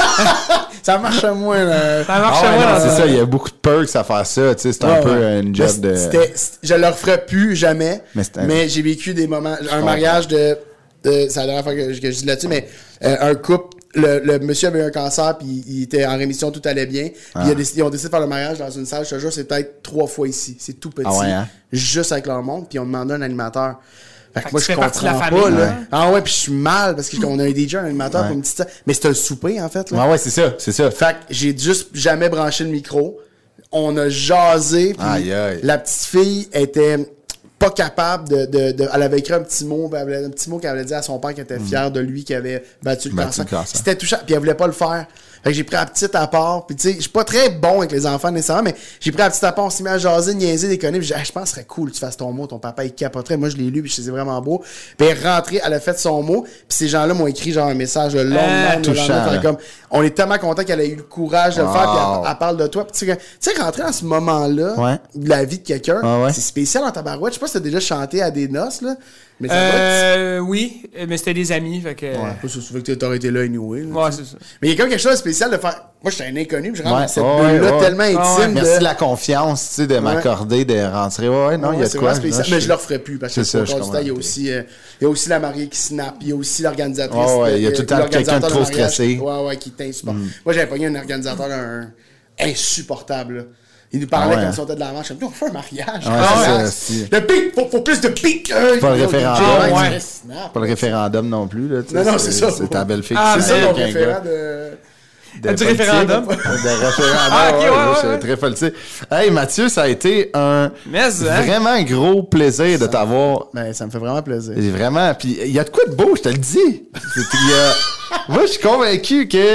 Ça marche à moi, là. Ça marche Ah ouais, à moi non, dans c'est ça. ça, il y a beaucoup de perks à faire ça, tu sais, c'est un Ouais, peu ouais. une Mais job de... c'était- c'était- je le referais plus jamais. Mais Mais, c'était- j'ai vécu des moments. Un mariage de. de c'est la dernière fois que, je- que je dis là-dessus, mais euh, un couple. Le, le monsieur avait eu un cancer, puis il était en rémission, tout allait bien. Puis Ah. il a décidé- ils ont décidé de faire le mariage dans une salle, je te jure, c'est peut-être trois fois ici. C'est tout petit. Ah ouais, hein? Juste avec leur monde, puis on demandait un animateur. Fait que Fait que moi, tu je fais partie de la comprends famille, pas, là. ouais. Ah ouais, puis je suis mal, parce qu'on a un D J, un animateur Ouais. pour une petite salle. Mais c'est un souper, en fait, là. Ouais, ouais, c'est ça, c'est ça. Fait que j'ai juste jamais branché le micro. On a jasé. Puis Aïe, aïe. la petite fille était pas capable de, de, de- Elle avait écrit un petit mot. Elle avait- un petit mot qu'elle avait dit à son père qu'elle était fière de lui, qui avait battu le Battu cancer. le cancer. C'était touchant. Puis elle voulait pas le faire. Fait que j'ai pris la petite à part. Puis tu sais, je suis pas très bon avec les enfants nécessairement, mais j'ai pris la petite à part. On s'est mis à jaser, niaiser, déconner. Puis j'ai dit, ah, je pense que ce serait cool que tu fasses ton mot. Ton papa, il capoterait. Moi, je l'ai lu, puis je c'est vraiment beau. Puis elle est rentrée, elle a fait son mot. Puis ces gens-là m'ont écrit genre un message le lendemain. Ah, le touchant, lendemain, faire là. comme, on est tellement content qu'elle ait eu le courage de le faire, puis Wow. elle, elle parle de toi. Puis tu sais, tu sais, rentrer dans ce moment-là Ouais. de la vie de quelqu'un, Ah ouais. c'est spécial en tabarouette. Je sais pas si t'as déjà chanté à des noces, là, mais ça doit être... Euh, oui, mais c'était des amis, fait que... Ouais, pas sûr que t'aurais été là anyway. là, Ouais, tu sais. c'est ça. Mais il y a comme quelque chose de spécial de faire... Moi, j'étais un inconnu, puis je rentre Ouais, dans cette ouais, bulle-là ouais. tellement intime Ah ouais, de... Merci de la confiance, tu sais, de m'accorder, de rentrer. Ouais, ouais, non, il y a Ouais, de c'est quoi. vraiment spécial. là, Mais je le referais plus parce que C'est ça, au je cours du temps, il y a comprends. aussi, euh, il y a aussi la mariée qui snap, il y a aussi l'organisatrice. Ouais, ouais, de- il y a tout le temps l'organisateur quelqu'un de trop mariage. stressé. Ouais, ouais, qui t'insupporte. Moi, j'avais pogné un organisateur un, insupportable. Là. Il nous parlait Ah ouais, comme hein. si on était de la marche. On fait un mariage. Ouais, Ah c'est ouais. ça, si. Le pic, faut, faut plus de pic. Hein. Pas le Yo, référendum. D J, Ah ouais. tu fais snap. Pas le référendum non plus, là. tu sais, Non, non, c'est ça. C'est ta belle fille Ah, qui C'est s'est ça mais- mon avec un référent gars. de... De Du politique. référendum. De référendum. Ah, ok, ouais, ouais, je suis ouais. très politique. Hey, Mathieu, ça a été un Mais, hein? vraiment un gros plaisir de t'avoir. Ben, ça me fait vraiment plaisir. J'ai Vraiment. Puis il y a de quoi de beau, je te le dis. C'est- il y a- Moi, je suis convaincu que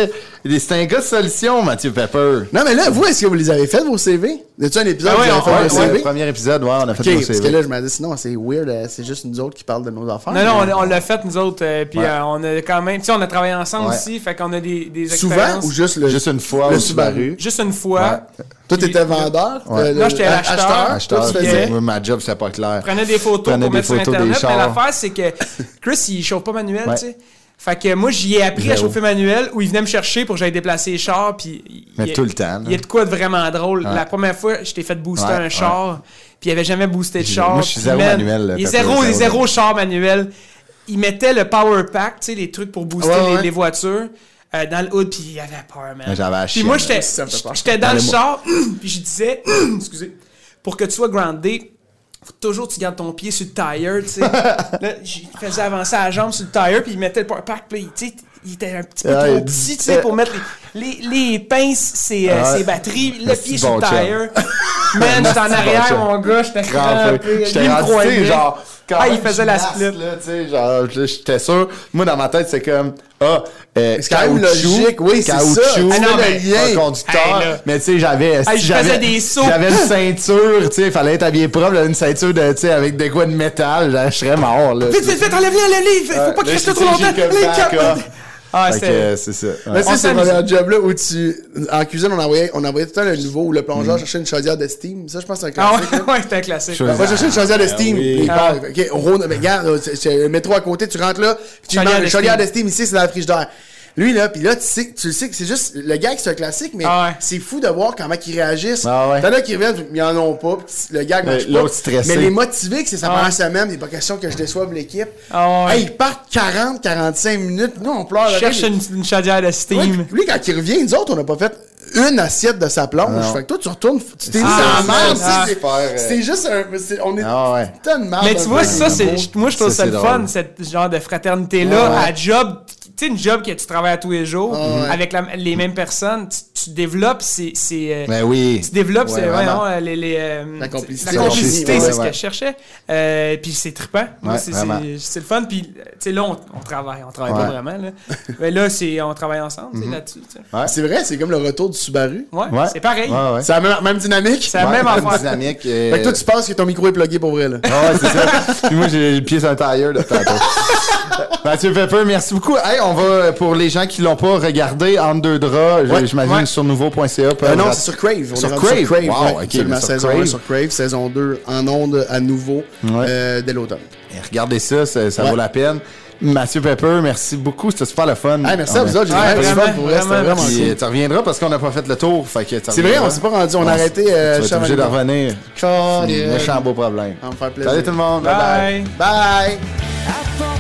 C'est un gars de solution, Mathieu Pepper. Non, mais là, vous, est-ce que vous les avez fait, vos C V? Y a-tu un épisode Ah où ouais, vous avez on- fait ouais, vos Ouais, C V? le premier épisode, ouais, on a fait Ok, nos parce C V. que là, je me dis, sinon, c'est weird, euh, c'est juste nous autres qui parlent de nos affaires. Non, non, mais- on, on l'a fait, nous autres. euh, Puis Ouais. euh, on a quand même. Tu sais, on a travaillé ensemble Ouais. aussi. Fait qu'on a des, des Souvent expériences. ou juste le. Juste une fois le au Subaru. Juste une fois. Toi, Puis- t'étais vendeur? Ouais. euh, Moi, le- j'étais l'acheteur. Toi, Acheteur, tu faisais. moi, ma job, c'était pas clair. Je prenais des photos Prenais pour des mettre sur photos des Internet. Mais chars. l'affaire, c'est que Chris, il chauffe pas manuel, Ouais. tu sais. Fait que moi, j'y ai appris à Zéro. chauffer manuel où il venait me chercher pour que j'aille déplacer les chars. Puis il- Mais il- tout le temps, là. Il y a de quoi de vraiment drôle. Ouais. La première fois, je t'ai fait booster Ouais, un ouais. char. Puis il avait jamais boosté de J'ai- char. moi, je suis puis zéro man, manuel, là, Il est Pepper, zéro, il est zéro. zéro char manuel. Il mettait le power pack, tu sais, les trucs pour booster Ouais, les, ouais. les voitures. euh, dans le hood, puis il y avait peur, man. Mais j'avais la Puis chienne, moi, là. j'étais Ça me fait peur. j'étais dans le Allez, moi. char, puis je disais, excusez, pour que tu sois groundé, faut toujours que tu gardes ton pied sur le tire, tu sais. Là, il faisait avancer la jambe sur le tire, puis il mettait le power pack, puis tu sais, il était un petit peu Ah, trop il- petit, tu sais, pour mettre les, les, les pinces, ses, euh, Ah, ses batteries, le merci, pied sur bon le chum. tire. Man, j'étais en Merci, arrière, bon chum. mon gars, j'étais Crampé. crampé. J'étais Lui, il me rendu, tu sais, croyait. genre, quand Ah, il même, faisait je la masse, split. là, tu sais, genre, là, j'étais sûr. Moi, dans ma tête, c'est comme, ah, euh, C'est quand même caoutchouc, logique, oui, c'est caoutchouc, ça. Ah non, le mais- lien, un conducteur. Hey, là. Mais tu sais, j'avais, si je j'avais, faisais des sauts. j'avais une ceinture, tu sais, fallait être habillé propre, là, une ceinture de, tu sais, avec des quoi de métal, là, je serais mort, là. Vite, vite, vite, enlève-le, enlève-le, faut Ouais, pas qu'il là, reste je trop sais, longtemps. j'ai comme Les ça, câbles. quoi. Ah, Fait que, c'était... euh, c'est ça. Ouais. Mais ça, On c'est le s'amuse. premier job là où tu. En cuisine, on envoyait, on envoyait tout le temps le nouveau où le plongeur cherchait une chaudière de steam. Ça, je pense que c'est un Ah classique. ouais, là. ouais, c'était un classique. Je- On va chercher une chaudière de steam. oui. Il Ah. part. OK, on roule. Mais regarde, c'est- c'est le métro à côté, tu rentres là, puis tu Chaudière demandes de une chaudière steam. de steam ici, c'est dans le frigidaire. Lui, là, puis là, tu sais, tu le sais que c'est juste le gag, c'est un classique, mais Ah ouais. c'est fou de voir comment ils réagissent. Ah ouais. T'en as qui reviennent, ils en ont pas, puis le gag Mais marche pas. l'autre stressé. Mais les motivés, que c'est sa Ah première ouais. semaine, il n'est pas question que je déçoive l'équipe. Ah ouais. Hey, ils partent quarante, quarante-cinq minutes. Nous, on pleure. Je cherche une, une chaudière de Ouais, steam. puis lui, quand il revient, nous autres, on n'a pas fait une assiette de sa plonge. Non. Fait que toi, tu retournes, tu t'es mis Ah, dans la merde. ah, c'est- super, euh. C'est juste un. c'est- On est Ah ouais. tellement. Mais tu vois, ça, c'est, moi, je trouve Ça, ça, c'est le drôle. fun, cette genre de fraternité-là, Ouais. à job. Tu sais, une job que tu travailles à tous les jours, ouais. avec la- les mêmes personnes, tu, tu développes, c'est. c'est euh, Ben oui. tu développes, Ouais, c'est vraiment. vraiment, euh, les, les, euh, La complicité. La complicité, Ouais, c'est ouais, ce ouais. que je cherchais. Euh, puis c'est trippant. Moi, Ouais, c'est, vraiment. c'est, c'est le fun. Puis, tu sais, là, on, on travaille. On travaille Ouais. pas vraiment, là. Mais là, c'est, on travaille ensemble, tu sais, là-dessus. tu sais. Ouais. C'est vrai, c'est comme le retour du Subaru. Ouais, Ouais. c'est pareil. Ouais, ouais. C'est la même, même dynamique. C'est la Ouais, même affaire. dynamique. euh, Fait que toi, tu penses que ton micro est plugué pour vrai, là. Ah ouais, c'est ça. Puis moi, j'ai le pied sur un tire de tantôt. Mathieu Pepper, merci beaucoup. Hey, on va, pour les gens qui l'ont pas regardé, Entre deux draps, je- Ouais. j'imagine Ouais. sur nouveau point c a. Euh, non, c'est sur Crave. On Sur est rendu Crave? Sur Crave Wow, ouais. ok, Absolument, mais sur saison Crave. un sur Crave, saison deux en ondes à nouveau Ouais. euh, dès l'automne. Regardez ça, ça, ça Ouais. vaut la peine. Mathieu Pepper, merci beaucoup. C'était super le fun. Hey, merci à On vous a- autres, j'ai Ouais, vraiment du vraiment, fun pour vrai, c'était vraiment. vraiment Puis, cool. euh, tu reviendras parce qu'on n'a pas fait le tour. Fait que tu C'est vrai, reviendras. on s'est pas rendu, on a Ouais, arrêté. Tu Euh, vas être Charles obligé de Manigan. revenir. Charles, Méchant beau problème. Ça va me faire plaisir. Salut tout le monde. Bye bye. Bye! Bye.